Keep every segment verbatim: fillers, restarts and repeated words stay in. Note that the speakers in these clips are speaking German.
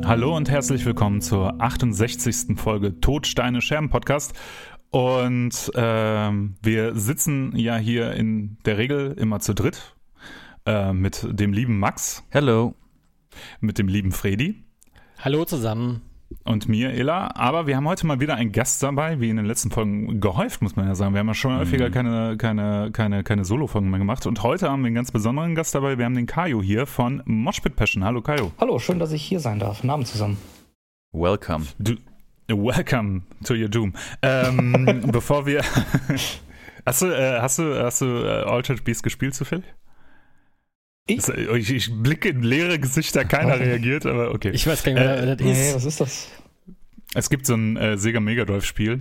Hallo und herzlich willkommen zur achtundsechzigsten Folge Todsteine Scherben Podcast. Und ähm, wir sitzen ja hier in der Regel immer zu dritt äh, mit dem lieben Max. Hello. Mit dem lieben Fredi. Hallo zusammen. Und mir, Ella. Aber wir haben heute mal wieder einen Gast dabei, wie in den letzten Folgen gehäuft, muss man ja sagen. Wir haben ja schon häufiger keine, keine, keine, keine Solo-Folgen mehr gemacht. Und heute haben wir einen ganz besonderen Gast dabei. Wir haben den Kajo hier von Moshpit Passion. Hallo Kajo. Hallo, schön, dass ich hier sein darf. Guten Abend zusammen. Welcome. Du, welcome to your doom. Ähm, bevor wir... hast du, äh, hast du, hast du äh, Altered Beast gespielt zufällig? Ich? Ich, ich blicke in leere Gesichter, keiner reagiert, aber okay. Ich weiß gar nicht, was äh, das ist. Nee, was ist das? Es gibt so ein äh, Sega Mega Drive Spiel.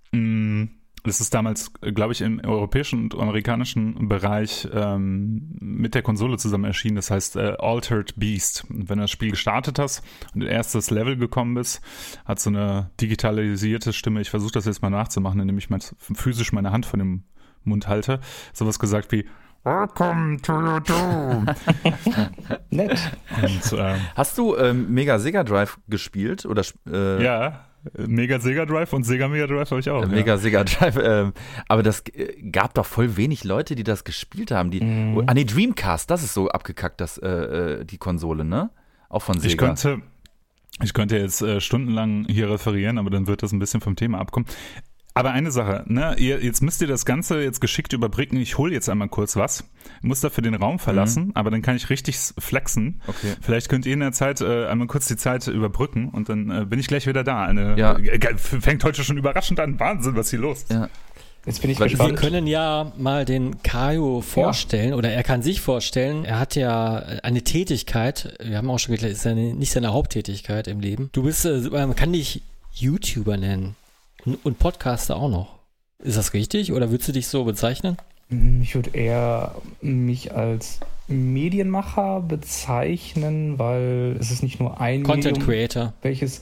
Das ist damals, glaube ich, im europäischen und amerikanischen Bereich ähm, mit der Konsole zusammen erschienen. Das heißt äh, Altered Beast. Und wenn du das Spiel gestartet hast und in erstes Level gekommen bist, hat so eine digitalisierte Stimme, ich versuche das jetzt mal nachzumachen, indem ich mein, physisch meine Hand von dem Mund halte, sowas gesagt wie Welcome to your doom. Nett. Und, ähm, Hast du ähm, Mega Sega Drive gespielt? Oder, äh, ja, Mega Sega Drive und Sega Mega Drive habe ich auch. Äh, ja. Mega Sega Drive, äh, aber das äh, gab doch voll wenig Leute, die das gespielt haben. Die, Mhm. oh, ah nee, Dreamcast, das ist so abgekackt, das, äh, die Konsole, ne? Auch von Sega. Ich könnte, ich könnte jetzt äh, stundenlang hier referieren, aber dann wird das ein bisschen vom Thema abkommen. Aber eine Sache, ne, ihr, jetzt müsst ihr das Ganze jetzt geschickt überbrücken. Ich hole jetzt einmal kurz was. Ich muss dafür den Raum verlassen, mhm. aber dann kann ich richtig flexen. Okay. Vielleicht könnt ihr in der Zeit äh, einmal kurz die Zeit überbrücken und dann äh, bin ich gleich wieder da. Eine, Ja. äh, fängt heute schon überraschend an. Wahnsinn, was hier los ist. Ja. Jetzt bin ich Weil Wir gespannt. können ja mal den Kajo vorstellen, oder er kann sich vorstellen. Er hat ja eine Tätigkeit, wir haben auch schon geklärt, ist ja nicht seine Haupttätigkeit im Leben. Du bist, äh, man kann dich YouTuber nennen und, und Podcaster auch noch. Ist das richtig oder würdest du dich so bezeichnen? Ich würde eher mich als Medienmacher bezeichnen, weil es ist nicht nur ein Content Medium, Creator. welches...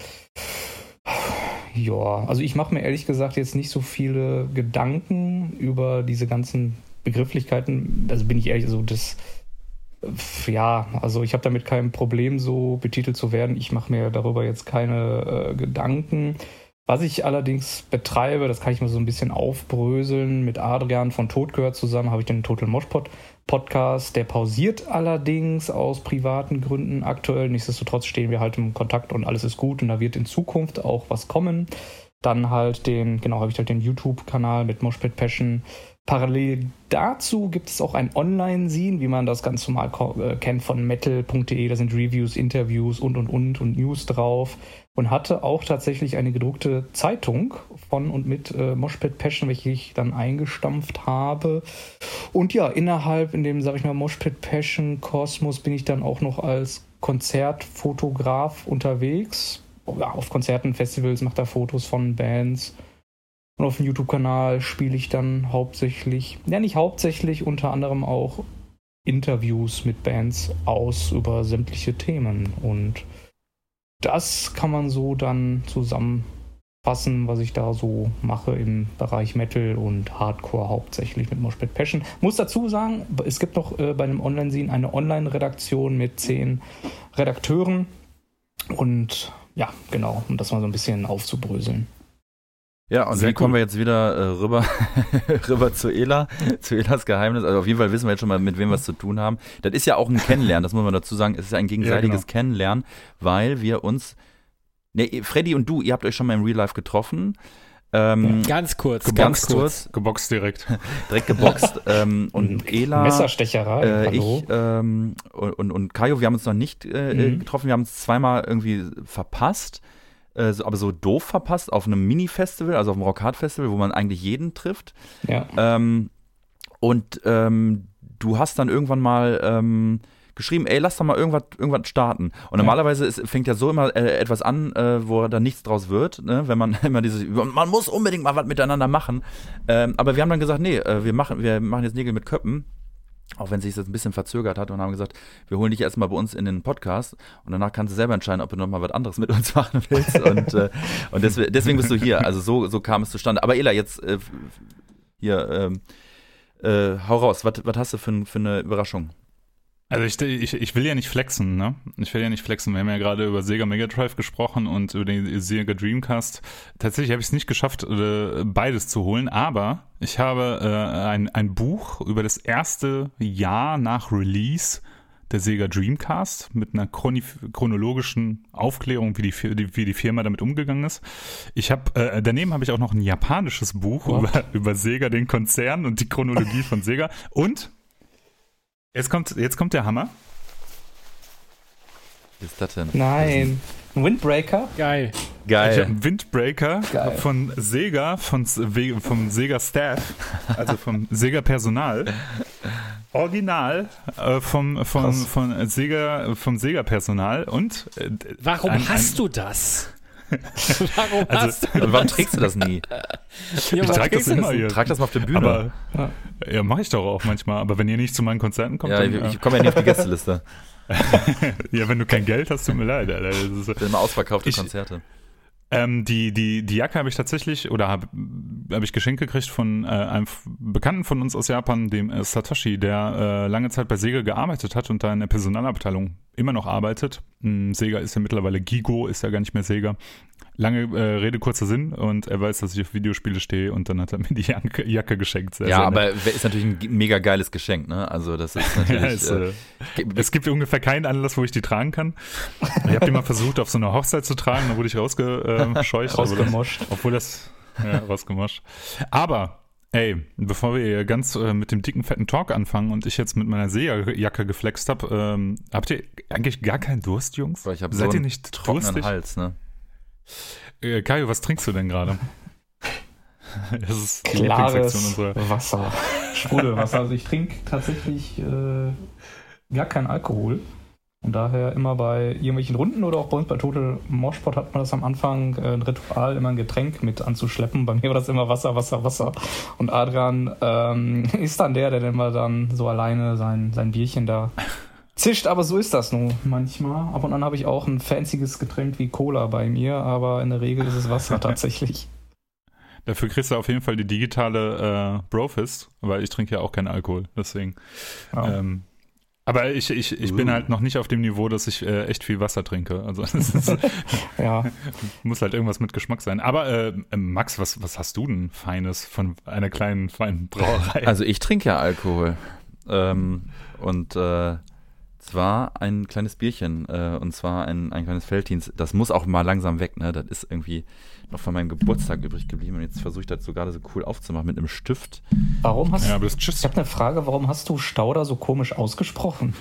Ja, also ich mache mir ehrlich gesagt jetzt nicht so viele Gedanken über diese ganzen Begrifflichkeiten. Also bin ich ehrlich, also das... Ja, also ich habe damit kein Problem, so betitelt zu werden. Ich mache mir darüber jetzt keine äh, Gedanken. Was ich allerdings betreibe, das kann ich mal so ein bisschen aufbröseln, mit Adrian von Tod gehört zusammen, habe ich den Total Moshpot Podcast. Der pausiert allerdings aus privaten Gründen aktuell. Nichtsdestotrotz stehen wir halt im Kontakt und alles ist gut und da wird in Zukunft auch was kommen. Dann halt den, genau, habe ich halt den YouTube-Kanal mit Moshpit Passion. Parallel dazu gibt es auch ein Online-Scene, wie man das ganz normal äh, kennt von metal punkt de. Da sind Reviews, Interviews und und und und News drauf. Und hatte auch tatsächlich eine gedruckte Zeitung von und mit äh, Moshpit Passion, welche ich dann eingestampft habe. Und ja, innerhalb in dem, sag ich mal, Moshpit Passion Kosmos bin ich dann auch noch als Konzertfotograf unterwegs. Ja, auf Konzerten, Festivals, mache da Fotos von Bands. Und auf dem YouTube-Kanal spiele ich dann hauptsächlich, ja nicht hauptsächlich, unter anderem auch Interviews mit Bands aus über sämtliche Themen. Und das kann man so dann zusammenfassen, was ich da so mache im Bereich Metal und Hardcore hauptsächlich mit Moshpit Passion. Muss dazu sagen, es gibt noch äh, bei einem Online-Scene eine Online-Redaktion mit zehn Redakteuren. Und ja, genau, um das mal so ein bisschen aufzubröseln. Ja, und Sehr dann kommen cool. wir jetzt wieder äh, rüber, rüber zu Ela, zu Elas Geheimnis. Also auf jeden Fall wissen wir jetzt schon mal, mit wem wir es zu tun haben. Das ist ja auch ein Kennenlernen, das muss man dazu sagen. Es ist ein gegenseitiges Ja, genau. Kennenlernen, weil wir uns, ne, Freddy und du, ihr habt euch schon mal im Real Life getroffen. Ähm, Ganz kurz, Ganz ganz kurz. kurz. Geboxt direkt. direkt geboxt. ähm, und Ela, Messerstecherei, äh, hallo. ich ähm, und, und, und Kajo, wir haben uns noch nicht äh, Mhm. getroffen. Wir haben uns zweimal irgendwie verpasst. Äh, so, aber so doof verpasst auf einem Mini-Festival, also auf dem Rock-Hard-Festival, wo man eigentlich jeden trifft. Ja. Ähm, und ähm, du hast dann irgendwann mal ähm, geschrieben, ey, lass doch mal irgendwas, irgendwas starten. Und normalerweise ist, fängt ja so immer äh, etwas an, äh, wo dann nichts draus wird, ne? Wenn man immer dieses, man muss unbedingt mal was miteinander machen. Ähm, aber wir haben dann gesagt, nee, äh, wir machen, wir machen jetzt Nägel mit Köppen. Auch wenn sich das ein bisschen verzögert hat und haben gesagt, wir holen dich erstmal bei uns in den Podcast und danach kannst du selber entscheiden, ob du nochmal was anderes mit uns machen willst. Und, äh, und deswegen, deswegen bist du hier. Also so, so kam es zustande. Aber Ela, jetzt äh, hier, ähm, äh, hau raus. Was hast du für, für eine Überraschung? Also ich, ich, ich will ja nicht flexen, ne? Ich will ja nicht flexen. Wir haben ja gerade über Sega Mega Drive gesprochen und über den Sega Dreamcast. Tatsächlich habe ich es nicht geschafft, äh, beides zu holen, aber ich habe äh, ein, ein Buch über das erste Jahr nach Release der Sega Dreamcast mit einer chroni- chronologischen Aufklärung, wie die, wie die Firma damit umgegangen ist. Ich habe äh, daneben habe ich auch noch ein japanisches Buch oh. über, über Sega, den Konzern und die Chronologie von Sega. Und Jetzt kommt, jetzt kommt der Hammer. Was ist das denn? Nein. Ein Windbreaker? Geil. Ich habe Geil. einen Windbreaker Geil. von Sega, von, vom Sega Staff, also vom Sega Personal. Original äh, vom, vom, Krass. von Sega, vom Sega Personal. Und äh, Warum ein- hast ein- du das? Warum Also- hast du Und warum trägst du das nie? das? ich trage das immer hier. Trag das mal auf der Bühne. Aber Ja. ja, mache ich doch auch manchmal. Aber wenn ihr nicht zu meinen Konzerten kommt, ja, dann, ich, äh, ich komme ja nie auf die Gästeliste. ja, wenn du kein Geld hast, tut mir leid. Alter. Das ist, Ich will immer ausverkaufte Ich- Konzerte. Ähm, die, die, die Jacke habe ich tatsächlich, oder habe hab ich geschenkt gekriegt von äh, einem F- Bekannten von uns aus Japan, dem äh, Satoshi, der äh, lange Zeit bei Sega gearbeitet hat und da in der Personalabteilung immer noch arbeitet. Ähm, Sega ist ja mittlerweile Gigo, ist ja gar nicht mehr Sega. Lange äh, Rede, kurzer Sinn, und er weiß, dass ich auf Videospiele stehe, und dann hat er mir die Jacke, Jacke geschenkt. Sehr, Ja, sehr aber nett. ist natürlich ein mega geiles Geschenk, ne? Also das ist natürlich... Ja, es, äh, äh, es gibt ungefähr keinen Anlass, wo ich die tragen kann. Ich habe die mal versucht, auf so einer Hochzeit zu tragen, da wurde ich rausgescheucht. aber das- Rausgemoscht. Obwohl das, ja, rausgemoscht. Aber, ey, bevor wir hier ganz äh, mit dem dicken, fetten Talk anfangen und ich jetzt mit meiner Sega-Jacke geflext habe, ähm, habt ihr eigentlich gar keinen Durst, Jungs? Boah, ich habe Seid so ihr einen nicht trockenen durstig? Hals, ne? Äh, Kajo, was trinkst du denn gerade? Das ist die Klares Lieblingssektion unserer. Wasser. Sprudelwasser. Also ich trinke tatsächlich äh, gar keinen Alkohol. Und daher immer bei irgendwelchen Runden oder auch bei uns bei Total Moshpot hat man das am Anfang äh, ein Ritual, immer ein Getränk mit anzuschleppen. Bei mir war das immer Wasser, Wasser, Wasser. Und Adrian ähm, ist dann der, der dann mal dann so alleine sein, sein Bierchen da zischt. Aber so ist das nun manchmal. Ab und an habe ich auch ein fancyes Getränk wie Cola bei mir, aber in der Regel ist es Wasser tatsächlich. Dafür kriegst du auf jeden Fall die digitale äh, Brofist, weil ich trinke ja auch keinen Alkohol, deswegen. Ja. Ähm, aber ich, ich, ich Uh. bin halt noch nicht auf dem Niveau, dass ich äh, echt viel Wasser trinke. Also es ist, Ja. muss halt irgendwas mit Geschmack sein. Aber äh, Max, was, was hast du denn Feines von einer kleinen, feinen Brauerei? Also ich trinke ja Alkohol. Ähm, und äh, zwar ein kleines Bierchen. Äh, und zwar ein, ein kleines Felddienst. Das muss auch mal langsam weg, ne? Das ist irgendwie noch von meinem Geburtstag übrig geblieben. Und jetzt versuche ich das so gerade so cool aufzumachen mit einem Stift. Warum hast ja, du. aber das Tschüss. Ich habe eine Frage, warum hast du Stauder so komisch ausgesprochen?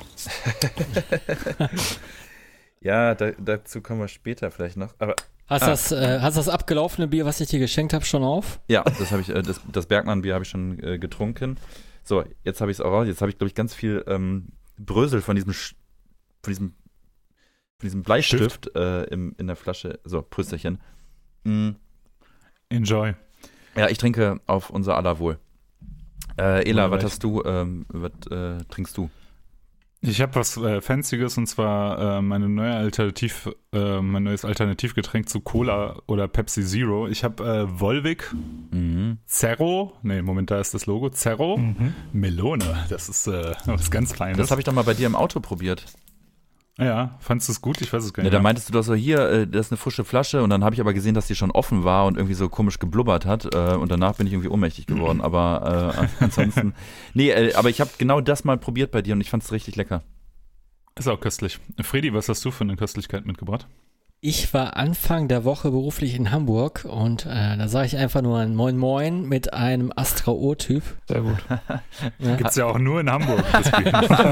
Ja, da, dazu kommen wir später vielleicht noch. Aber Hast Ah. das, äh, hast das abgelaufene Bier, was ich dir geschenkt habe, schon auf? ja, das habe ich, äh, das, das Bergmann-Bier habe ich schon äh, getrunken. So, jetzt habe ich es auch raus. Jetzt habe ich, glaube ich, ganz viel ähm, Brösel von diesem, Sch- von diesem, von diesem Bleistift äh, im, in der Flasche. So, Prösterchen. Mm. Enjoy. Ja, ich trinke auf unser aller Wohl. Äh, Ela, was Wunderbar. hast du, ähm, was äh, trinkst du? Ich habe was äh, Fancyes, und zwar äh, meine neue Alternativ, äh, mein neues Alternativgetränk zu Cola oder Pepsi Zero. Ich habe äh, Volvic, Mhm. Zerro, nee, Moment, da ist das Logo, Zerro, Mhm. Melone. Das ist äh, was ganz Feines. Das habe ich doch mal bei dir im Auto probiert. Ja, fandst du es gut? Ich weiß es gar Ja, nicht. da mehr. meintest du doch so, hier, äh, das ist eine frische Flasche, und dann habe ich aber gesehen, dass die schon offen war und irgendwie so komisch geblubbert hat, äh, und danach bin ich irgendwie ohnmächtig geworden, aber äh, ansonsten, nee, äh, aber ich habe genau das mal probiert bei dir und ich fand es richtig lecker. Ist auch köstlich. Fredi, was hast du für eine Köstlichkeit mitgebracht? Ich war Anfang der Woche beruflich in Hamburg und äh, da sah ich einfach nur ein Moin Moin mit einem Astra O-Typ. Sehr gut. Ja. Gibt's ja auch nur in Hamburg. Das Bier.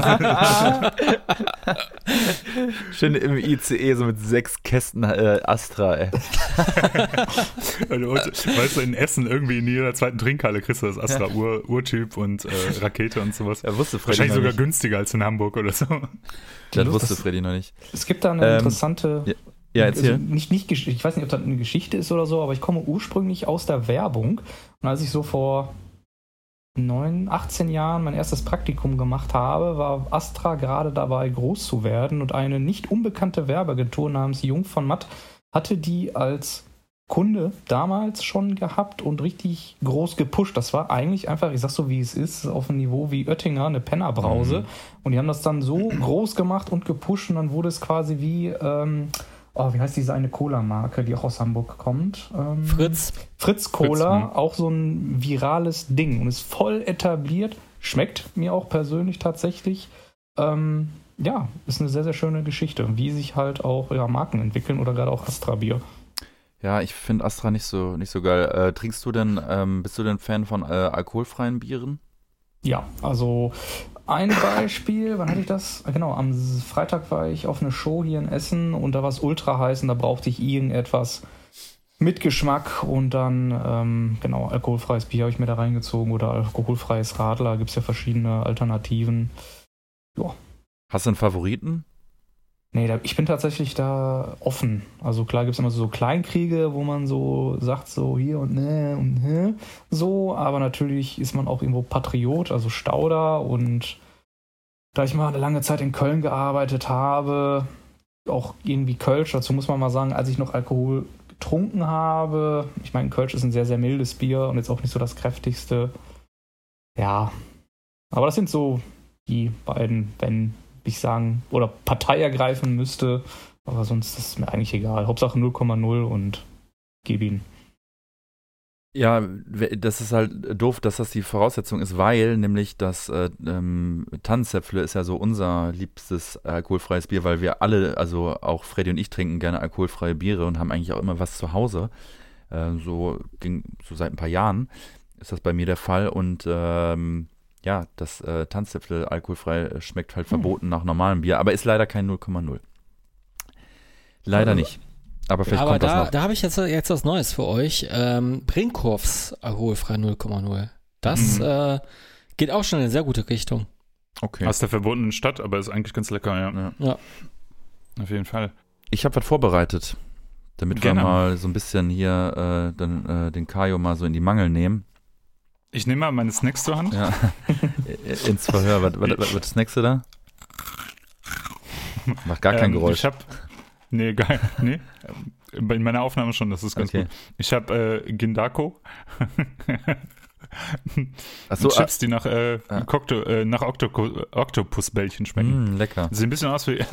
Schön im I C E so mit sechs Kästen äh, Astra, ey. und, und, weißt du, in Essen irgendwie in jeder zweiten Trinkhalle kriegst du das Astra Ur, Urtyp und äh, Rakete und sowas. Er wusste Freddy Wahrscheinlich noch sogar nicht. günstiger als in Hamburg oder so. Das Lust, wusste das- Freddy noch nicht. Es gibt da eine Ähm, interessante. ja. Ja, erzähl. Also nicht, nicht, gesch- ich weiß nicht, ob das eine Geschichte ist oder so, aber ich komme ursprünglich aus der Werbung. Und als ich so vor neun, achtzehn Jahren mein erstes Praktikum gemacht habe, war Astra gerade dabei, groß zu werden. Und eine nicht unbekannte Werbeagentur namens Jung von Matt hatte die als Kunde damals schon gehabt und richtig groß gepusht. Das war eigentlich einfach, ich sag so wie es ist, auf einem Niveau wie Oettinger, eine Pennerbrause. Mhm. Und die haben das dann so groß gemacht und gepusht und dann wurde es quasi wie, ähm, oh, wie heißt diese eine Cola-Marke, die auch aus Hamburg kommt? Ähm, Fritz. Fritz Cola, Fritz, auch so ein virales Ding und ist voll etabliert. Schmeckt mir auch persönlich tatsächlich. Ähm, ja, ist eine sehr, sehr schöne Geschichte, wie sich halt auch ja, Marken entwickeln oder gerade auch Astra-Bier. Ja, ich finde Astra nicht so, nicht so geil. Äh, trinkst du denn, ähm, bist du denn Fan von äh, alkoholfreien Bieren? Ja, also ein Beispiel, wann hatte ich das? Genau, am Freitag war ich auf eine Show hier in Essen und da war es ultra heiß und da brauchte ich irgendetwas mit Geschmack und dann, ähm, genau, alkoholfreies Bier habe ich mir da reingezogen oder alkoholfreies Radler, gibt es ja verschiedene Alternativen. Ja. Hast du einen Favoriten? Nee, da, ich bin tatsächlich da offen. Also klar gibt es immer so Kleinkriege, wo man so sagt, so hier und ne und ne, so, aber natürlich ist man auch irgendwo Patriot, also Stauder und da ich mal eine lange Zeit in Köln gearbeitet habe, auch irgendwie Kölsch, dazu muss man mal sagen, als ich noch Alkohol getrunken habe, ich meine, Kölsch ist ein sehr, sehr mildes Bier und jetzt auch nicht so das kräftigste. Ja, aber das sind so die beiden, wenn ich sagen, oder Partei ergreifen müsste, aber sonst ist es mir eigentlich egal. Hauptsache null Komma null und gib ihn. Ja, das ist halt doof, dass das die Voraussetzung ist, weil nämlich das äh, ähm, Tannenzäpfle ist ja so unser liebstes alkoholfreies Bier, weil wir alle, also auch Freddy und ich trinken gerne alkoholfreie Biere und haben eigentlich auch immer was zu Hause. Äh, so ging so seit ein paar Jahren ist das bei mir der Fall und ähm, ja, das äh, Tannenzäpfle alkoholfrei schmeckt halt verboten hm. nach normalem Bier, aber ist leider kein null Komma null. Leider also, nicht. Aber vielleicht aber kommt da, das noch. Da habe ich jetzt, jetzt was Neues für euch. Ähm, Brinkhoffs alkoholfrei null Komma null. Das mhm. äh, geht auch schon in eine sehr gute Richtung. Okay. Aus der verbotenen Stadt, aber ist eigentlich ganz lecker, ja. Ja. ja. Auf jeden Fall. Ich habe was vorbereitet, damit Gerne. wir mal so ein bisschen hier äh, dann, äh, den Kajo mal so in die Mangel nehmen. Ich nehme mal meine Snacks zur Hand. Ja. Ins Verhör. Was, was, was snackst du da? Macht gar kein ähm, Geräusch. Ich hab, nee, gar, nee. In meiner Aufnahme schon, das ist ganz okay. gut. Ich habe äh, Gindako. Ach so, Chips, die nach, äh, ah. Cockto, äh, nach Octo- Oktopusbällchen schmecken. Mm, lecker. Sieht ein bisschen aus wie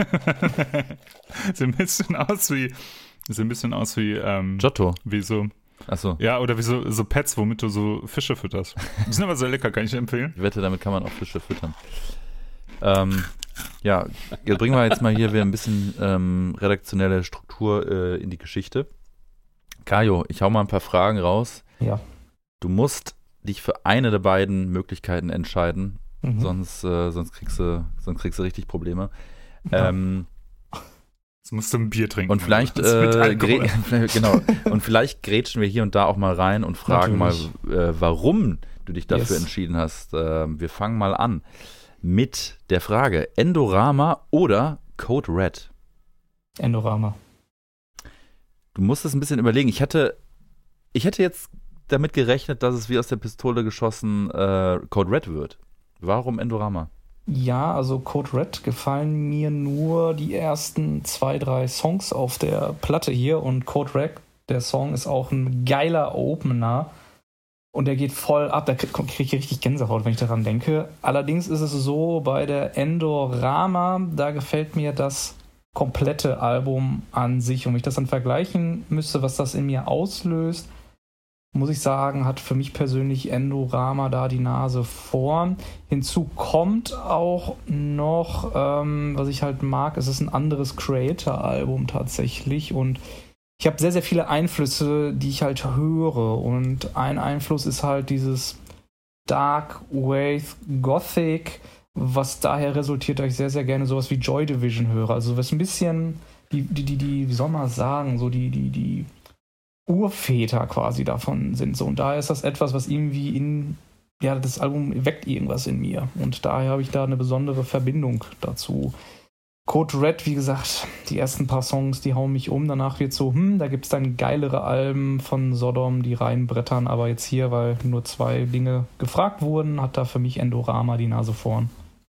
Sieht ein bisschen aus wie Sieht ein bisschen aus wie ähm, Giotto. Wie so Ach so. Ja, oder wie so, so Pets, womit du so Fische fütterst. Die sind aber sehr lecker, kann ich empfehlen. Ich wette, damit kann man auch Fische füttern. Ähm, ja, jetzt bringen wir jetzt mal hier wieder ein bisschen ähm, redaktionelle Struktur äh, in die Geschichte. Kajo, ich hau mal ein paar Fragen raus. Ja. Du musst dich für eine der beiden Möglichkeiten entscheiden, mhm. sonst, äh, sonst, kriegst du, sonst kriegst du richtig Probleme. Ja. Ähm, Jetzt musst du ein Bier trinken. Und vielleicht, äh, gre- genau, und vielleicht grätschen wir hier und da auch mal rein und fragen Natürlich. mal, äh, warum du dich dafür yes. entschieden hast. Äh, wir fangen mal an mit der Frage: Endorama oder Code Red? Endorama. Du musst es ein bisschen überlegen. Ich hätte, ich hätte jetzt damit gerechnet, dass es wie aus der Pistole geschossen äh, Code Red wird. Warum Endorama? Ja, also Code Red gefallen mir nur die ersten zwei, drei Songs auf der Platte hier und Code Red, der Song ist auch ein geiler Opener und der geht voll ab, da kriege krieg ich richtig Gänsehaut, wenn ich daran denke. Allerdings ist es so, bei der Endorama, da gefällt mir das komplette Album an sich und wenn ich das dann vergleichen müsste, was das in mir auslöst, muss ich sagen, hat für mich persönlich Endorama da die Nase vorn. Hinzu kommt auch noch, ähm, was ich halt mag, es ist ein anderes Creator-Album tatsächlich und ich habe sehr, sehr viele Einflüsse, die ich halt höre und ein Einfluss ist halt dieses Dark Wave Gothic, was daher resultiert, dass ich sehr, sehr gerne sowas wie Joy Division höre. Also was ein bisschen, die, die, die, die wie soll man sagen, so die, die, die Urväter quasi davon sind. So, und daher ist das etwas, was irgendwie in, ja, das Album weckt irgendwas in mir. Und daher habe ich da eine besondere Verbindung dazu. Code Red, wie gesagt, die ersten paar Songs, die hauen mich um. Danach wird so, hm, da gibt es dann geilere Alben von Sodom, die reinbrettern. Aber jetzt hier, weil nur zwei Dinge gefragt wurden, hat da für mich Endorama die Nase vorn.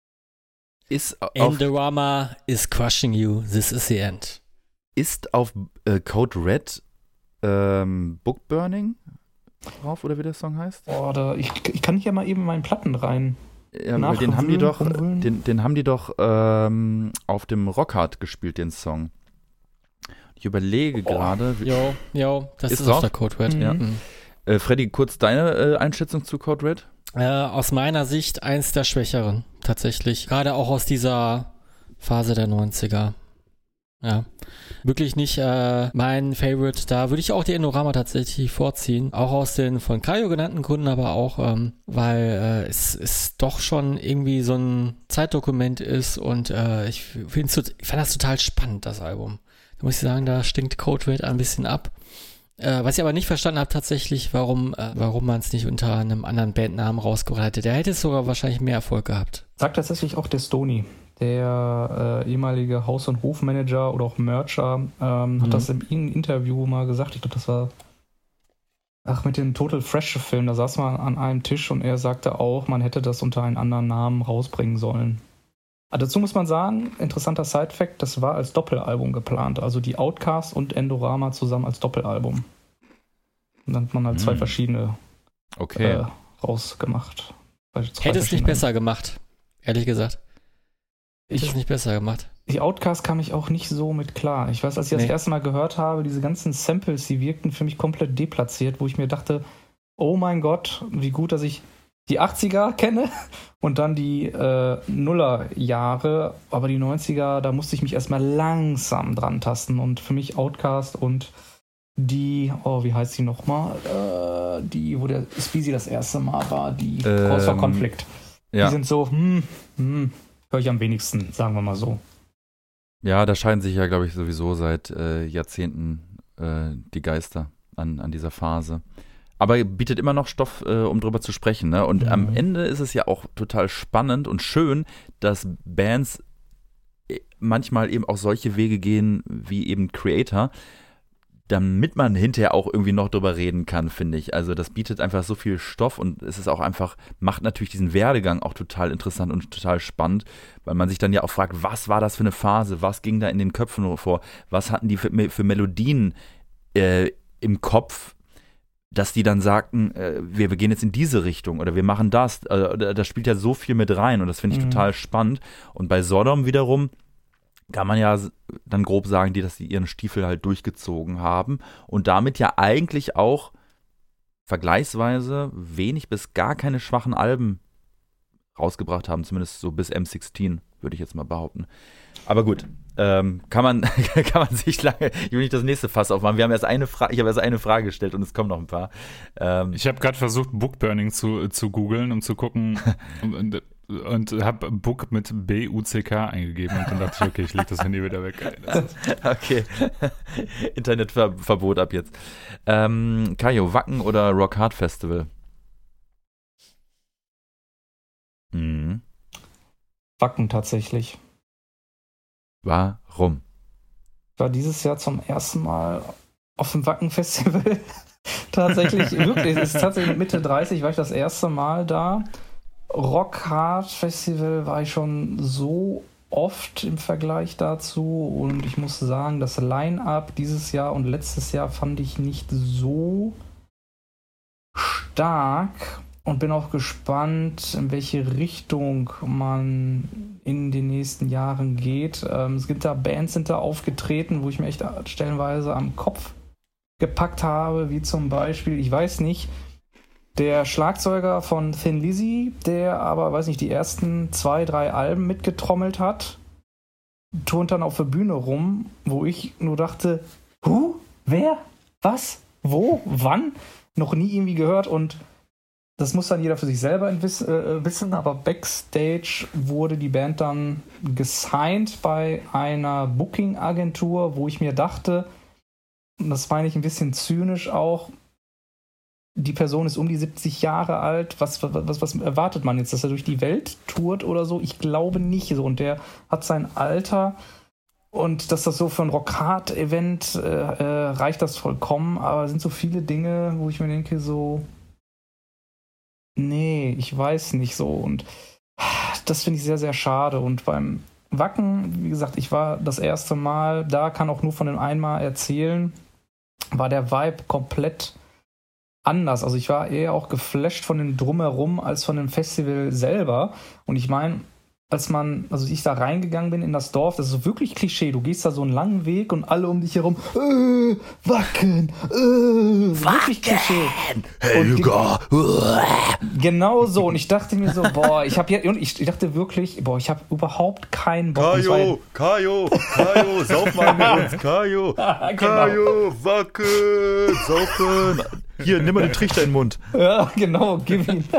Ist Endorama is crushing you. This is the end. Ist auf äh, Code Red ähm, Book Burning drauf, oder wie der Song heißt. Oh, da, ich, ich kann hier mal eben meinen Platten rein. Ja, weil den haben die doch, den, den haben die doch ähm, auf dem Rockhard gespielt, den Song. Ich überlege oh. gerade. Jo, jo, das ist, ist auf der Code Red. Mhm. Ja. Mhm. Äh, Freddy, kurz deine äh, Einschätzung zu Code Red? Äh, aus meiner Sicht eins der Schwächeren, tatsächlich. Gerade auch aus dieser Phase der neunziger. Ja, wirklich nicht äh, mein Favorite. Da würde ich auch die Endorama tatsächlich vorziehen. Auch aus den von Kaio genannten Gründen, aber auch, ähm, weil äh, es, es doch schon irgendwie so ein Zeitdokument ist und äh, ich, find's, ich fand das total spannend, das Album. Da muss ich sagen, da stinkt Code Red ein bisschen ab. Äh, was ich aber nicht verstanden habe tatsächlich, warum, äh, warum man es nicht unter einem anderen Bandnamen rausgebracht hätte. Der hätte es sogar wahrscheinlich mehr Erfolg gehabt. Sagt tatsächlich auch der Stony. Der äh, ehemalige Haus- und Hofmanager oder auch Mercher ähm, mhm. hat das im Interview mal gesagt. Ich glaube, das war ach mit dem Total Fresh-Film. Da saß man an einem Tisch und er sagte auch, man hätte das unter einem anderen Namen rausbringen sollen. Aber dazu muss man sagen, interessanter Side-Fact, das war als Doppelalbum geplant. Also die Outcast und Endorama zusammen als Doppelalbum. Und dann hat man halt mhm. zwei verschiedene okay. äh, rausgemacht. Hätte es nicht besser gemacht, ehrlich gesagt. Ich habe es nicht besser gemacht. Die Outcast kam ich auch nicht so mit klar. Ich weiß, als ich nee. das erste Mal gehört habe, diese ganzen Samples, die wirkten für mich komplett deplatziert, wo ich mir dachte, oh mein Gott, wie gut, dass ich die achtziger kenne und dann die äh, Nullerjahre, aber die neunziger, da musste ich mich erstmal langsam dran tasten und für mich Outcast und die, oh, wie heißt die nochmal? Äh, die, wo der Speezy das erste Mal war, die ähm, Cause for Conflict. Ja. Die sind so, hm, hm, höre ich am wenigsten, sagen wir mal so. Ja, da scheiden sich ja, glaube ich, sowieso seit äh, Jahrzehnten äh, die Geister an, an dieser Phase. Aber bietet immer noch Stoff, äh, um drüber zu sprechen. Ne? Und mhm. am Ende ist es ja auch total spannend und schön, dass Bands manchmal eben auch solche Wege gehen wie eben Creator, damit man hinterher auch irgendwie noch drüber reden kann, finde ich. Also das bietet einfach so viel Stoff und es ist auch einfach, macht natürlich diesen Werdegang auch total interessant und total spannend, weil man sich dann ja auch fragt, was war das für eine Phase, was ging da in den Köpfen vor, was hatten die für, für Melodien äh, im Kopf, dass die dann sagten, äh, wir, wir gehen jetzt in diese Richtung oder wir machen das. Äh, da spielt ja so viel mit rein und das finde ich mhm. total spannend. Und bei Sodom wiederum kann man ja dann grob sagen, die, dass sie ihren Stiefel halt durchgezogen haben und damit ja eigentlich auch vergleichsweise wenig bis gar keine schwachen Alben rausgebracht haben, zumindest so bis M sechzehn, würde ich jetzt mal behaupten. Aber gut, ähm, kann man kann man sich lange, ich will nicht das nächste Fass aufmachen. Wir haben erst eine Frage, ich habe erst eine Frage gestellt und es kommen noch ein paar. Ähm, ich habe gerade versucht, Bookburning zu, zu googeln, um zu gucken und, und habe Book mit B U C K eingegeben und dann dachte ich, okay, ich lege das Handy wieder weg. Okay, Internetverbot ab jetzt. Ähm, Kaio, Wacken oder Rock Hard Festival? Mhm. Wacken tatsächlich. Warum? Ich war dieses Jahr zum ersten Mal auf dem Wacken-Festival. Tatsächlich, wirklich, es ist tatsächlich Mitte dreißig, war ich das erste Mal da. Rock Hard Festival war ich schon so oft im Vergleich dazu und ich muss sagen, das Line-Up dieses Jahr und letztes Jahr fand ich nicht so stark. Und bin auch gespannt, in welche Richtung man in den nächsten Jahren geht. Ähm, es gibt da Bands, sind da aufgetreten, wo ich mir echt stellenweise am Kopf gepackt habe, wie zum Beispiel, ich weiß nicht, der Schlagzeuger von Thin Lizzy, der aber, weiß nicht, die ersten zwei, drei Alben mitgetrommelt hat, turnt dann auf der Bühne rum, wo ich nur dachte, huh, wer, was, wo, wann, noch nie irgendwie gehört und das muss dann jeder für sich selber wiss, äh, wissen, aber Backstage wurde die Band dann gesigned bei einer Booking-Agentur, wo ich mir dachte, und das meine ich ein bisschen zynisch auch, die Person ist um die siebzig Jahre alt, was, was, was erwartet man jetzt, dass er durch die Welt tourt oder so? Ich glaube nicht so. Und der hat sein Alter und dass das so für ein Rock-Hard-Event äh, äh, reicht das vollkommen, aber es sind so viele Dinge, wo ich mir denke, so nee, ich weiß nicht so und das finde ich sehr, sehr schade und beim Wacken, wie gesagt, ich war das erste Mal da, kann auch nur von dem einmal erzählen war der Vibe komplett anders. Also ich war eher auch geflasht von dem Drumherum als von dem Festival selber. Und ich meine, als man, also ich da reingegangen bin in das Dorf, das ist so wirklich Klischee. Du gehst da so einen langen Weg und alle um dich herum, äh, Wacken, äh, wirklich Klischee. Helga. Und genau so. Und ich dachte mir so, boah, ich habe ja, und ich dachte wirklich, boah, ich habe überhaupt keinen Bock. Kajo, Kajo, Kajo, sauf mal mit uns, Kajo, Kajo, Wacken, saufen. Hier, nimm mal den Trichter in den Mund. Ja, genau, gib ihn.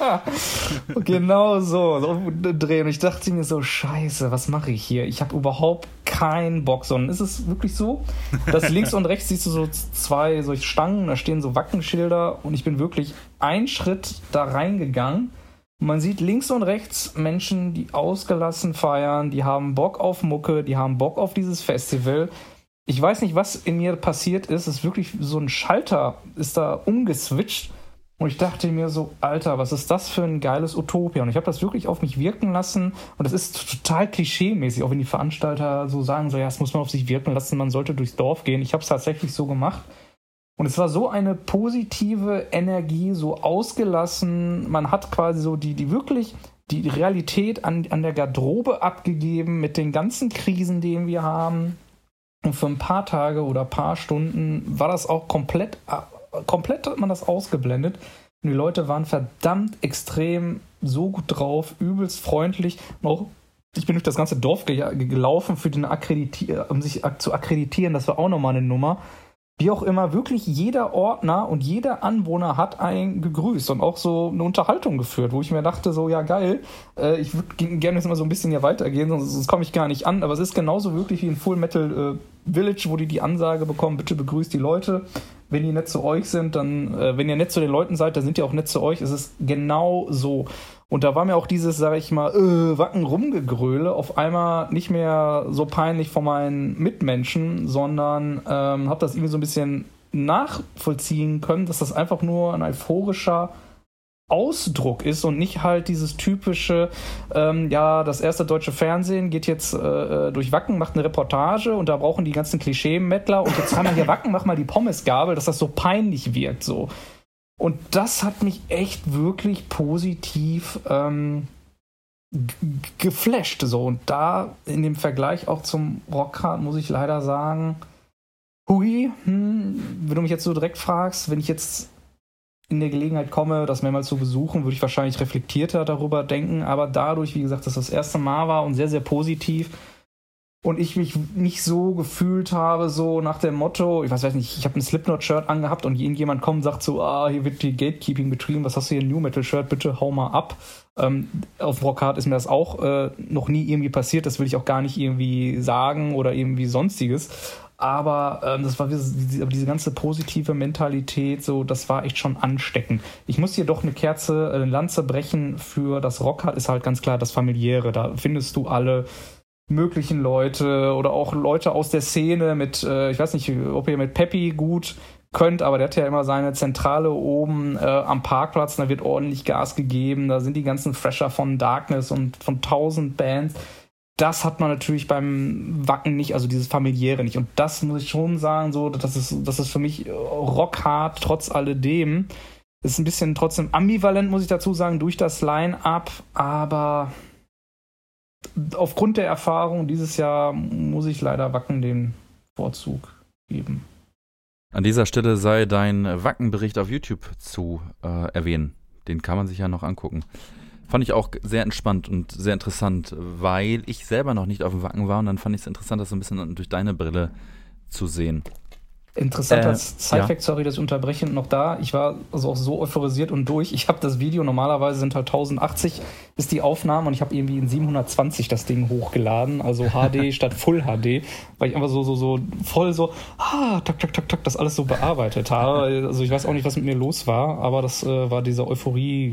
Genau so, so drehen. Und ich dachte mir so, scheiße, was mache ich hier? Ich habe überhaupt keinen Bock. Sondern ist es wirklich so, dass links und rechts siehst du so zwei solche Stangen, da stehen so Wackenschilder und ich bin wirklich einen Schritt da reingegangen. Und man sieht links und rechts Menschen, die ausgelassen feiern, die haben Bock auf Mucke, die haben Bock auf dieses Festival. Ich weiß nicht, was in mir passiert ist. Es ist wirklich so ein Schalter, ist da umgeswitcht. Und ich dachte mir so, Alter, was ist das für ein geiles Utopia? Und ich habe das wirklich auf mich wirken lassen. Und das ist total klischee-mäßig, auch wenn die Veranstalter so sagen, so ja, das muss man auf sich wirken lassen, man sollte durchs Dorf gehen. Ich habe es tatsächlich so gemacht. Und es war so eine positive Energie, so ausgelassen. Man hat quasi so die, die wirklich die Realität an, an der Garderobe abgegeben mit den ganzen Krisen, die wir haben. Und für ein paar Tage oder ein paar Stunden war das auch komplett, komplett hat man das ausgeblendet. Und die Leute waren verdammt extrem so gut drauf, übelst freundlich. Und auch, ich bin durch das ganze Dorf gelaufen, für den Akkreditier- um sich zu akkreditieren. Das war auch nochmal eine Nummer. Wie auch immer, wirklich jeder Ordner und jeder Anwohner hat einen gegrüßt und auch so eine Unterhaltung geführt, wo ich mir dachte, so, ja geil, äh, ich würde gerne jetzt mal so ein bisschen hier weitergehen, sonst, sonst komme ich gar nicht an. Aber es ist genauso wirklich wie in Full Metal äh, Village, wo die die Ansage bekommen, bitte begrüßt die Leute. Wenn die nett zu euch sind, dann, äh, wenn ihr nett zu den Leuten seid, dann sind die auch nett zu euch. Es ist genau so. Und da war mir auch dieses, sag ich mal, äh, Wacken rumgegröle auf einmal nicht mehr so peinlich von meinen Mitmenschen, sondern ähm, habe das irgendwie so ein bisschen nachvollziehen können, dass das einfach nur ein euphorischer Ausdruck ist und nicht halt dieses typische, ähm, ja, das erste deutsche Fernsehen geht jetzt äh, durch Wacken, macht eine Reportage und da brauchen die ganzen Klischee-Mettler und jetzt haben wir hier Wacken, mach mal die Pommesgabel, dass das so peinlich wird, so. Und das hat mich echt wirklich positiv ähm, g- geflasht. So. Und da in dem Vergleich auch zum Rockhard muss ich leider sagen, hui, hm, wenn du mich jetzt so direkt fragst, wenn ich jetzt in der Gelegenheit komme, das mehrmals zu besuchen, würde ich wahrscheinlich reflektierter darüber denken. Aber dadurch, wie gesagt, dass das erste Mal war und sehr, sehr positiv, und ich mich nicht so gefühlt habe, so nach dem Motto, ich weiß, weiß nicht, ich habe ein Slipknot-Shirt angehabt und irgendjemand kommt und sagt so, ah, hier wird die Gatekeeping betrieben, was hast du hier, ein New Metal-Shirt, bitte hau mal ab. Ähm, auf Rockhard ist mir das auch äh, noch nie irgendwie passiert, das will ich auch gar nicht irgendwie sagen oder irgendwie sonstiges. Aber ähm, das war diese, diese ganze positive Mentalität, so, das war echt schon ansteckend. Ich muss hier doch eine Kerze, eine Lanze brechen für das Rockhard, ist halt ganz klar das Familiäre, da findest du alle möglichen Leute oder auch Leute aus der Szene mit, äh, ich weiß nicht, ob ihr mit Peppi gut könnt, aber der hat ja immer seine Zentrale oben äh, am Parkplatz, da wird ordentlich Gas gegeben, da sind die ganzen Fresher von Darkness und von tausend Bands. Das hat man natürlich beim Wacken nicht, also dieses Familiäre nicht. Und das muss ich schon sagen, so, das ist, das ist für mich Rockhard trotz alledem. Ist ein bisschen trotzdem ambivalent, muss ich dazu sagen, durch das Line-Up, aber aufgrund der Erfahrung dieses Jahr muss ich leider Wacken den Vorzug geben. An dieser Stelle sei dein Wacken-Bericht auf YouTube zu äh, erwähnen. Den kann man sich ja noch angucken. Fand ich auch sehr entspannt und sehr interessant, weil ich selber noch nicht auf dem Wacken war und dann fand ich es interessant, das so ein bisschen durch deine Brille zu sehen. Interessanter Äh, Side-Fact, ja. sorry, dass ich unterbreche, noch da. Ich war also auch so euphorisiert und durch. Ich habe das Video, normalerweise sind halt tausendachtzig ist die Aufnahme und ich habe irgendwie in siebenhundertzwanzig das Ding hochgeladen, also H D statt Full H D, weil ich einfach so, so, so voll so, ah, tak, tak, tak, tak, das alles so bearbeitet habe. Also ich weiß auch nicht, was mit mir los war, aber das äh, war dieser Euphorie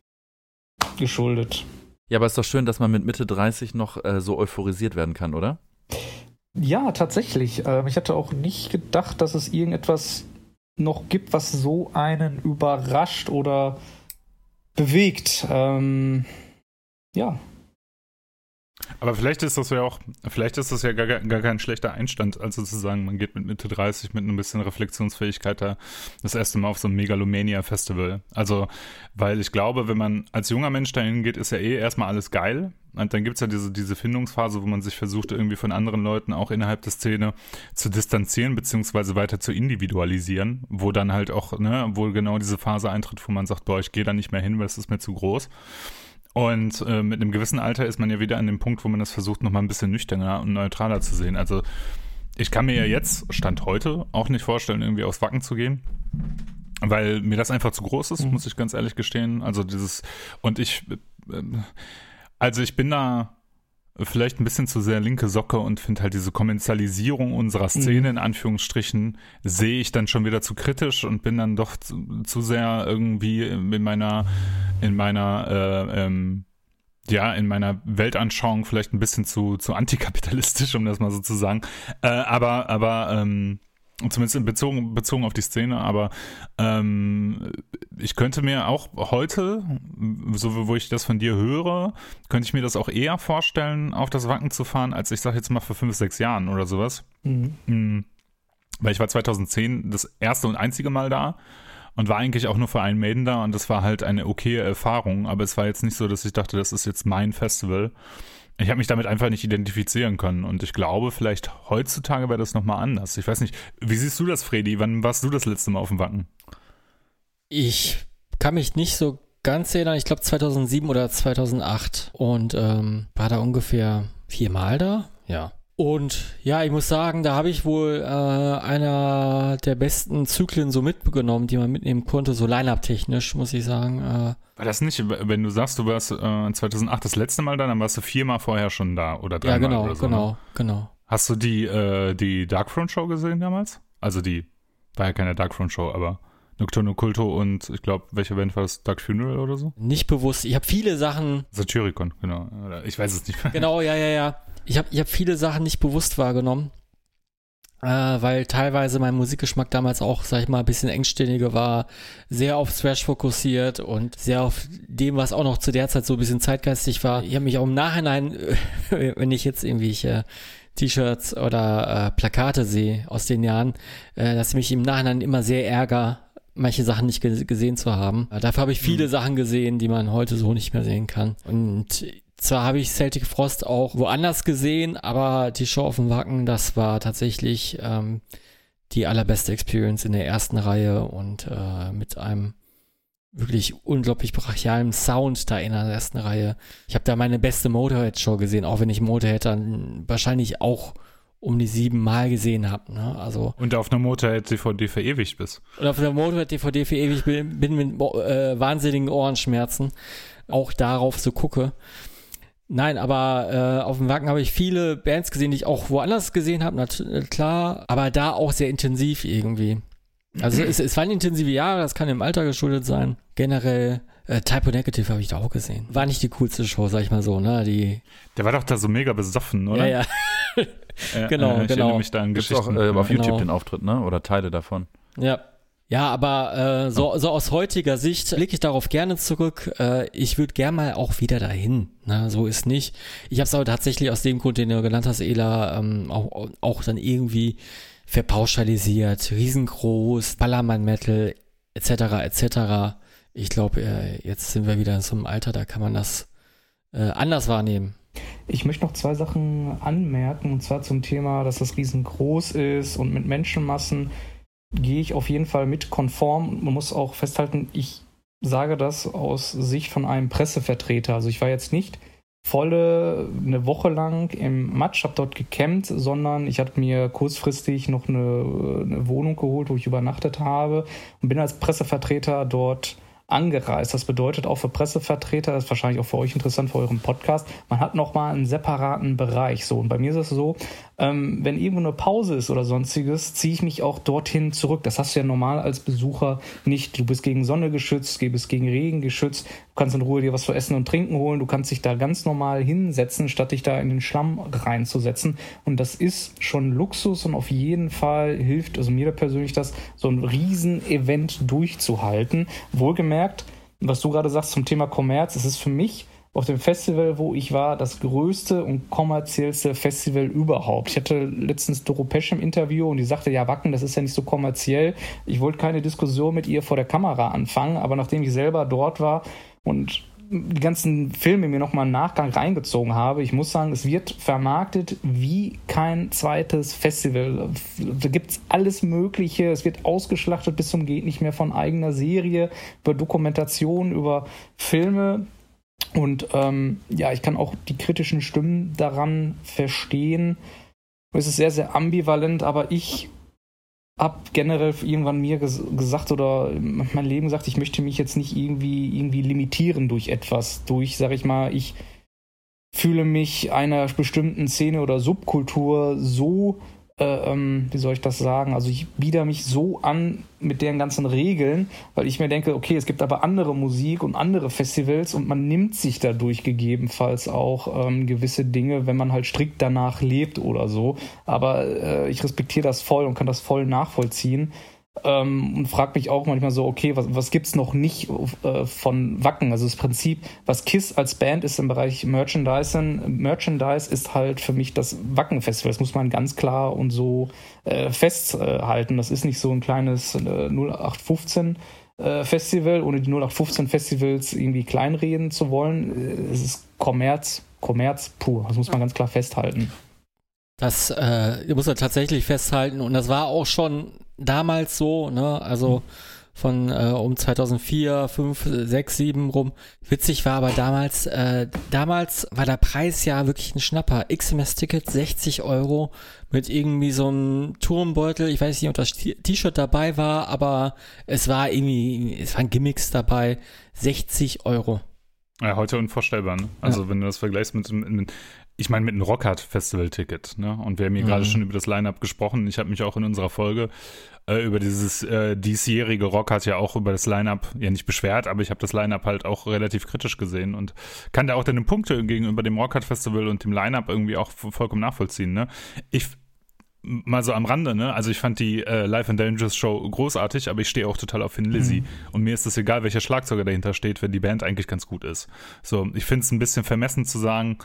geschuldet. Ja, aber es ist doch schön, dass man mit Mitte dreißig noch äh, so euphorisiert werden kann, oder? Ja, tatsächlich. Ähm, ich hatte auch nicht gedacht, dass es irgendetwas noch gibt, was so einen überrascht oder bewegt. Ähm, ja. Aber vielleicht ist das ja auch, vielleicht ist das ja gar, gar kein schlechter Einstand, also zu sagen, man geht mit Mitte dreißig mit ein bisschen Reflexionsfähigkeit da das erste Mal auf so ein Megalomania-Festival. Also, weil ich glaube, wenn man als junger Mensch dahin geht, ist ja eh erstmal alles geil. Und dann gibt's ja diese, diese Findungsphase, wo man sich versucht, irgendwie von anderen Leuten auch innerhalb der Szene zu distanzieren, beziehungsweise weiter zu individualisieren, wo dann halt auch, ne, wo genau diese Phase eintritt, wo man sagt, boah, ich gehe da nicht mehr hin, weil es ist mir zu groß. Und äh, mit einem gewissen Alter ist man ja wieder an dem Punkt, wo man das versucht, nochmal ein bisschen nüchterner und neutraler zu sehen. Also ich kann mir ja jetzt, Stand heute, auch nicht vorstellen, irgendwie aufs Wacken zu gehen, weil mir das einfach zu groß ist, mhm. muss ich ganz ehrlich gestehen. Also dieses, und ich, äh, also ich bin da vielleicht ein bisschen zu sehr linke Socke und finde halt diese Kommerzialisierung unserer Szene, mhm. in Anführungsstrichen, sehe ich dann schon wieder zu kritisch und bin dann doch zu, zu sehr irgendwie in meiner, in meiner, äh, ähm, ja, in meiner Weltanschauung vielleicht ein bisschen zu, zu antikapitalistisch, um das mal so zu sagen. Äh, aber, aber, ähm, zumindest bezogen, bezogen auf die Szene, aber ähm, ich könnte mir auch heute, so wo ich das von dir höre, könnte ich mir das auch eher vorstellen, auf das Wacken zu fahren, als ich sage jetzt mal vor fünf, sechs Jahren oder sowas. Mhm. Mhm. Weil ich war zweitausendzehn das erste und einzige Mal da und war eigentlich auch nur für Iron Maiden da und das war halt eine okaye Erfahrung, aber es war jetzt nicht so, dass ich dachte, das ist jetzt mein Festival. Ich habe mich damit einfach nicht identifizieren können und ich glaube, vielleicht heutzutage wäre das nochmal anders. Ich weiß nicht, wie siehst du das, Fredi? Wann warst du das letzte Mal auf dem Wacken? Ich kann mich nicht so ganz erinnern. Ich glaube zweitausendsieben oder zweitausendacht und ähm, war da ungefähr viermal da. Ja. Und ja, ich muss sagen, da habe ich wohl äh, einer der besten Zyklen so mitgenommen, die man mitnehmen konnte, so Line-Up-technisch, muss ich sagen. Äh, War das nicht, wenn du sagst, du warst äh, zweitausendacht das letzte Mal da, dann warst du viermal vorher schon da oder dreimal ja, genau, oder so. genau, ne? genau. Hast du die, äh, die Dark Throne Show gesehen damals? Also die, war ja keine Dark Throne Show, aber Nocturno Culto und ich glaube, welche Band war das? Dark Funeral oder so? Nicht bewusst. Ich habe viele Sachen. Satyricon, genau. Oder ich weiß es nicht mehr. Genau, ja, ja, ja. Ich habe ich hab viele Sachen nicht bewusst wahrgenommen, äh, weil teilweise mein Musikgeschmack damals auch, sag ich mal, ein bisschen engstirniger war, sehr auf Thrash fokussiert und sehr auf dem, was auch noch zu der Zeit so ein bisschen zeitgeistig war. Ich habe mich auch im Nachhinein, wenn ich jetzt irgendwie ich, äh, T-Shirts oder äh, Plakate sehe aus den Jahren, äh, dass ich mich im Nachhinein immer sehr ärgere, manche Sachen nicht ge- gesehen zu haben. Äh, dafür habe ich viele mhm. Sachen gesehen, die man heute so nicht mehr sehen kann. Und zwar habe ich Celtic Frost auch woanders gesehen, aber die Show auf dem Wacken, das war tatsächlich ähm, die allerbeste Experience in der ersten Reihe und äh, mit einem wirklich unglaublich brachialen Sound da in der ersten Reihe. Ich habe da meine beste Motorhead-Show gesehen, auch wenn ich Motorhead dann wahrscheinlich auch um die sieben Mal gesehen habe. Ne? Also, und auf einer Motorhead-D V D verewigt bist. Und auf einer Motorhead-D V D verewigt bin, bin mit äh, wahnsinnigen Ohrenschmerzen auch darauf so gucke. Nein, aber äh, auf dem Wacken habe ich viele Bands gesehen, die ich auch woanders gesehen habe, nat- klar, aber da auch sehr intensiv irgendwie. Also es, es waren intensive Jahre, das kann im Alter geschuldet sein. Generell, äh, Type O Negative habe ich da auch gesehen. War nicht die coolste Show, sag ich mal so, ne? Die Der war doch da so mega besoffen, oder? Ja, ja. ja genau, äh, ich genau. erinnere mich da an Gibt's Geschichten. auch äh, auf Genau. YouTube den Auftritt, ne? Oder Teile davon. Ja. Ja, aber äh, so, so aus heutiger Sicht blicke ich darauf gerne zurück. Äh, ich würde gern mal auch wieder dahin. Ne? So ist nicht. Ich habe es aber tatsächlich aus dem Grund, den du genannt hast, Ela, ähm, auch, auch dann irgendwie verpauschalisiert, riesengroß, Ballermann-Metal, et cetera, et cetera. Ich glaube, äh, jetzt sind wir wieder in so einem Alter, da kann man das äh, anders wahrnehmen. Ich möchte noch zwei Sachen anmerken, und zwar zum Thema, dass das riesengroß ist und mit Menschenmassen gehe ich auf jeden Fall mit konform. Man muss auch festhalten, ich sage das aus Sicht von einem Pressevertreter. Also ich war jetzt nicht volle eine Woche lang im Matsch, habe dort gecampt, sondern ich hatte mir kurzfristig noch eine, eine Wohnung geholt, wo ich übernachtet habe und bin als Pressevertreter dort angereist. Das bedeutet auch für Pressevertreter, das ist wahrscheinlich auch für euch interessant, für euren Podcast, man hat nochmal einen separaten Bereich. So, und bei mir ist es so, ähm, wenn irgendwo eine Pause ist oder sonstiges, ziehe ich mich auch dorthin zurück. Das hast du ja normal als Besucher nicht. Du bist gegen Sonne geschützt, du bist gegen Regen geschützt, du kannst in Ruhe dir was zu essen und trinken holen, du kannst dich da ganz normal hinsetzen, statt dich da in den Schlamm reinzusetzen. Und das ist schon Luxus und auf jeden Fall hilft, also mir persönlich das, so ein Riesen-Event durchzuhalten. Wohlgemerkt, was du gerade sagst zum Thema Kommerz, es ist für mich auf dem Festival, wo ich war, das größte und kommerziellste Festival überhaupt. Ich hatte letztens Doro Pesch im Interview und die sagte, ja Wacken, das ist ja nicht so kommerziell. Ich wollte keine Diskussion mit ihr vor der Kamera anfangen, aber nachdem ich selber dort war und die ganzen Filme mir nochmal im Nachgang reingezogen habe, ich muss sagen, es wird vermarktet wie kein zweites Festival. Da gibt es alles Mögliche, es wird ausgeschlachtet bis zum geht nicht mehr, von eigener Serie, über Dokumentation, über Filme. Und ähm, ja, ich kann auch die kritischen Stimmen daran verstehen. Es ist sehr, sehr ambivalent, aber ich habe generell irgendwann mir ges- gesagt oder mein Leben gesagt, ich möchte mich jetzt nicht irgendwie, irgendwie limitieren durch etwas. Durch, sag ich mal, ich fühle mich einer bestimmten Szene oder Subkultur so, äh, ähm, wie soll ich das sagen, also ich bieder mich so an mit deren ganzen Regeln, weil ich mir denke, okay, es gibt aber andere Musik und andere Festivals und man nimmt sich dadurch gegebenenfalls auch ähm, gewisse Dinge, wenn man halt strikt danach lebt oder so. Aber äh, ich respektiere das voll und kann das voll nachvollziehen. Ähm, und frage mich auch manchmal so, okay, was, was gibt's noch nicht äh, von Wacken? Also das Prinzip, was KISS als Band ist im Bereich Merchandise, Merchandise ist halt für mich das Wacken-Festival. Das muss man ganz klar und so äh, festhalten. Das ist nicht so ein kleines äh, null acht fünfzehn äh, Festival, ohne die null acht fünfzehn Festivals irgendwie kleinreden zu wollen. Es ist Kommerz, Kommerz pur. Das muss man ganz klar festhalten. Das äh, muss man tatsächlich festhalten und das war auch schon damals so, ne, also von äh, um zweitausendvier, fünf, sechs, sieben rum. Witzig war aber damals, äh, damals war der Preis ja wirklich ein Schnapper. X M S-Ticket sechzig Euro mit irgendwie so einem Turmbeutel. Ich weiß nicht, ob das T-Shirt dabei war, aber es war irgendwie, es waren Gimmicks dabei. sechzig Euro. Ja, heute unvorstellbar, ne? Also Ja. wenn du das vergleichst mit, mit ich meine, mit einem Rockhard-Festival-Ticket, ne? Und wir haben hier mhm. gerade schon über das Line-Up gesprochen. Ich habe mich auch in unserer Folge äh, über dieses äh, diesjährige Rockhard ja auch über das Line-Up ja nicht beschwert, aber ich habe das Line-Up halt auch relativ kritisch gesehen und kann da auch deine Punkte gegenüber dem Rockhard-Festival und dem Line-Up irgendwie auch vollkommen nachvollziehen, ne? Ich mal so am Rande, ne? Also ich fand die äh, Live and Dangerous Show großartig, aber ich stehe auch total auf Thin Lizzy. Mhm. Und mir ist es egal, welcher Schlagzeuger dahinter steht, wenn die Band eigentlich ganz gut ist. So, ich finde es ein bisschen vermessen zu sagen,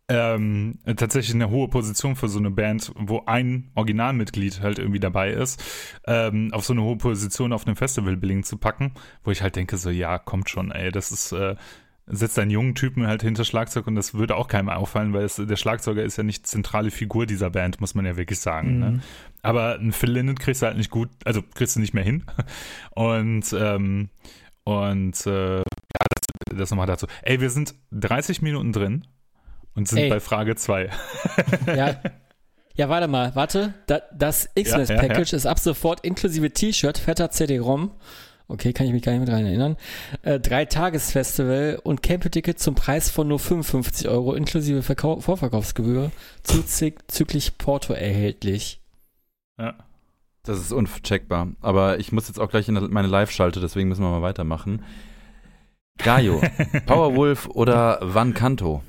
ähm, tatsächlich eine hohe Position für so eine Band, wo ein Originalmitglied halt irgendwie dabei ist, ähm, auf so eine hohe Position auf einem Festival-Billing zu packen, wo ich halt denke so, ja, kommt schon, ey, das ist, äh, setzt einen jungen Typen halt hinter Schlagzeug und das würde auch keinem auffallen, weil es, der Schlagzeuger ist ja nicht zentrale Figur dieser Band, muss man ja wirklich sagen. Mhm. Ne? Aber einen Phil Lynott kriegst du halt nicht gut, also kriegst du nicht mehr hin. Und, ähm, und, äh, ja, das, das nochmal dazu. Ey, wir sind dreißig Minuten drin und sind Ey. bei Frage zwei. Ja. Ja, warte mal, warte. Da, das X M S-Package ja, ja, ja. ist ab sofort inklusive T-Shirt, fetter C D-ROM. Okay, kann ich mich gar nicht mit rein erinnern. Äh, Drei-Tages-Festival und Camp-Ticket zum Preis von nur fünfundfünfzig Euro inklusive Verkau- Vorverkaufsgebühr zuzüglich Porto erhältlich. Ja. Das ist uncheckbar. Aber ich muss jetzt auch gleich in meine Live-Schalte, deswegen müssen wir mal weitermachen. Gaio, Powerwolf oder Van Canto?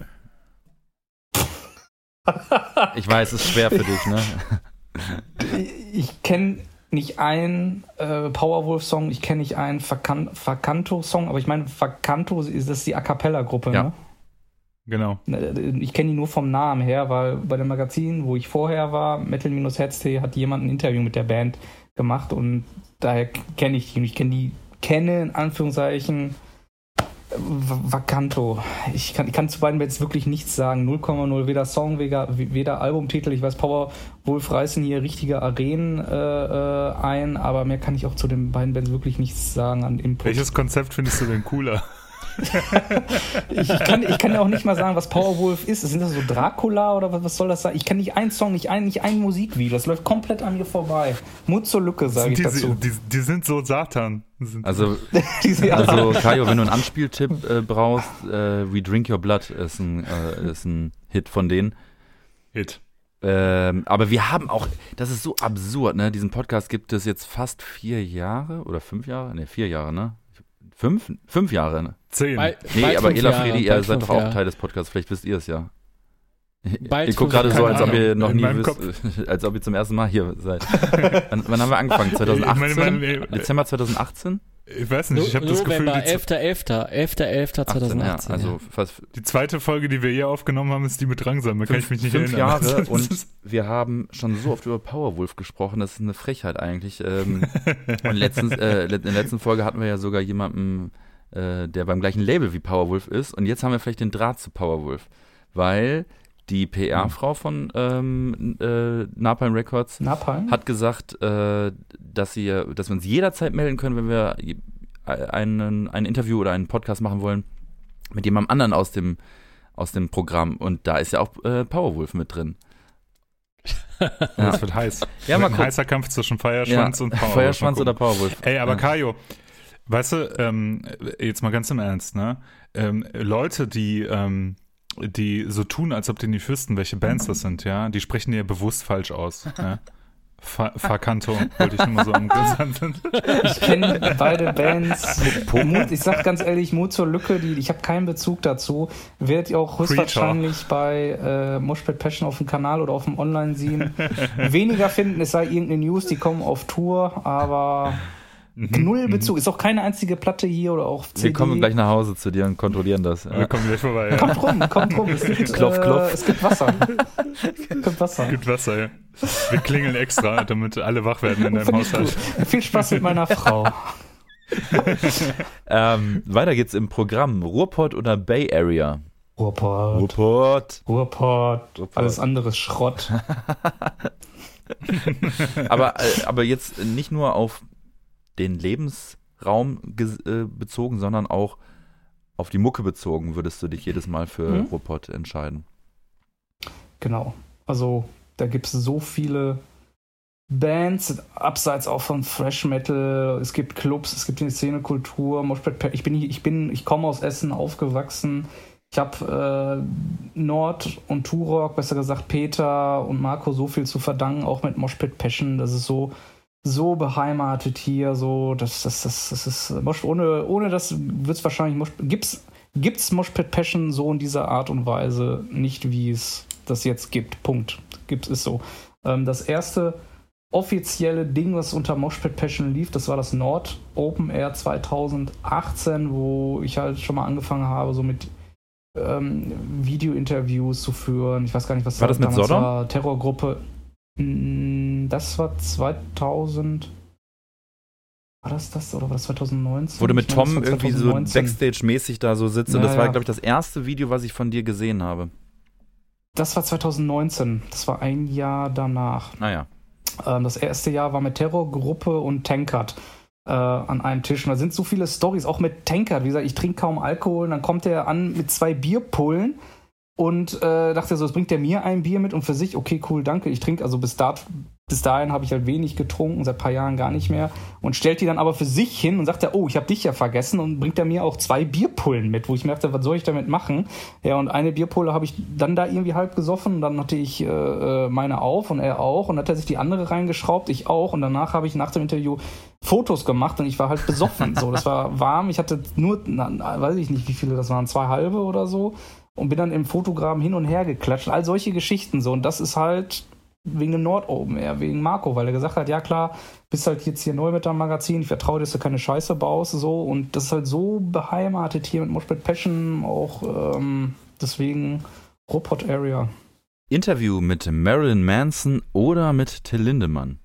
Ich weiß, es ist schwer für dich, ne? Ich kenne nicht einen äh, Powerwolf-Song, ich kenne nicht einen Vacanto-Song, aber ich meine, Vacanto ist das die A-Cappella-Gruppe, ja. ne? Genau. Ich kenne die nur vom Namen her, weil bei dem Magazin, wo ich vorher war, Metal-Heads.de, hat jemand ein Interview mit der Band gemacht und daher kenne ich die. Und ich kenne die, kenne in Anführungszeichen Vacanto. Ich kann, ich kann zu beiden Bands wirklich nichts sagen. null Komma null, weder Song, weder, weder Albumtitel. Ich weiß, Powerwolf reißen hier richtige Arenen äh, ein, aber mehr kann ich auch zu den beiden Bands wirklich nichts sagen an Input. Welches Konzept findest du denn cooler? ich, ich, kann, ich kann ja auch nicht mal sagen, was Powerwolf ist. Sind das so Dracula oder was, was soll das sein? Ich kann nicht einen Song, nicht ein, nicht ein Musikvideo. Das läuft komplett an mir vorbei. Mut zur Lücke, sage ich die, dazu. Die, die sind so Satan. Sind also, also Kajo, wenn du einen Anspieltipp äh, brauchst, äh, We Drink Your Blood ist ein, äh, ist ein Hit von denen. Hit. Ähm, aber wir haben auch, das ist so absurd, ne? Diesen Podcast gibt es jetzt fast vier Jahre oder fünf Jahre? Ne, vier Jahre, ne? Fünf? Fünf Jahre, ne? Zehn. Bei, nee, aber Ela Fredi, ihr seid doch auch Jahre. Teil des Podcasts, vielleicht wisst ihr es ja. Bald ihr guckt gerade so, als ob ihr noch in nie wisst, als ob ihr zum ersten Mal hier seid. wann, wann haben wir angefangen? zwanzig achtzehn? Meine, meine, Dezember zwanzig achtzehn? Ich weiß nicht, ich habe das Gefühl, November, die, elfter elfter elfter elfter zweitausendachtzehn. Ja, also ja. fast die zweite Folge, die wir hier aufgenommen haben, ist die mit Drangsam. Da kann ich mich nicht fünf erinnern. Jahre und wir haben schon so oft über Powerwolf gesprochen, das ist eine Frechheit eigentlich. Ähm, und letztens, äh, in der letzten Folge hatten wir ja sogar jemanden, äh, der beim gleichen Label wie Powerwolf ist und jetzt haben wir vielleicht den Draht zu Powerwolf, weil die P R-Frau von ähm, äh, Napalm Records Napalm? hat gesagt, äh, dass, sie, dass wir uns jederzeit melden können, wenn wir einen, ein Interview oder einen Podcast machen wollen mit jemandem anderen aus dem, aus dem Programm. Und da ist ja auch äh, Powerwolf mit drin. Ja. Das wird heiß. Ja, mal ein gucken. heißer Kampf zwischen Feuerschwanz Ja, und Powerwolf. Feuerschwanz oder Powerwolf. Ey, aber ja. Kajo, weißt du, ähm, jetzt mal ganz im Ernst, ne? Ähm, Leute, die ähm, die so tun, als ob die nicht wüssten, welche Bands das sind, ja, die sprechen ja bewusst falsch aus. Ja? Fakanto, wollte ich nur mal so umgesagt sind. Ich kenne beide Bands. Mut, ich sag ganz ehrlich, Mut zur Lücke, die, ich habe keinen Bezug dazu. Werdet ihr auch höchstwahrscheinlich bei äh, Moshpit Passion auf dem Kanal oder auf dem Online-Sehen weniger finden. Es sei irgendeine News, die kommen auf Tour, aber null Bezug. Ist auch keine einzige Platte hier oder auch C D. Wir kommen gleich nach Hause zu dir und kontrollieren das. Ja. Wir kommen gleich vorbei. Ja. Kommt rum, kommt rum. Es gibt, klopf, klopf. Äh, es gibt Wasser. Es gibt Wasser. Es gibt Wasser, ja. Wir klingeln extra, damit alle wach werden in deinem Find ich Haushalt. gut. Viel Spaß mit meiner Frau. ähm, weiter geht's im Programm. Ruhrpott oder Bay Area? Ruhrpott. Ruhrpott. Ruhrpott. Ruhrpott. Alles andere ist Schrott. aber, äh, aber jetzt nicht nur auf den Lebensraum ges- äh, bezogen, sondern auch auf die Mucke bezogen, würdest du dich jedes Mal für Mhm. Ruhrpott entscheiden? Genau. Also da gibt es so viele Bands, abseits auch von Thrash Metal. Es gibt Clubs, es gibt die Szenekultur. Ich bin, ich bin, ich komme aus Essen, aufgewachsen. Ich habe äh, Nord und Turok, besser gesagt Peter und Marco, so viel zu verdanken, auch mit Moshpit Passion. Das ist so so beheimatet hier, so, das, das, das, das ist, ohne, ohne das wird es wahrscheinlich, Mosh, gibt's, gibt's Moshpit Passion so in dieser Art und Weise nicht, wie es das jetzt gibt, Punkt, gibt es so. Ähm, das erste offizielle Ding, was unter Moshpit Passion lief, das war das Nord Open Air zweitausendachtzehn, wo ich halt schon mal angefangen habe, so mit ähm, Video-Interviews zu führen, ich weiß gar nicht, was war das mit Sodom? War, Terrorgruppe. Das war zweitausend. War das das oder war das zweitausendneunzehn? Wo du mit Ich meine, Tom das war irgendwie zweitausendneunzehn. so Backstage-mäßig da so sitzt. Und Ja, das war, ja. glaube ich, das erste Video, was ich von dir gesehen habe. Das war zweitausendneunzehn. Das war ein Jahr danach. Naja. Ähm, das erste Jahr war mit Terrorgruppe und Tankard äh, an einem Tisch. Und da sind so viele Storys, auch mit Tankard. Wie gesagt, ich trinke kaum Alkohol. Und dann kommt er an mit zwei Bierpullen. Und äh, dachte so, es bringt der mir ein Bier mit und für sich, okay, cool, danke, ich trinke, also bis, da, bis dahin habe ich halt wenig getrunken, seit ein paar Jahren gar nicht mehr und stellt die dann aber für sich hin und sagt er, oh, ich habe dich ja vergessen und bringt er mir auch zwei Bierpullen mit, wo ich mir dachte, was soll ich damit machen? Ja, und eine Bierpulle habe ich dann da irgendwie halb gesoffen und dann hatte ich äh, meine auf und er auch und dann hat er sich die andere reingeschraubt, ich auch und danach habe ich nach dem Interview Fotos gemacht und ich war halt besoffen, so, das war warm, ich hatte nur, na, weiß ich nicht, wie viele das waren, zwei halbe oder so. Und bin dann im Fotogramm hin und her geklatscht. All solche Geschichten so. Und das ist halt wegen dem Nord Open Air, wegen Marco, weil er gesagt hat, ja klar, bist halt jetzt hier neu mit deinem Magazin, ich vertraue dir, dass du keine Scheiße baust, so. Und das ist halt so beheimatet hier mit Moshpit Passion, auch ähm, deswegen Ruhrpott Area. Interview mit Marilyn Manson oder mit Till Lindemann?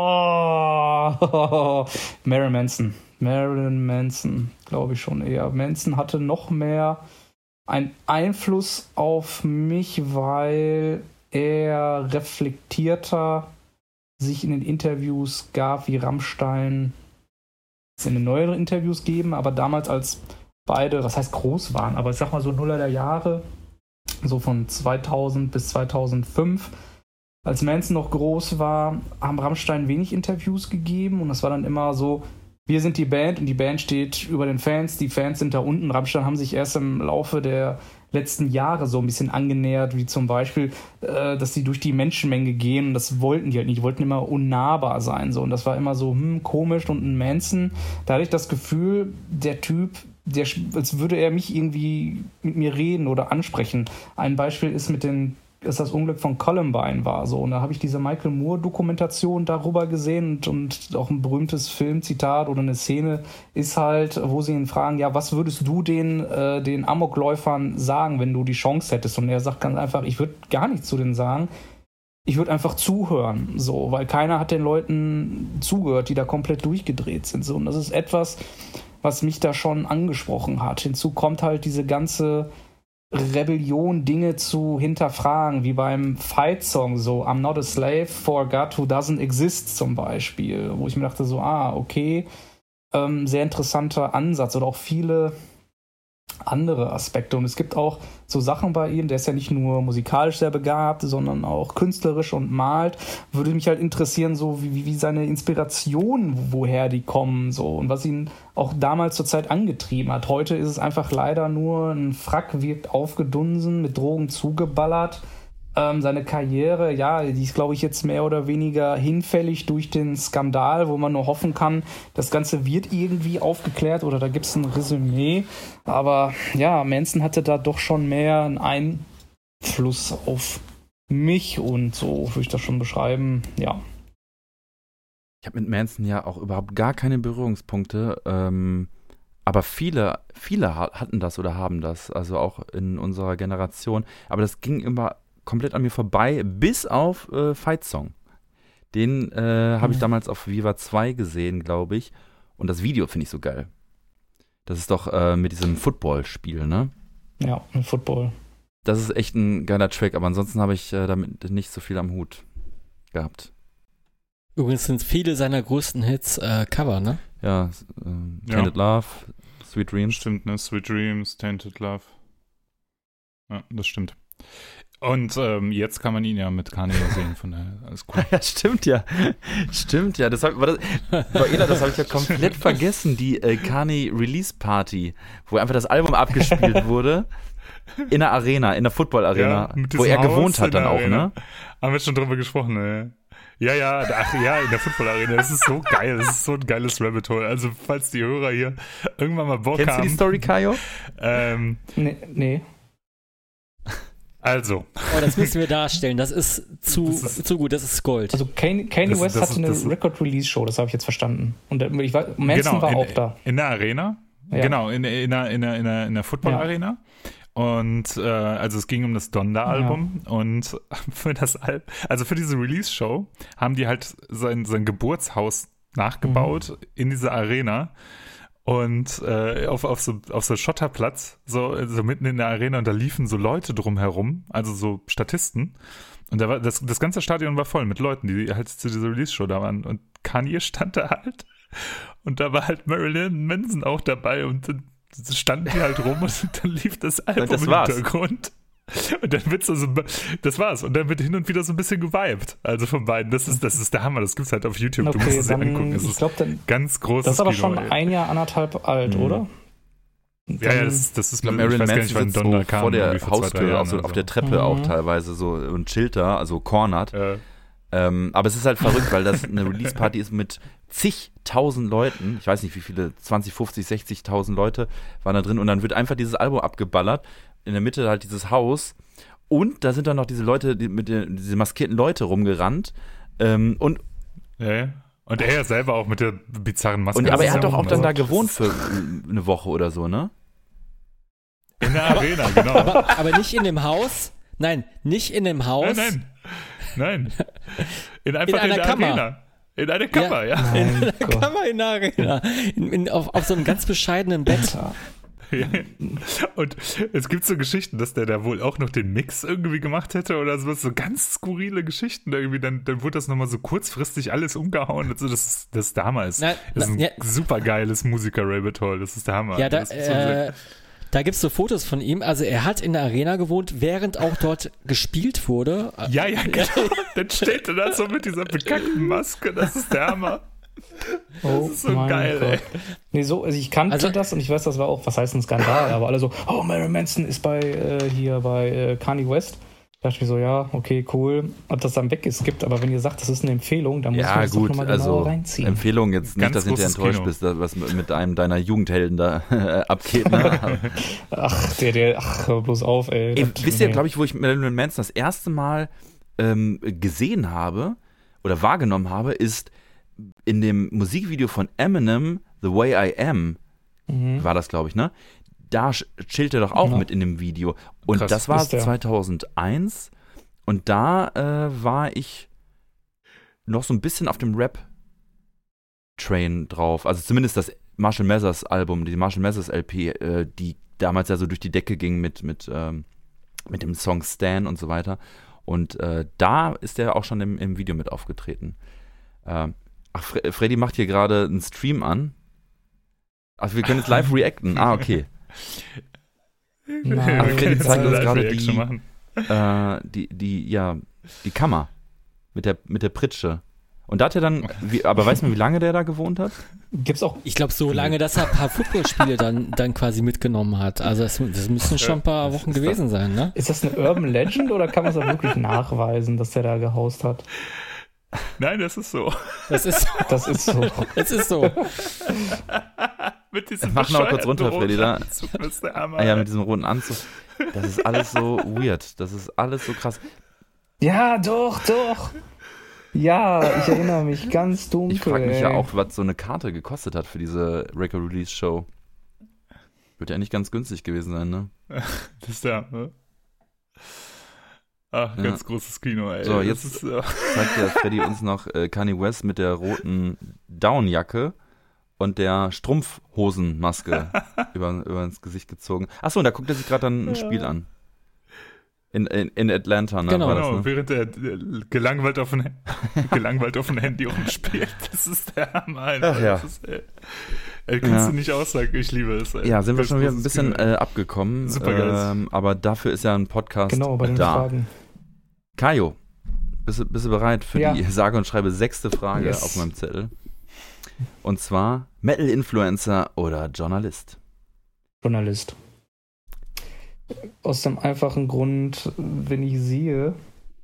Boah, Marilyn Manson. Marilyn Manson, glaube ich schon eher. Manson hatte noch mehr ein Einfluss auf mich, weil er reflektierter sich in den Interviews gab, wie Rammstein es in den neueren Interviews geben, aber damals als beide, was heißt groß waren, aber ich sag mal so Nuller der Jahre, so von zweitausend bis zweitausendfünf, als Manson noch groß war, haben Rammstein wenig Interviews gegeben und das war dann immer so, wir sind die Band und die Band steht über den Fans, die Fans sind da unten. Rammstein haben sich erst im Laufe der letzten Jahre so ein bisschen angenähert, wie zum Beispiel, äh, dass die durch die Menschenmenge gehen und das wollten die halt nicht, die wollten immer unnahbar sein so und das war immer so hm, komisch und ein Manson, da hatte ich das Gefühl, der Typ, der, als würde er mich irgendwie mit mir reden oder ansprechen. Ein Beispiel ist mit den es das Unglück von Columbine war. So. Und da habe ich diese Michael Moore-Dokumentation darüber gesehen und, und auch ein berühmtes Filmzitat oder eine Szene ist halt, wo sie ihn fragen, ja, was würdest du den, äh, den Amokläufern sagen, wenn du die Chance hättest? Und er sagt ganz einfach, ich würde gar nichts zu denen sagen. Ich würde einfach zuhören, so, weil keiner hat den Leuten zugehört, die da komplett durchgedreht sind. So. Und das ist etwas, was mich da schon angesprochen hat. Hinzu kommt halt diese ganze Rebellion, Dinge zu hinterfragen, wie beim Fight-Song, so I'm not a slave for a God who doesn't exist zum Beispiel, wo ich mir dachte so, ah, okay, ähm, sehr interessanter Ansatz oder auch viele andere Aspekte. Und es gibt auch so Sachen bei ihm, der ist ja nicht nur musikalisch sehr begabt, sondern auch künstlerisch und malt. Würde mich halt interessieren, so wie, wie seine Inspirationen, woher die kommen, so und was ihn auch damals zur Zeit angetrieben hat. Heute ist es einfach leider nur ein Frack, wirkt aufgedunsen, mit Drogen zugeballert. Ähm, seine Karriere, ja, die ist, glaube ich, jetzt mehr oder weniger hinfällig durch den Skandal, wo man nur hoffen kann, das Ganze wird irgendwie aufgeklärt oder da gibt es ein Resümee. Aber ja, Manson hatte da doch schon mehr einen Einfluss auf mich und so würde ich das schon beschreiben, ja. Ich habe mit Manson ja auch überhaupt gar keine Berührungspunkte, ähm, aber viele, viele hatten das oder haben das, also auch in unserer Generation. Aber das ging immer komplett an mir vorbei, bis auf äh, Fight Song. Den äh, habe ich damals auf Viva zwei gesehen, glaube ich. Und das Video finde ich so geil. Das ist doch äh, mit diesem Football-Spiel, ne? Ja, mit Football. Das ist echt ein geiler Track, aber ansonsten habe ich äh, damit nicht so viel am Hut gehabt. Übrigens sind viele seiner größten Hits äh, Cover, ne? Ja, äh, Tainted Ja. Love, Sweet Dreams. Stimmt, ne? Sweet Dreams, Tainted Love. Ja, das stimmt. Und ähm, jetzt kann man ihn ja mit Kanye sehen, von daher alles cool. Ja, stimmt ja. Stimmt ja. Das hab, war das, boah, Ela, das habe ich ja komplett vergessen, die äh, Kanye Release Party, wo einfach das Album abgespielt wurde in der Arena, in der Football-Arena, Ja, mit wo er diesem gewohnt Haus hat in dann der auch, Arena. ne? Haben wir schon drüber gesprochen, ne? Ja, ja, ach ja, in der Football-Arena. Das ist so geil, das ist so ein geiles Rabbit Hole. Also, falls die Hörer hier irgendwann mal Bock Kennst haben. du die Story, Kajo? Ähm, Nee, nee. also. Oh, das müssen wir darstellen. Das ist zu, Das ist- zu gut, das ist Gold. Also Kanye, Kanye Das- West das hatte ist- eine das ist- Record-Release-Show, das habe ich jetzt verstanden. Und der- ich war, Manson genau, war in, auch da. In der Arena. Ja. Genau, in, in, der, in, der, in, der, in der Football-Arena. Und äh, also es ging um das Donda-Album und für das Al- also für diese Release-Show haben die halt sein, sein Geburtshaus nachgebaut Mhm. in diese Arena und äh, auf, auf, so, auf so Schotterplatz, so, so mitten in der Arena und da liefen so Leute drumherum, also so Statisten. Und da war, das, das ganze Stadion war voll mit Leuten, die halt zu dieser Release-Show da waren. Und Kanye stand da halt und da war halt Marilyn Manson auch dabei und dann standen die halt rum und dann lief das Album das im war's. Hintergrund. Und dann wird so, so, das war's. Und dann wird hin und wieder so ein bisschen geweibt. Also von beiden. Das ist, das ist der Hammer. Das gibt's halt auf YouTube. Du musst Okay, es dir dann, angucken. Es ich ist glaube, dann ganz großes das ist aber Kino, schon ey. ein Jahr, anderthalb alt, Mhm. oder? Ja, ja, das, das ist, Ich glaube, ich Marilyn weiß gar Manson nicht, wann sitzt Donda so kam. vor der irgendwie vor zwei, drei Haustür, Jahren auch so oder auf so. der Treppe Mhm. auch teilweise so und chillt da, also cornert. Äh, Ähm, aber es ist halt verrückt, weil das eine Release-Party ist mit zigtausend Leuten. Ich weiß nicht, wie viele, zwanzig, fünfzig, sechzigtausend Leute waren da drin. Und dann wird einfach dieses Album abgeballert. In der Mitte halt dieses Haus. Und da sind dann noch diese Leute, die, mit den, diese maskierten Leute rumgerannt. Ähm, und, ja, ja. Und er ja selber auch mit der bizarren Maske. und, Das aber ist er hat ja doch auch dann da also gewohnt für eine Woche oder so, ne? in der Arena, genau. aber, aber nicht in dem Haus. Nein, nicht in dem Haus. Nein, nein. Nein. In einfach In einer der Kammer. Arena. In einer Kammer, ja. Mein Da Gott. kann man in der Arena. In, in, auf, auf so einem ganz bescheidenen Bett. Ja. Und es gibt so Geschichten, dass der da wohl auch noch den Mix irgendwie gemacht hätte oder sowas, so ganz skurrile Geschichten irgendwie, dann, dann wurde das nochmal so kurzfristig alles umgehauen. Also das ist, das ist der Hammer. Das Na, ist ein ja. super geiles Musiker-Rabbit Hole, das ist der Hammer. Ja, da, das ist so sehr- äh, da gibt es so Fotos von ihm. Also er hat in der Arena gewohnt, während auch dort gespielt wurde. ja, ja, genau. Dann steht er da so mit dieser bekackten Maske, das ist der Hammer. Oh, ist so mein geil, Gott. ey. Nee, so, also ich kannte Also- das und ich weiß, das war auch, was heißt ein Skandal, aber alle so, oh, Marilyn Manson ist bei, äh, hier bei äh, Kanye West. Da dachte ich mir so, ja, okay, cool. Hab das dann weggeskippt, aber wenn ihr sagt, das ist eine Empfehlung, dann muss ja, man das gut, doch nochmal also genauer reinziehen. Empfehlung jetzt nicht, Ganz dass du hinterher enttäuscht Kino. bist, was mit einem deiner Jugendhelden da abgeht. Ne? Ach, der, der, ach, hör bloß auf, ey. Ey, Das- wisst ihr, nee. glaube ich, wo ich Marilyn Manson das erste Mal ähm, gesehen habe oder wahrgenommen habe, ist in dem Musikvideo von Eminem, The Way I Am, Mhm. war das, glaube ich, ne? Da sch- chillt er doch auch Ja. mit in dem Video. Und Krass, das war ist der. zweitausendeins und da äh, war ich noch so ein bisschen auf dem Rap-Train drauf. Also zumindest das Marshall Mathers Album, die Marshall Mathers L P, äh, die damals ja so durch die Decke ging mit, mit, ähm, mit dem Song Stan und so weiter. Und äh, da ist er auch schon im, im Video mit aufgetreten. Ähm, ach, Fre Freddy macht hier gerade einen Stream an. Also wir können jetzt live reacten. Ah, okay. Nein, Ach, Freddy zeigt uns gerade Live-Reaction die, machen. äh, die, die, ja, die Kammer mit der, mit der Pritsche. Und da hat er dann, wie, aber weiß man, wie lange der da gewohnt hat? Gibt's auch, Ich glaube, so lange, dass er ein paar Footballspiele dann, dann quasi mitgenommen hat. Also das, das müssen schon ein paar Wochen ist gewesen sein, ne? ist das eine Urban Legend oder kann man es auch wirklich nachweisen, dass der da gehaust hat? Nein, das ist so. Das ist, Das ist so. das ist so. Mit diesem Mach noch mal kurz runter, bescheuerten Freddy, da. roten Anzug, das ist der Hammer. Ah ja, mit diesem roten Anzug. Das ist alles so weird. Das ist alles so krass. Ja, doch, doch. Ja, ich erinnere mich ganz dunkel. Ich frage mich ey. ja auch, was so eine Karte gekostet hat für diese Record-Release-Show. Wird ja nicht ganz günstig gewesen sein, ne? Das ist der, ne? Ach, Ja. ganz großes Kino, ey. So, Das jetzt- ist, äh, Zeigt der Freddy uns noch äh, Kanye West mit der roten Downjacke und der Strumpfhosenmaske über, über ins Gesicht gezogen. Achso, und da guckt er sich gerade dann ein Spiel an. In, in, in Atlanta, ne? Genau. War das, genau, ne? während er äh, gelangweilt auf dem gelangweilt auf dem Handy rumspielt. Das ist der Hammer. Alter. Ach ja. Das ist, ey, ey, kannst Ja. du nicht aussagen, ich liebe es. Ey. Ja, sind wir Ganz schon wieder ein großes bisschen Kino. äh, abgekommen. Supergeil. Ähm, aber dafür ist ja ein Podcast Genau, bei den da. Fragen. Kajo, bist du, bist du bereit für Ja. die sage und schreibe sechste Frage Yes. auf meinem Zettel? Und zwar Metal-Influencer oder Journalist? Journalist. Aus dem einfachen Grund, wenn ich sehe,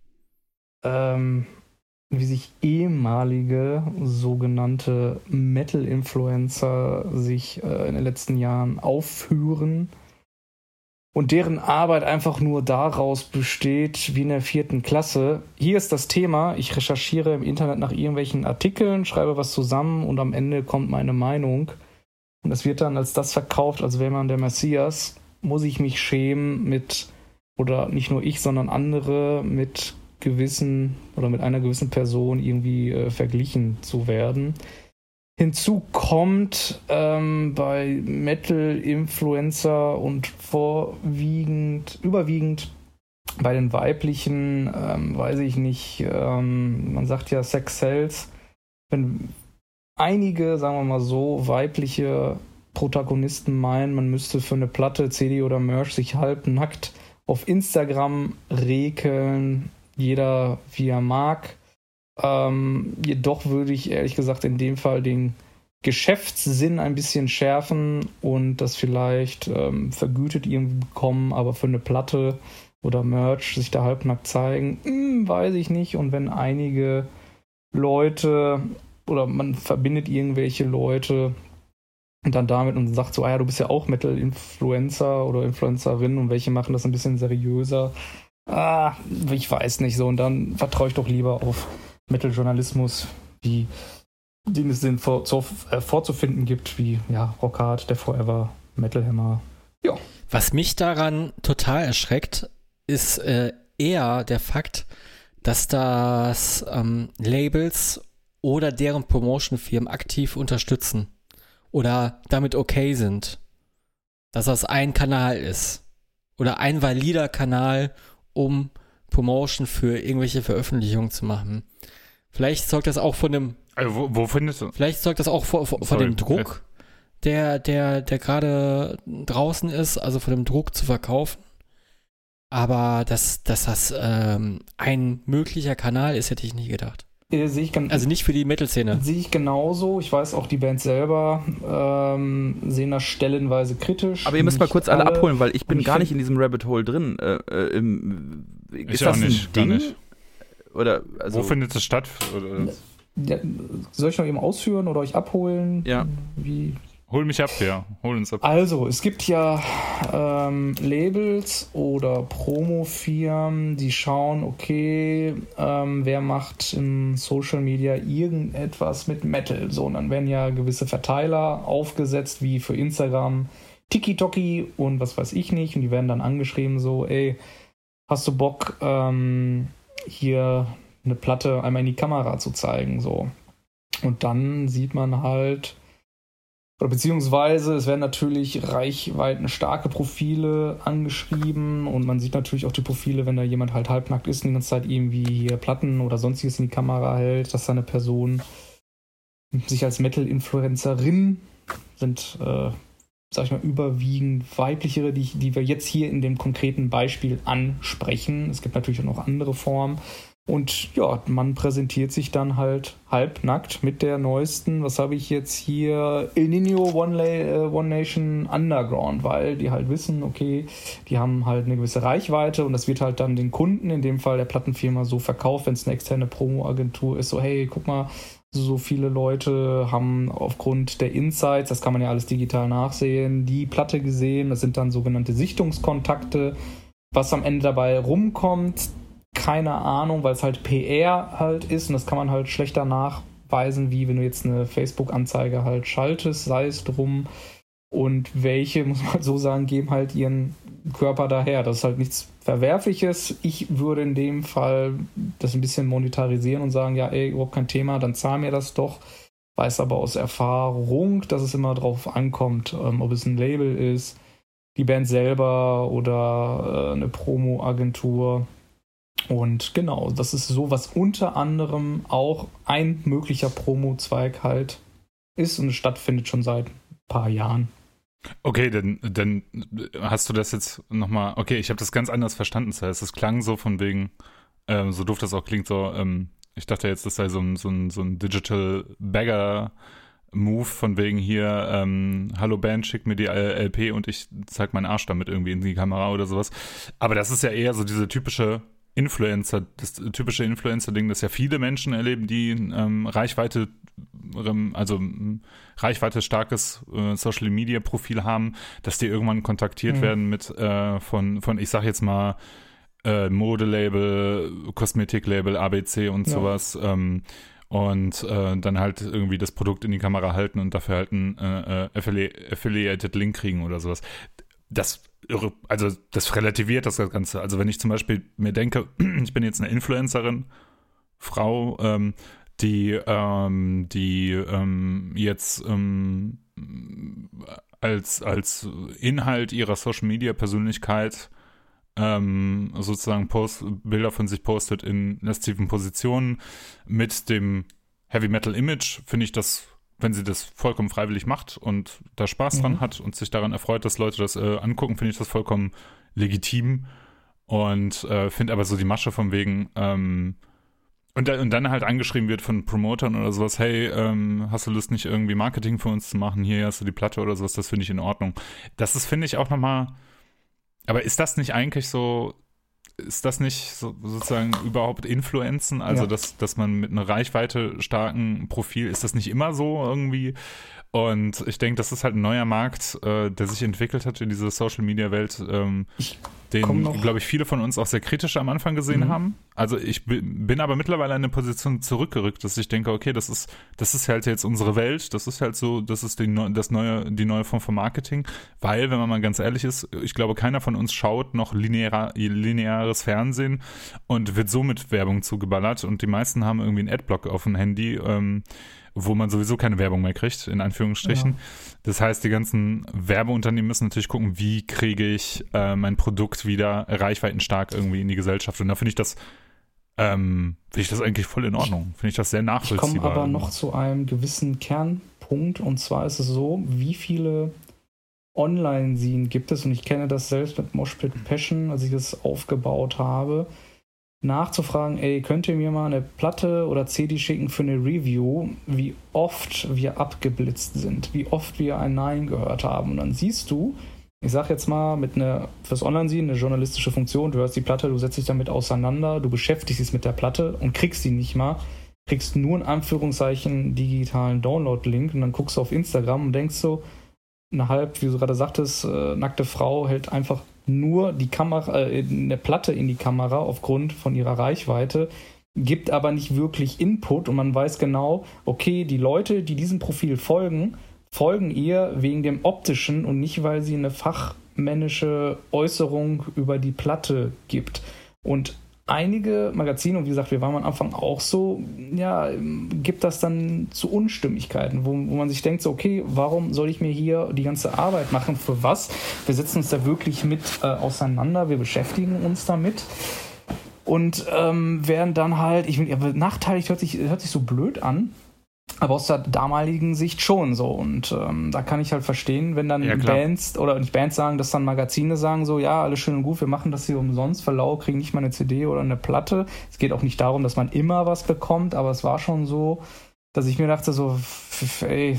ähm, wie sich ehemalige sogenannte Metal-Influencer sich äh, in den letzten Jahren aufführen und deren Arbeit einfach nur daraus besteht, wie in der vierten Klasse. Hier ist das Thema, ich recherchiere im Internet nach irgendwelchen Artikeln, schreibe was zusammen und am Ende kommt meine Meinung. Und das wird dann als das verkauft, als wäre man der Messias. Muss ich mich schämen mit, oder nicht nur ich, sondern andere mit gewissen oder mit einer gewissen Person irgendwie äh, verglichen zu werden. Hinzu kommt ähm, bei Metal-Influencer und vorwiegend, überwiegend bei den weiblichen, ähm, weiß ich nicht, ähm, man sagt ja Sex sells, wenn einige, sagen wir mal so, weibliche Protagonisten meinen, man müsste für eine Platte, C D oder Merch sich halbnackt auf Instagram rekeln, jeder wie er mag. Ähm, jedoch würde ich ehrlich gesagt in dem Fall den Geschäftssinn ein bisschen schärfen und das vielleicht ähm, vergütet irgendwie bekommen, aber für eine Platte oder Merch sich da halbnackt zeigen, hm, weiß ich nicht. Und wenn einige Leute oder man verbindet irgendwelche Leute und dann damit und sagt so, ah ja, du bist ja auch Metal-Influencer oder Influencerin und welche machen das ein bisschen seriöser. Ah, ich weiß nicht so. Und dann vertraue ich doch lieber auf Metal-Journalismus, wie den es den vor, zu, äh, vorzufinden gibt, wie ja, Rockhard, der Forever, Metal Hammer. Was mich daran total erschreckt, ist äh, eher der Fakt, dass das ähm, Labels oder deren Promotion-Firmen aktiv unterstützen oder damit okay sind, dass das ein Kanal ist oder ein valider Kanal, um Promotion für irgendwelche Veröffentlichungen zu machen. Vielleicht sorgt das auch von dem, Also, wo, wo findest du? vielleicht sorgt das auch vor, vor, von Sorry. dem Druck, der, der, der gerade draußen ist, also von dem Druck zu verkaufen. Aber dass, dass das ähm, ein möglicher Kanal ist, hätte ich nie gedacht. Äh, sehe ich ganz Also nicht für die Metal-Szene. Sehe ich genauso. Ich weiß auch, die Band selber ähm, sehen das stellenweise kritisch. Aber ihr müsst mal Nicht kurz alle abholen, weil ich bin Und ich gar find- nicht in diesem Rabbit Hole drin. Äh, äh, im, ist ich das auch nicht, ein Ding? gar nicht. Oder, also, Wo findet es statt? Oder? Ja, soll ich noch eben ausführen oder euch abholen? Ja. Wie? Hol mich ab, ja. Hol uns ab. Also, es gibt ja ähm, Labels oder Promo-Firmen, die schauen, okay, ähm, wer macht in Social Media irgendetwas mit Metal. So, und dann werden ja gewisse Verteiler aufgesetzt, wie für Instagram, Tiki-Toki und was weiß ich nicht. Und die werden dann angeschrieben, so, ey, hast du Bock, ähm, hier eine Platte einmal in die Kamera zu zeigen, so. Und dann sieht man halt, oder beziehungsweise es werden natürlich reichweitenstarke Profile angeschrieben und man sieht natürlich auch die Profile, wenn da jemand halt halbnackt ist und die ganze Zeit irgendwie hier Platten oder sonstiges in die Kamera hält, dass da eine Person sich als Metal-Influencerin sind, äh, sag ich mal, überwiegend weiblichere, die, die wir jetzt hier in dem konkreten Beispiel ansprechen. Es gibt natürlich auch noch andere Formen. Und ja, man präsentiert sich dann halt halbnackt mit der neuesten, was habe ich jetzt hier, El Nino One, La- One Nation Underground, weil die halt wissen, okay, die haben halt eine gewisse Reichweite und das wird halt dann den Kunden, in dem Fall der Plattenfirma, so verkauft, wenn es eine externe Promo-Agentur ist, so hey, guck mal, so viele Leute haben aufgrund der Insights, das kann man ja alles digital nachsehen, die Platte gesehen, das sind dann sogenannte Sichtungskontakte, was am Ende dabei rumkommt, keine Ahnung, weil es halt P R halt ist und das kann man halt schlechter nachweisen, wie wenn du jetzt eine Facebook-Anzeige halt schaltest, sei es drum. Und welche, muss man so sagen, geben halt ihren Körper daher. Das ist halt nichts Verwerfliches. Ich würde in dem Fall das ein bisschen monetarisieren und sagen, ja, ey, überhaupt kein Thema, dann zahl mir das doch. Weiß aber aus Erfahrung, dass es immer drauf ankommt, ähm, ob es ein Label ist, die Band selber oder äh, eine Promo-Agentur. Und genau, das ist so, was unter anderem auch ein möglicher Promo-Zweig halt ist und es stattfindet schon seit ein paar Jahren. Okay, dann, dann hast du das jetzt nochmal, okay, ich habe das ganz anders verstanden. Das heißt, es klang so von wegen, ähm, so doof das auch klingt, so, ähm, ich dachte jetzt, das sei so ein, so ein, so ein Digital Bagger Move von wegen hier, ähm, hallo Band, schick mir die L P und ich zeig meinen Arsch damit irgendwie in die Kamera oder sowas. Aber das ist ja eher so diese typische Influencer, das typische Influencer-Ding, das ja viele Menschen erleben, die ähm, Reichweite, also ähm, Reichweite starkes äh, Social-Media-Profil haben, dass die irgendwann kontaktiert mhm. werden mit äh, von, von, ich sag jetzt mal, äh, Modelabel, Kosmetiklabel, A B C und ja. sowas ähm, und äh, dann halt irgendwie das Produkt in die Kamera halten und dafür halt einen äh, Affili- Affiliated Link kriegen oder sowas. Das Also das relativiert das Ganze. Also wenn ich zum Beispiel mir denke, ich bin jetzt eine Influencerin, Frau, ähm, die, ähm, die ähm, jetzt ähm, als, als Inhalt ihrer Social-Media-Persönlichkeit ähm, sozusagen Post, Bilder von sich postet in lasziven Positionen mit dem Heavy-Metal-Image, finde ich das, wenn sie das vollkommen freiwillig macht und da Spaß mhm. dran hat und sich daran erfreut, dass Leute das äh, angucken, finde ich das vollkommen legitim und äh, finde aber so die Masche von wegen ähm, und, da, und dann halt angeschrieben wird von Promotern oder sowas, hey, ähm, hast du Lust nicht irgendwie Marketing für uns zu machen, hier hast du die Platte oder sowas, das finde ich in Ordnung. Das ist, finde ich, auch nochmal, aber ist das nicht eigentlich so, ist das nicht so, sozusagen überhaupt Influenzen? Also, ja. dass, dass man mit einer Reichweite starken Profil, ist das nicht immer so irgendwie? Und ich denke, das ist halt ein neuer Markt, äh, der sich entwickelt hat in dieser Social-Media-Welt, ähm, den, glaube ich, viele von uns auch sehr kritisch am Anfang gesehen mhm. haben. Also ich b- bin aber mittlerweile in eine Position zurückgerückt, dass ich denke, okay, das ist, das ist halt jetzt unsere Welt, das ist halt so, das ist die, das neue, die neue Form von Marketing, weil, wenn man mal ganz ehrlich ist, ich glaube, keiner von uns schaut noch linear, lineares Fernsehen und wird so mit Werbung zugeballert und die meisten haben irgendwie einen Adblock auf dem Handy, ähm, wo man sowieso keine Werbung mehr kriegt, in Anführungsstrichen. Ja. Das heißt, die ganzen Werbeunternehmen müssen natürlich gucken, wie kriege ich äh, mein Produkt wieder reichweitenstark irgendwie in die Gesellschaft. Und da finde ich das ähm, finde ich das eigentlich voll in Ordnung. Finde ich das sehr nachvollziehbar. Ich komme aber noch zu einem gewissen Kernpunkt und zwar ist es so, wie viele Online-Scenen gibt es und ich kenne das selbst mit Moshpit Passion, als ich das aufgebaut habe, nachzufragen, ey, könnt ihr mir mal eine Platte oder C D schicken für eine Review, wie oft wir abgeblitzt sind, wie oft wir ein Nein gehört haben. Und dann siehst du, ich sag jetzt mal, mit einer, fürs Online-Sehen, eine journalistische Funktion, du hörst die Platte, du setzt dich damit auseinander, du beschäftigst dich mit der Platte und kriegst sie nicht mal, kriegst nur in Anführungszeichen digitalen Download-Link und dann guckst du auf Instagram und denkst so, eine halb, wie du gerade sagtest, äh, nackte Frau hält einfach nur die Kamera, äh, eine Platte in die Kamera aufgrund von ihrer Reichweite, gibt aber nicht wirklich Input und man weiß genau, okay, die Leute, die diesem Profil folgen, folgen ihr wegen dem Optischen und nicht, weil sie eine fachmännische Äußerung über die Platte gibt. Und einige Magazine, und wie gesagt, wir waren am Anfang auch so, ja, gibt das dann zu Unstimmigkeiten, wo, wo man sich denkt, so, okay, warum soll ich mir hier die ganze Arbeit machen? Für was? Wir setzen uns da wirklich mit äh, auseinander, wir beschäftigen uns damit und ähm, werden dann halt, ich will, aber nachteilig hört sich, hört sich so blöd an, aber aus der damaligen Sicht schon so. Und ähm, da kann ich halt verstehen, wenn dann ja, Bands, oder nicht Bands sagen, dass dann Magazine sagen so, ja, alles schön und gut, wir machen das hier umsonst, für lau, kriegen nicht mal eine C D oder eine Platte. Es geht auch nicht darum, dass man immer was bekommt, aber es war schon so, dass ich mir dachte so, ey,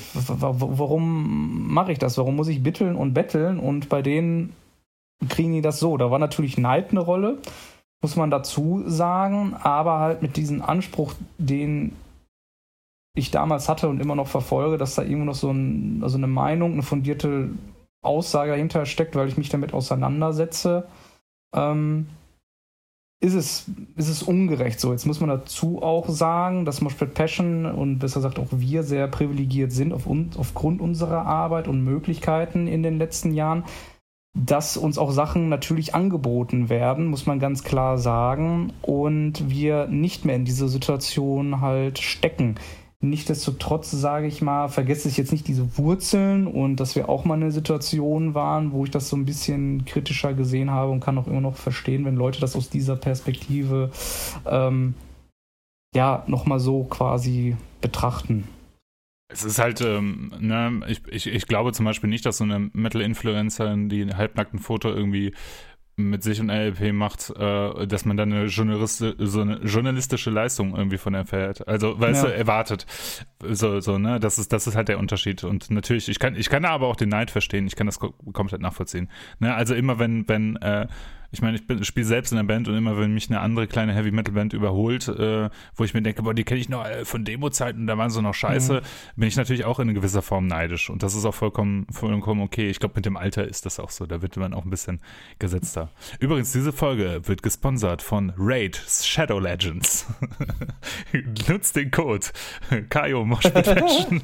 warum mache ich das? Warum muss ich bitteln und betteln? Und bei denen kriegen die das so. Da war natürlich Neid eine Rolle, muss man dazu sagen, aber halt mit diesem Anspruch, den ich damals hatte und immer noch verfolge, dass da irgendwo noch so ein, also eine Meinung, eine fundierte Aussage dahinter steckt, weil ich mich damit auseinandersetze, ähm, ist es, ist es ungerecht so. Jetzt muss man dazu auch sagen, dass Moshpit Passion und besser gesagt auch wir sehr privilegiert sind auf uns, aufgrund unserer Arbeit und Möglichkeiten in den letzten Jahren, dass uns auch Sachen natürlich angeboten werden, muss man ganz klar sagen, und wir nicht mehr in diese Situation halt stecken. Nichtsdestotrotz, sage ich mal, vergesse ich jetzt nicht diese Wurzeln und dass wir auch mal in einer Situation waren, wo ich das so ein bisschen kritischer gesehen habe und kann auch immer noch verstehen, wenn Leute das aus dieser Perspektive ähm, ja nochmal so quasi betrachten. Es ist halt, ähm, ne, ich, ich, ich glaube zum Beispiel nicht, dass so eine Metal-Influencerin, die ein halbnackten Foto irgendwie mit sich und L L P macht, äh, dass man dann eine, Journalisti- so eine journalistische Leistung irgendwie von erfährt. Also, weißt ja. du, erwartet. So, so, ne, das ist, das ist halt der Unterschied. Und natürlich, ich kann, ich kann aber auch den Neid verstehen, ich kann das ko- komplett nachvollziehen. Ne, also immer wenn, wenn, äh, ich meine, ich spiele selbst in der Band und immer, wenn mich eine andere kleine Heavy-Metal-Band überholt, äh, wo ich mir denke, boah, die kenne ich noch von Demo-Zeiten, da waren sie noch scheiße, mhm. bin ich natürlich auch in gewisser Form neidisch. Und das ist auch vollkommen, vollkommen okay. Ich glaube, mit dem Alter ist das auch so. Da wird man auch ein bisschen gesetzter. Übrigens, diese Folge wird gesponsert von Raid Shadow Legends. Nutzt den Code Kayo Moshpit Passion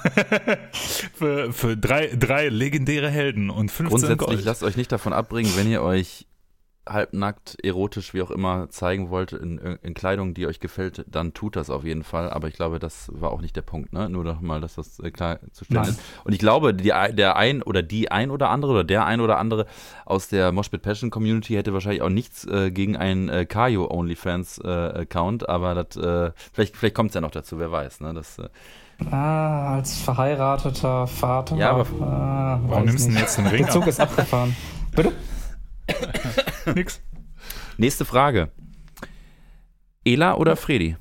für, für drei, drei legendäre Helden und fünfzehn Grundsätzlich Gold. Grundsätzlich lasst euch nicht davon abbringen, wenn ihr euch halbnackt, erotisch, wie auch immer, zeigen wollt in, in Kleidung, die euch gefällt, dann tut das auf jeden Fall. Aber ich glaube, das war auch nicht der Punkt, ne? Nur noch mal, dass das äh, klar zu stellen ist. Und ich glaube, die, der ein oder die ein oder andere oder der ein oder andere aus der Moshpit Passion Community hätte wahrscheinlich auch nichts äh, gegen einen äh, Kayo OnlyFans äh, Account, aber das, äh, vielleicht, vielleicht kommt es ja noch dazu, wer weiß, ne? Das, äh, Ah, als verheirateter Vater. Ja, aber ah, warum nimmst du denn jetzt den Ring Der Zug ab? ist abgefahren. Bitte? Nix. Nächste Frage. Ela oder Fredi?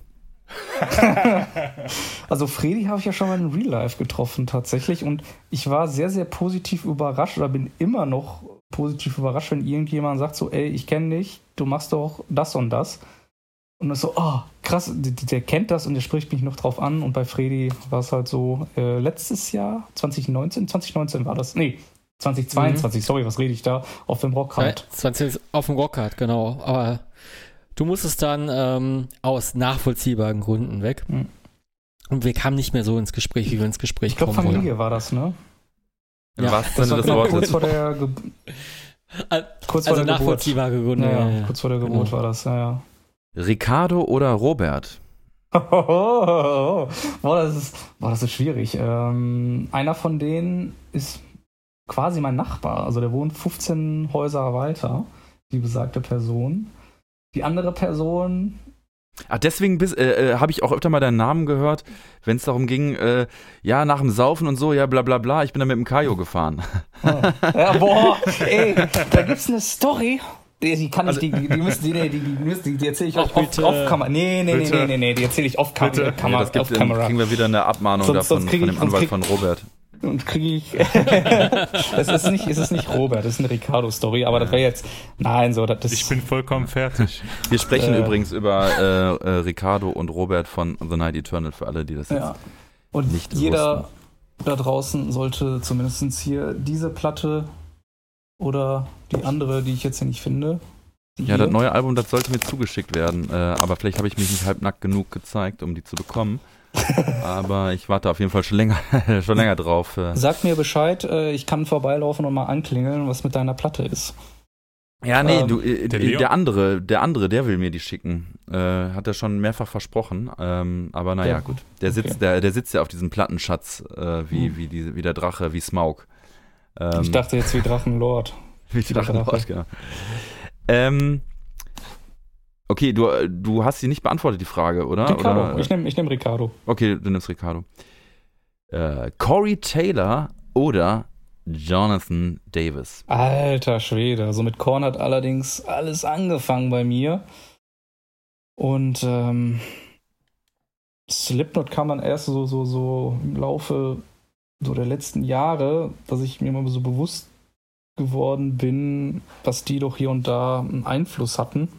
Also Fredi habe ich ja schon mal in Real Life getroffen tatsächlich und ich war sehr, sehr positiv überrascht oder bin immer noch positiv überrascht, wenn irgendjemand sagt so, ey, ich kenne dich, du machst doch das und das. Und das so, oh, krass, der, der kennt das und der spricht mich noch drauf an. Und bei Fredi war es halt so, äh, letztes Jahr, zwanzig neunzehn, zwanzig neunzehn war das, nee, zwanzig zweiundzwanzig, mhm. sorry, was rede ich da, auf dem Rockhard. zwanzig auf dem Rockhard, genau. Aber du musstest dann ähm, aus nachvollziehbaren Gründen weg. Mhm. Und wir kamen nicht mehr so ins Gespräch, wie wir ins Gespräch ich glaub, kommen Familie wollen. war das, ne? Ja, was das war des genau Wortes. kurz vor der Ge- kurz also vor der nachvollziehbare Geburt. Gründe. Ja, Ja, ja, ja. kurz vor der Geburt Genau. war das, ja, ja. Ricardo oder Robert? Boah, das ist, boah, das ist schwierig. Ähm, einer von denen ist quasi mein Nachbar. Also der wohnt fünfzehn Häuser weiter, die besagte Person. Die andere Person... Ach, deswegen bis, äh, äh, habe ich auch öfter mal deinen Namen gehört, wenn es darum ging, äh, ja, nach dem Saufen und so, ja, bla bla bla, ich bin da mit dem Kayo gefahren. Oh. Ja, boah, ey, da gibt's eine Story... Die, die kann ich, die, die müssen, die, die, die, die, die erzähle ich auch off, off Kamera. Nee, nee, nee, nee, nee, nee, die erzähle ich off Kamera. Ja, das gibt, dann kriegen wir wieder eine Abmahnung sonst, davon, sonst von dem ich, Anwalt krieg, von Robert. und kriege ich. Es ist nicht, es ist nicht Robert, das ist eine Ricardo-Story, aber das wäre jetzt. Nein, so, das ist. Ich bin vollkommen fertig. Wir sprechen Äh. übrigens über äh, äh, Ricardo und Robert von The Night Eternal, für alle, die das jetzt Ja. Und nicht jeder da draußen sollte zumindest hier diese Platte oder die andere, die ich jetzt hier nicht finde. die Ja, hier- das neue Album, das sollte mir zugeschickt werden, äh, aber vielleicht habe ich mich nicht halbnackt genug gezeigt, um die zu bekommen. Aber ich warte auf jeden Fall schon länger, schon länger drauf. Äh. Sag mir Bescheid, äh, ich kann vorbeilaufen und mal anklingeln, was mit deiner Platte ist. Ja, nee, Ähm, du, äh, der der, Leon? der andere, der andere, der will mir die schicken. Äh, hat er schon mehrfach versprochen. Ähm, aber naja, Der- gut. Der sitzt, okay. der, der sitzt ja auf diesem Plattenschatz, äh, wie, Hm. wie, die, wie der Drache, wie Smaug. Ähm, Ich dachte jetzt wie Drachenlord. wie die der Drachenlord, Drache. genau. Ähm, okay, du, du hast sie nicht beantwortet, die Frage, oder? Ricardo, oder? ich nehme ich nehm Ricardo. Okay, du nimmst Ricardo. Äh, Corey Taylor oder Jonathan Davis? Alter Schwede, also mit Korn hat allerdings alles angefangen bei mir. Und ähm, Slipknot kam dann erst so, so, so im Laufe so der letzten Jahre, dass ich mir mal so bewusst geworden bin, dass die doch hier und da einen Einfluss hatten.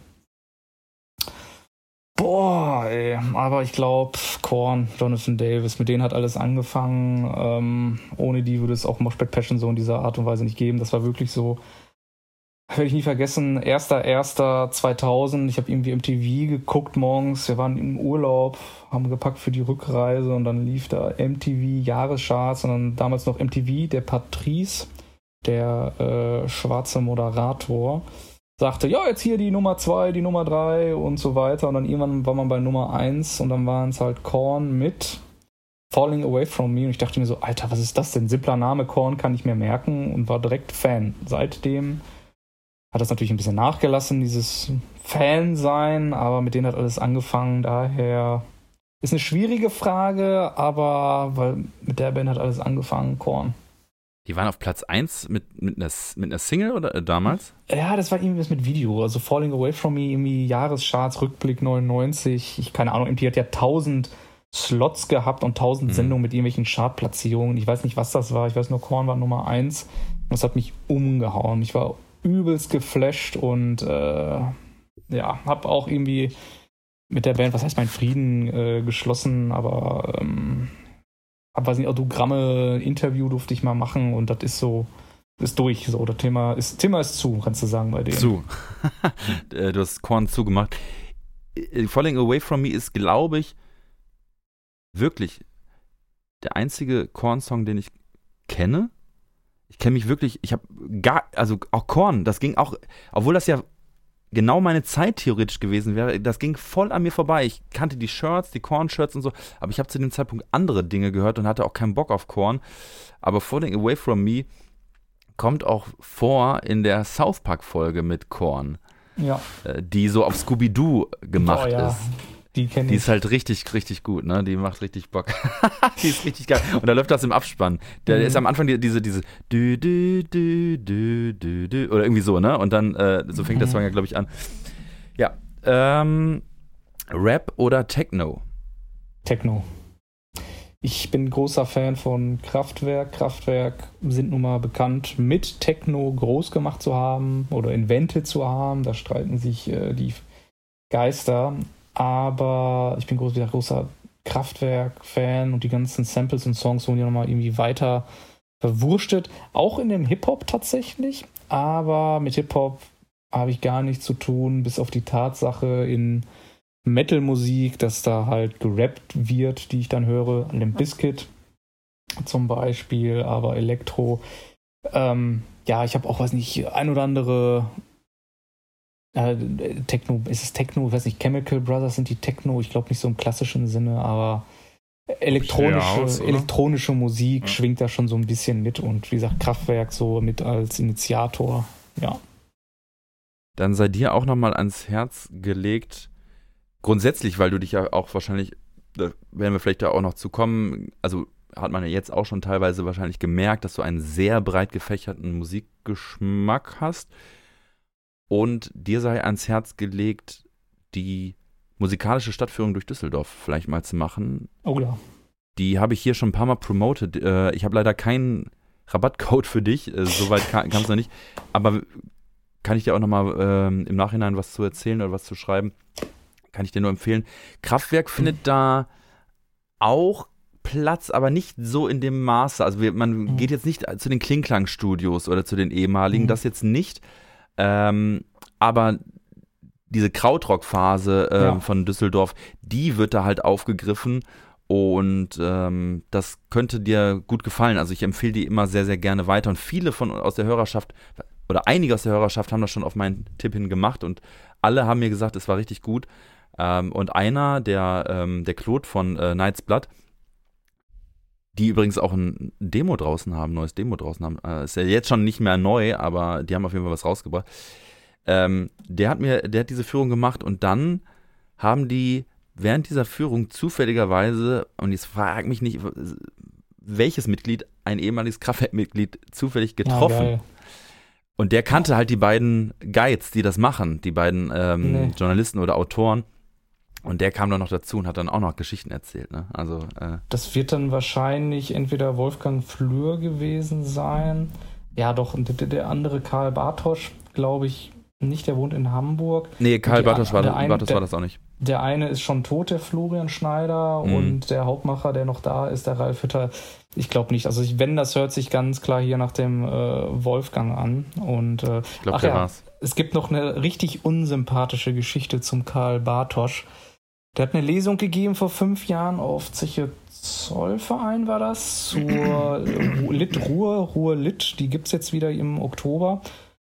Boah, ey, aber ich glaube, Korn, Jonathan Davis, mit denen hat alles angefangen. Ähm, ohne die würde es auch Moshpit Passion so in dieser Art und Weise nicht geben. Das war wirklich so, werde ich nie vergessen, erster erster zweitausend. Ich habe irgendwie M T V geguckt morgens. Wir waren im Urlaub, haben gepackt für die Rückreise und dann lief da M T V Jahrescharts und dann damals noch M T V, der Patrice, der äh, schwarze Moderator, sagte, ja, jetzt hier die Nummer zwei, die Nummer drei und so weiter. Und dann irgendwann war man bei Nummer eins und dann waren es halt Korn mit Falling Away From Me. Und ich dachte mir so, Alter, was ist das denn? Simpler Name, Korn, kann ich mir merken und war direkt Fan. Seitdem hat das natürlich ein bisschen nachgelassen, dieses Fan-Sein, aber mit denen hat alles angefangen. Daher ist eine schwierige Frage, aber weil mit der Band hat alles angefangen, Korn. Die waren auf Platz eins mit, mit, einer, mit einer Single oder äh, damals? Ja, das war irgendwie was mit Video. Also Falling Away From Me, irgendwie Jahrescharts, Rückblick neunundneunzig. Ich keine Ahnung, M T V hat ja tausend Slots gehabt und tausend Mhm. Sendungen mit irgendwelchen Chartplatzierungen. Ich weiß nicht, was das war. Ich weiß nur, Korn war Nummer eins. Und das hat mich umgehauen. Ich war übelst geflasht und äh, ja, hab auch irgendwie mit der Band, was heißt mein Frieden, äh, geschlossen, aber ähm, hab, weiß nicht, Autogramme, Interview durfte ich mal machen und das ist so, ist durch. So, das Thema ist, Thema ist zu, kannst du sagen bei denen. Zu. Äh, du hast Korn zugemacht. Äh, Falling Away From Me ist, glaube ich, wirklich der einzige Korn-Song, den ich kenne. Ich kenne mich wirklich, ich habe gar, also auch Korn, das ging auch, obwohl das ja genau meine Zeit theoretisch gewesen wäre, das ging voll an mir vorbei. Ich kannte die Shirts, die Korn-Shirts und so, aber ich habe zu dem Zeitpunkt andere Dinge gehört und hatte auch keinen Bock auf Korn. Aber Falling Away From Me kommt auch vor in der South Park-Folge mit Korn, Ja, äh, die so auf Scooby-Doo gemacht oh, ja. ist. Die kenne Die ich. ist halt richtig, richtig gut, ne? Die macht richtig Bock. Die ist richtig geil. Und da läuft das im Abspann. Der Mhm. ist am Anfang die, diese, diese dü, dü, dü, dü, dü, dü, oder irgendwie so, ne? Und dann, äh, so fängt der Mhm. Song ja, glaube ich, an. Ja. Ähm, Rap oder Techno? Techno. Ich bin großer Fan von Kraftwerk. Kraftwerk sind nun mal bekannt, mit Techno groß gemacht zu haben oder invented zu haben. Da streiten sich äh, die Geister. Aber ich bin groß, wieder großer Kraftwerk-Fan und die ganzen Samples und Songs wurden ja nochmal irgendwie weiter verwurstet. Auch in dem Hip-Hop tatsächlich. Aber mit Hip-Hop habe ich gar nichts zu tun, bis auf die Tatsache in Metal-Musik, dass da halt gerappt wird, die ich dann höre. Limp Bizkit zum Beispiel, aber Elektro. Ähm, ja, ich habe auch, weiß nicht, ein oder andere äh, Techno, ist es Techno? Ich weiß nicht, Chemical Brothers sind die Techno, ich glaube nicht so im klassischen Sinne, aber elektronische, Ja, House, oder? elektronische Musik Ja. schwingt da schon so ein bisschen mit und wie gesagt, Kraftwerk so mit als Initiator, ja. Dann sei dir auch nochmal ans Herz gelegt, grundsätzlich, weil du dich ja auch wahrscheinlich, da werden wir vielleicht da auch noch zu kommen, also hat man ja jetzt auch schon teilweise wahrscheinlich gemerkt, dass du einen sehr breit gefächerten Musikgeschmack hast. Und dir sei ans Herz gelegt, die musikalische Stadtführung durch Düsseldorf vielleicht mal zu machen, Oh ja. die habe ich hier schon ein paar Mal promoted. Äh, ich habe leider keinen Rabattcode für dich, äh, soweit kam es noch nicht. Aber kann ich dir auch nochmal ähm, im Nachhinein was zu erzählen oder was zu schreiben? Kann ich dir nur empfehlen. Kraftwerk findet mhm. da auch Platz, aber nicht so in dem Maße. Also wir, man mhm. geht jetzt nicht zu den Klingklang-Studios oder zu den ehemaligen, mhm. das jetzt nicht. Ähm, aber diese Krautrock-Phase ähm, ja. von Düsseldorf, die wird da halt aufgegriffen und ähm, das könnte dir gut gefallen. Also ich empfehle die immer sehr, sehr gerne weiter und viele von aus der Hörerschaft oder einige aus der Hörerschaft haben das schon auf meinen Tipp hin gemacht und alle haben mir gesagt, es war richtig gut. Ähm, und einer, der, ähm, der Claude von äh, Night's Blood, die übrigens auch ein Demo draußen haben, neues Demo draußen haben, äh, ist ja jetzt schon nicht mehr neu, aber die haben auf jeden Fall was rausgebracht. Ähm, der hat mir, der hat diese Führung gemacht und dann haben die während dieser Führung zufälligerweise, und jetzt frag mich nicht, welches Mitglied, ein ehemaliges Kraftwerk-Mitglied zufällig getroffen. Ja, und der kannte halt die beiden Guides, die das machen, die beiden ähm, nee. Journalisten oder Autoren. Und der kam dann noch dazu und hat dann auch noch Geschichten erzählt. Ne? Also, äh das wird dann wahrscheinlich entweder Wolfgang Flür gewesen sein. Ja, doch, der, der andere Karl Bartosch, glaube ich, nicht, der wohnt in Hamburg. Nee, Karl Bartosch war, ein, Bartosch war das auch nicht. Der eine ist schon tot, der Florian Schneider. Mhm. Und der Hauptmacher, der noch da ist, der Ralf Hütter. Ich glaube nicht. Also ich, wenn, das hört sich ganz klar hier nach dem äh, Wolfgang an. Und, äh, ich glaube, der ja, war's. Es gibt noch eine richtig unsympathische Geschichte zum Karl Bartosch. Der hat eine Lesung gegeben vor fünf Jahren auf Zeche Zollverein war das, zur Lit Ruhr, Ruhr Lit, die gibt es jetzt wieder im Oktober.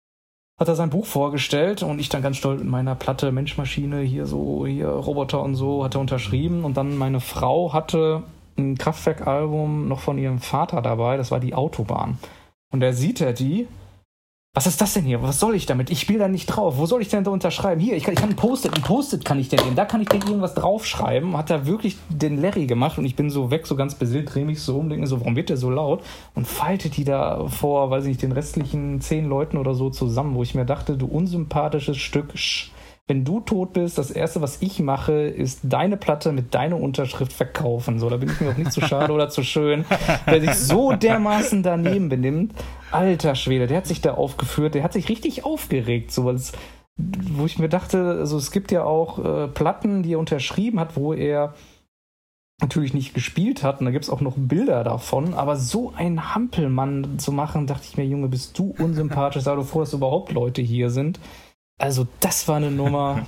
Hat er sein Buch vorgestellt und ich dann ganz stolz mit meiner Platte Mensch-Maschine, hier so, hier Roboter und so, hat er unterschrieben. Und dann meine Frau hatte ein Kraftwerk-Album noch von ihrem Vater dabei, das war die Autobahn. Und da sieht er die. Was ist das denn hier? Was soll ich damit? Ich spiele da nicht drauf. Wo soll ich denn da unterschreiben? Hier, ich kann, ich kann ein Post-it, ein Post-it kann ich denn nehmen. Da kann ich denn irgendwas draufschreiben. Hat er wirklich den Larry gemacht und ich bin so weg, so ganz beseelt, drehe mich so um, denke so, warum wird der so laut? Und faltet die da vor, weiß ich nicht, den restlichen zehn Leuten oder so zusammen, wo ich mir dachte, du unsympathisches Stück, sch, wenn du tot bist, das Erste, was ich mache, ist deine Platte mit deiner Unterschrift verkaufen. So, da bin ich mir auch nicht zu schade oder zu schön. Wer sich so dermaßen daneben benimmt, alter Schwede, der hat sich da aufgeführt, der hat sich richtig aufgeregt, so was, wo ich mir dachte, also es gibt ja auch äh, Platten, die er unterschrieben hat, wo er natürlich nicht gespielt hat und da gibt es auch noch Bilder davon, aber so ein Hampelmann zu machen, dachte ich mir, Junge, bist du unsympathisch, sei doch froh, dass überhaupt Leute hier sind. Also das war eine Nummer,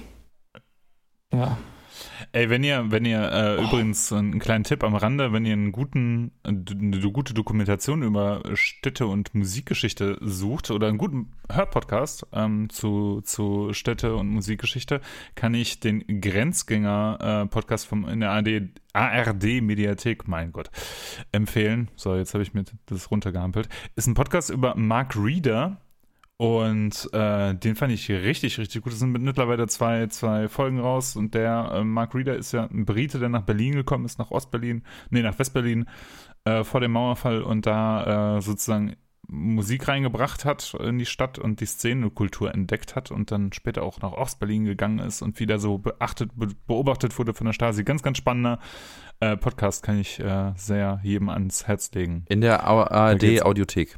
ja. Ey, wenn ihr, wenn ihr äh, oh. übrigens einen kleinen Tipp am Rande, wenn ihr einen guten, eine gute Dokumentation über Städte- und Musikgeschichte sucht oder einen guten Hörpodcast ähm, zu, zu Städte- und Musikgeschichte, kann ich den Grenzgänger-Podcast äh, vom in der A R D-Mediathek, mein Gott, empfehlen. So, jetzt habe ich mir das runtergehampelt. Ist ein Podcast über Mark Reeder. Und äh, den fand ich richtig, richtig gut. Es sind mittlerweile zwei, zwei Folgen raus. Und der äh, Mark Reeder ist ja ein Brite, der nach Berlin gekommen ist, nach Ostberlin, nee, nach Westberlin äh, vor dem Mauerfall und da äh, sozusagen Musik reingebracht hat in die Stadt und die Szenekultur entdeckt hat und dann später auch nach Ostberlin gegangen ist und wieder so beachtet, be- beobachtet wurde von der Stasi. Ganz, ganz spannender äh, Podcast, kann ich äh, sehr jedem ans Herz legen. In der A R D-Audiothek.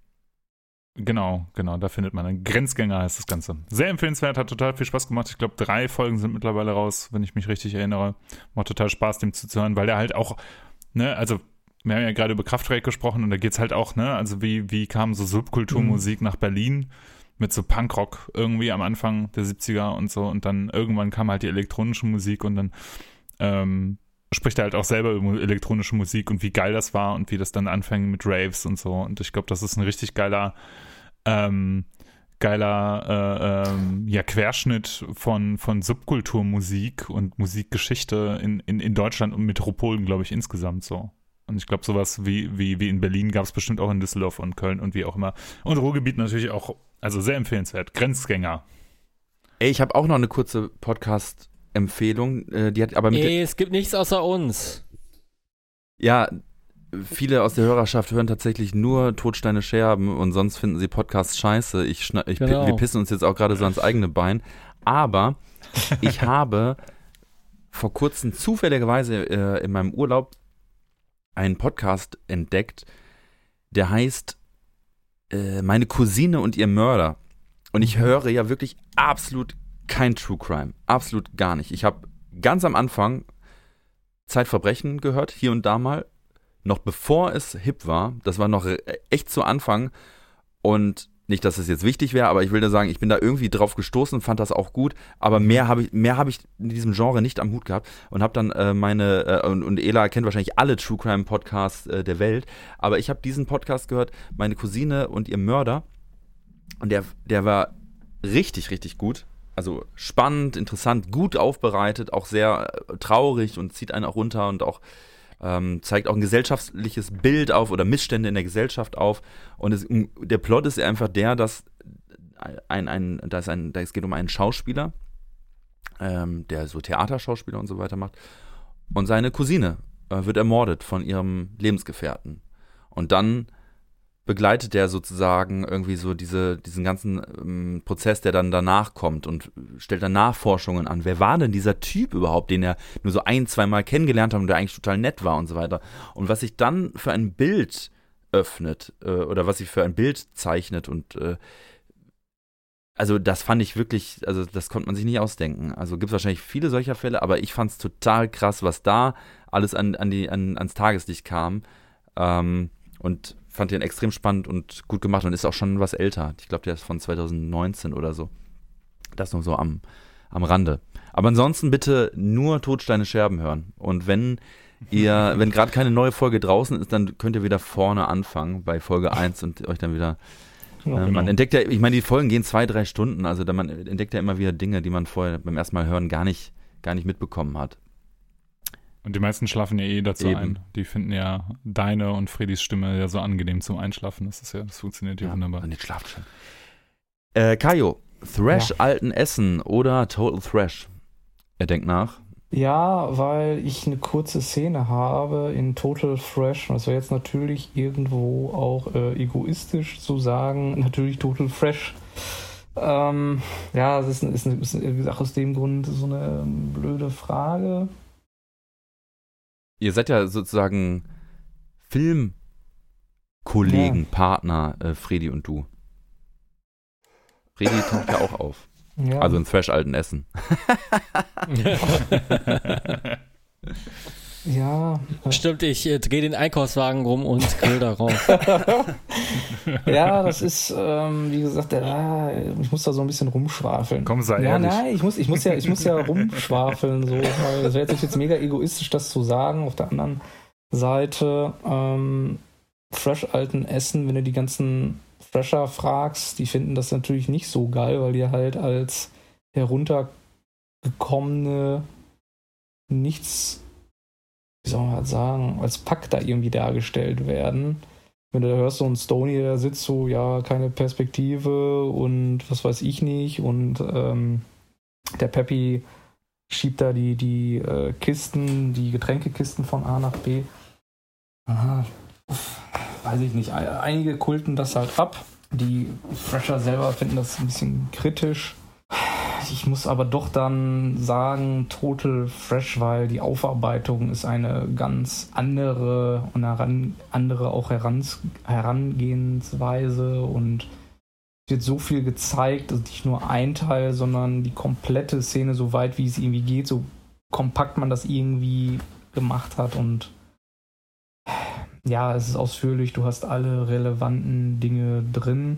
Genau, genau, da findet man einen Grenzgänger, heißt das Ganze. Sehr empfehlenswert, hat total viel Spaß gemacht. Ich glaube, drei Folgen sind mittlerweile raus, wenn ich mich richtig erinnere. Macht total Spaß, dem zuzuhören, weil der halt auch, ne, also wir haben ja gerade über Kraftwerk gesprochen und da geht's halt auch, ne, also wie, wie kam so Subkulturmusik mhm. nach Berlin mit so Punkrock irgendwie am Anfang der siebziger und so und dann irgendwann kam halt die elektronische Musik und dann ähm, spricht er halt auch selber über elektronische Musik und wie geil das war und wie das dann anfängt mit Raves und so. Und ich glaube, das ist ein richtig geiler, ähm, geiler äh, ähm, ja, Querschnitt von, von Subkulturmusik und Musikgeschichte in, in, in Deutschland und Metropolen, glaube ich, insgesamt so. Und ich glaube, sowas wie, wie, wie in Berlin gab es bestimmt auch in Düsseldorf und Köln und wie auch immer. Und Ruhrgebiet natürlich auch, also sehr empfehlenswert. Grenzgänger. Ey, ich habe auch noch eine kurze Podcast- Empfehlung, äh, die hat aber mit Ey, es gibt nichts außer uns. Ja, viele aus der Hörerschaft hören tatsächlich nur Todsteine Scherben und sonst finden sie Podcasts scheiße. Ich, schna- ich genau. Wir pissen uns jetzt auch gerade so ans eigene Bein. Aber ich habe vor kurzem zufälligerweise äh, in meinem Urlaub einen Podcast entdeckt, der heißt äh, Meine Cousine und ihr Mörder. Und ich höre ja wirklich absolut kein True Crime. Absolut gar nicht. Ich habe ganz am Anfang Zeitverbrechen gehört, hier und da mal, noch bevor es hip war. Das war noch echt zu Anfang. Und nicht, dass es jetzt wichtig wäre, aber ich will nur sagen, ich bin da irgendwie drauf gestoßen, fand das auch gut, aber mehr habe ich, mehr habe ich in diesem Genre nicht am Hut gehabt und habe dann äh, meine, äh, und, und Ela kennt wahrscheinlich alle True Crime Podcasts äh, der Welt, aber ich habe diesen Podcast gehört, Meine Cousine und ihr Mörder, und der, der war richtig, richtig gut, also spannend, interessant, gut aufbereitet, auch sehr äh, traurig und zieht einen auch runter und auch Ähm, zeigt auch ein gesellschaftliches Bild auf oder Missstände in der Gesellschaft auf. Und es, der Plot ist einfach der, dass ein, ein, dass ein, es geht um einen Schauspieler, ähm, der so Theaterschauspieler und so weiter macht. Und seine Cousine äh, wird ermordet von ihrem Lebensgefährten. Und dann begleitet der sozusagen irgendwie so diese, diesen ganzen ähm, Prozess, der dann danach kommt und stellt dann Nachforschungen an. Wer war denn dieser Typ überhaupt, den er nur so ein, zwei Mal kennengelernt hat und der eigentlich total nett war und so weiter. Und was sich dann für ein Bild öffnet äh, oder was sich für ein Bild zeichnet und äh, also das fand ich wirklich, also das konnte man sich nicht ausdenken. Also gibt es wahrscheinlich viele solcher Fälle, aber ich fand es total krass, was da alles an, an die, an, ans Tageslicht kam. Ähm, und fand den extrem spannend und gut gemacht und ist auch schon was älter. Ich glaube, der ist von zwanzig neunzehn oder so. Das nur so am, am Rande. Aber ansonsten bitte nur Todsteine Scherben hören. Und wenn ihr, wenn gerade keine neue Folge draußen ist, dann könnt ihr wieder vorne anfangen bei Folge eins und euch dann wieder, äh, Ja, man genau. entdeckt ja, ich meine, die Folgen gehen zwei, drei Stunden, also da man entdeckt ja immer wieder Dinge, die man vorher beim ersten Mal hören gar nicht, gar nicht mitbekommen hat. Und die meisten schlafen ja eh dazu Eben. ein. Die finden ja deine und Freddys Stimme ja so angenehm zum Einschlafen. Das ist ja, das funktioniert ja, wunderbar. Und jetzt schlaft schon. Äh, Kajo, Thrash Ja. Alten Essen oder Total Thrash? Er denkt nach. Ja, weil ich eine kurze Szene habe in Total Fresh. Das wäre jetzt natürlich irgendwo auch äh, egoistisch zu sagen, natürlich Total Fresh. Ähm, ja, das ist, eine, ist, eine, ist eine, wie gesagt, aus dem Grund so eine ähm, blöde Frage. Ihr seid ja sozusagen Filmkollegen, Ja. Partner, äh, Fredi und du. Fredi taucht ja auch auf. Ja. Also in Thrash Alten Essen. ja, äh, Stimmt, ich äh, drehe den Einkaufswagen rum und grill darauf. ja, das ist, ähm, wie gesagt, äh, ich muss da so ein bisschen rumschwafeln. Komm, sei Ja, ehrlich. nein, ich muss, ich muss ja, ich muss ja rumschwafeln, so, weil das wäre jetzt, jetzt mega egoistisch, das zu sagen. Auf der anderen Seite, ähm, Fresh Alten Essen, wenn du die ganzen Fresher fragst, die finden das natürlich nicht so geil, weil die halt als heruntergekommene nichts, wie soll man halt sagen, als Pack da irgendwie dargestellt werden. Wenn du da hörst, so ein Stoney, der sitzt so, ja, keine Perspektive und was weiß ich nicht und ähm, der Peppy schiebt da die, die äh, Kisten, die Getränkekisten von A nach B. Aha, weiß ich nicht. Einige kulten das halt ab. Die Fresher selber finden das ein bisschen kritisch. Ich muss aber doch dann sagen, Total Fresh, weil die Aufarbeitung ist eine ganz andere und heran, andere auch herans, Herangehensweise und es wird so viel gezeigt, also nicht nur ein Teil, sondern die komplette Szene, so weit wie es irgendwie geht, so kompakt man das irgendwie gemacht hat und ja, es ist ausführlich, du hast alle relevanten Dinge drin.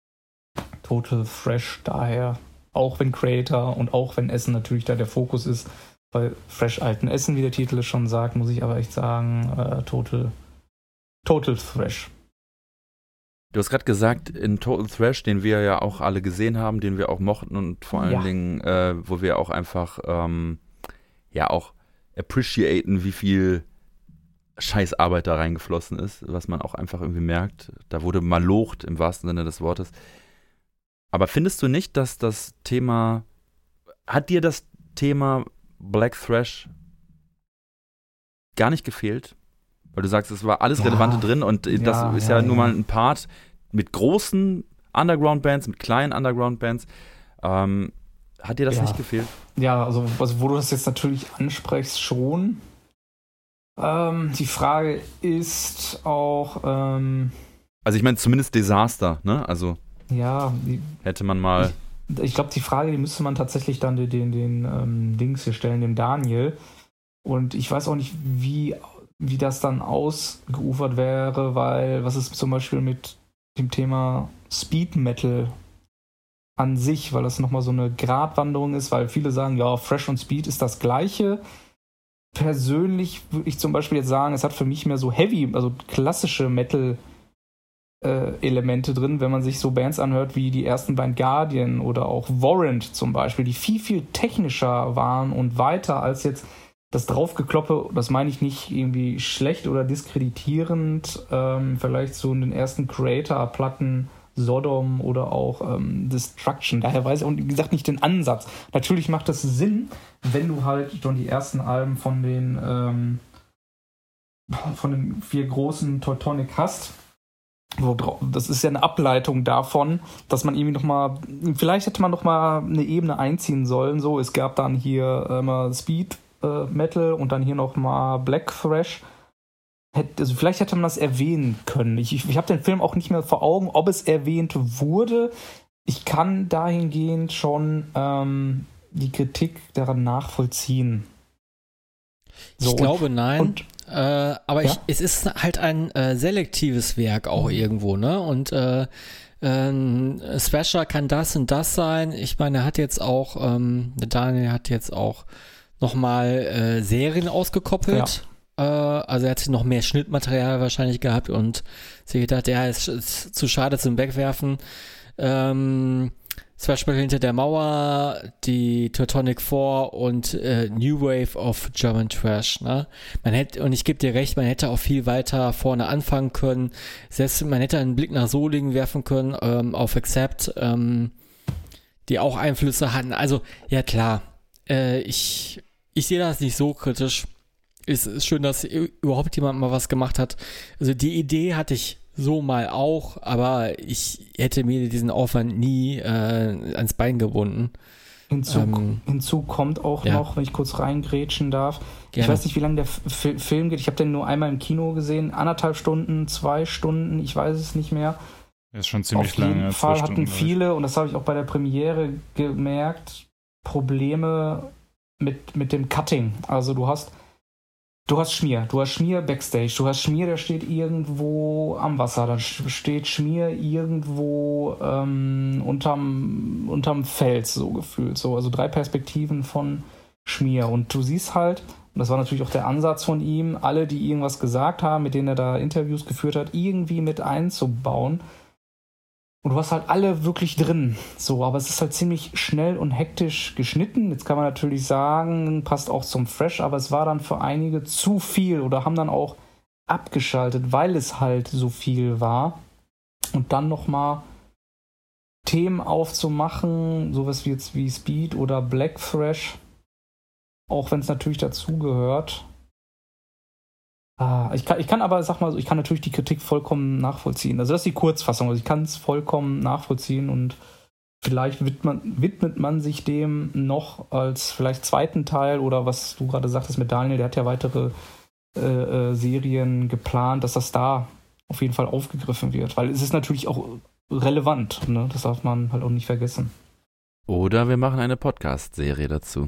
Total Fresh daher, auch wenn Creator und auch wenn Essen natürlich da der Fokus ist, weil Fresh Alten Essen, wie der Titel es schon sagt, muss ich aber echt sagen, äh, Total, Total Fresh. Du hast gerade gesagt, in Total Thrash, den wir ja auch alle gesehen haben, den wir auch mochten und vor allen Ja. Dingen, äh, wo wir auch einfach ähm, ja auch appreciaten, wie viel Scheißarbeit da reingeflossen ist, was man auch einfach irgendwie merkt. Da wurde malocht im wahrsten Sinne des Wortes. Aber findest du nicht, dass das Thema, hat dir das Thema Black Thrash gar nicht gefehlt? Weil du sagst, es war alles Ja. Relevante drin und äh, das Ja, ist ja, ja, nur ja. mal ein Part mit großen Underground-Bands, mit kleinen Underground-Bands. Ähm, hat dir das Ja. nicht gefehlt? Ja, also, also wo du das jetzt natürlich ansprichst, schon. Ähm, die Frage ist auch, ähm, Also ich meine zumindest Desaster, ne? Also ja, die, hätte man mal... ich, ich glaube, die Frage, die müsste man tatsächlich dann den, den, den ähm, Dings hier stellen, dem Daniel. Und ich weiß auch nicht, wie, wie das dann ausgeufert wäre, weil was ist zum Beispiel mit dem Thema Speed Metal an sich, weil das nochmal so eine Gratwanderung ist, weil viele sagen, ja, Thrash und Speed ist das Gleiche. Persönlich würde ich zum Beispiel jetzt sagen, es hat für mich mehr so Heavy, also klassische Metal äh, Elemente drin, wenn man sich so Bands anhört wie die ersten Blind Guardian oder auch Warrant zum Beispiel, die viel, viel technischer waren und weiter als jetzt das Draufgekloppe, das meine ich nicht irgendwie schlecht oder diskreditierend, ähm, vielleicht so in den ersten Creator-Platten Sodom oder auch ähm, Destruction. Daher weiß ich auch, wie gesagt, nicht den Ansatz. Natürlich macht das Sinn, wenn du halt schon die ersten Alben von den ähm, von den vier großen Teutonic hast. Wo, das ist ja eine Ableitung davon, dass man irgendwie nochmal, vielleicht hätte man nochmal eine Ebene einziehen sollen. So, es gab dann hier immer ähm, Speed äh, Metal und dann hier nochmal Black Thrash. Also vielleicht hätte man das erwähnen können. Ich, ich, ich habe den Film auch nicht mehr vor Augen, ob es erwähnt wurde. Ich kann dahingehend schon ähm, die Kritik daran nachvollziehen. So, ich glaube, und, nein. Und, äh, aber ja? ich, es ist halt ein äh, selektives Werk auch irgendwo, ne? Und äh, äh, Thrasher kann das und das sein. Ich meine, er hat jetzt auch, ähm, Daniel hat jetzt auch nochmal äh, Serien ausgekoppelt. Ja. Also er hat noch mehr Schnittmaterial wahrscheinlich gehabt und sich gedacht, ja, es ist zu schade zum Wegwerfen. Ähm, zum Beispiel Hinter der Mauer, die Teutonic Four und äh, New Wave of German Trash. Ne? Man hätte, und ich gebe dir recht, man hätte auch viel weiter vorne anfangen können. Selbst man hätte einen Blick nach Solingen werfen können, ähm, auf Accept, ähm, die auch Einflüsse hatten. Also, ja klar, äh, ich, ich sehe das nicht so kritisch. Es ist schön, dass überhaupt jemand mal was gemacht hat. Also die Idee hatte ich so mal auch, aber ich hätte mir diesen Aufwand nie äh, ans Bein gebunden. Hinzu, ähm, hinzu kommt auch ja. noch, wenn ich kurz reingrätschen darf, Gerne. Ich weiß nicht, wie lange der F- Film geht. Ich habe den nur einmal im Kino gesehen. Anderthalb Stunden, zwei Stunden, ich weiß es nicht mehr. Das ist schon ziemlich Auf jeden lange. Fall Stunden, hatten viele, und das habe ich auch bei der Premiere gemerkt, Probleme mit, mit dem Cutting. Also du hast Du hast Schmier, du hast Schmier Backstage, du hast Schmier, der steht irgendwo am Wasser, dann steht Schmier irgendwo ähm, unterm, unterm Fels, so gefühlt. So, also drei Perspektiven von Schmier. Und du siehst halt, und das war natürlich auch der Ansatz von ihm, alle, die irgendwas gesagt haben, mit denen er da Interviews geführt hat, irgendwie mit einzubauen. Und du hast halt alle wirklich drin. So, aber es ist halt ziemlich schnell und hektisch geschnitten. Jetzt kann man natürlich sagen, passt auch zum Thrash, aber es war dann für einige zu viel oder haben dann auch abgeschaltet, weil es halt so viel war. Und dann nochmal Themen aufzumachen, sowas wie jetzt wie Speed oder Black Thrash, auch wenn es natürlich dazugehört. Ah, ich kann, ich kann aber, sag mal so, ich kann natürlich die Kritik vollkommen nachvollziehen. Also das ist die Kurzfassung, also ich kann es vollkommen nachvollziehen und vielleicht widmet man, widmet man sich dem noch als vielleicht zweiten Teil oder was du gerade sagtest mit Daniel, der hat ja weitere äh, äh, Serien geplant, dass das da auf jeden Fall aufgegriffen wird, weil es ist natürlich auch relevant, ne? Das darf man halt auch nicht vergessen. Oder wir machen eine Podcast-Serie dazu.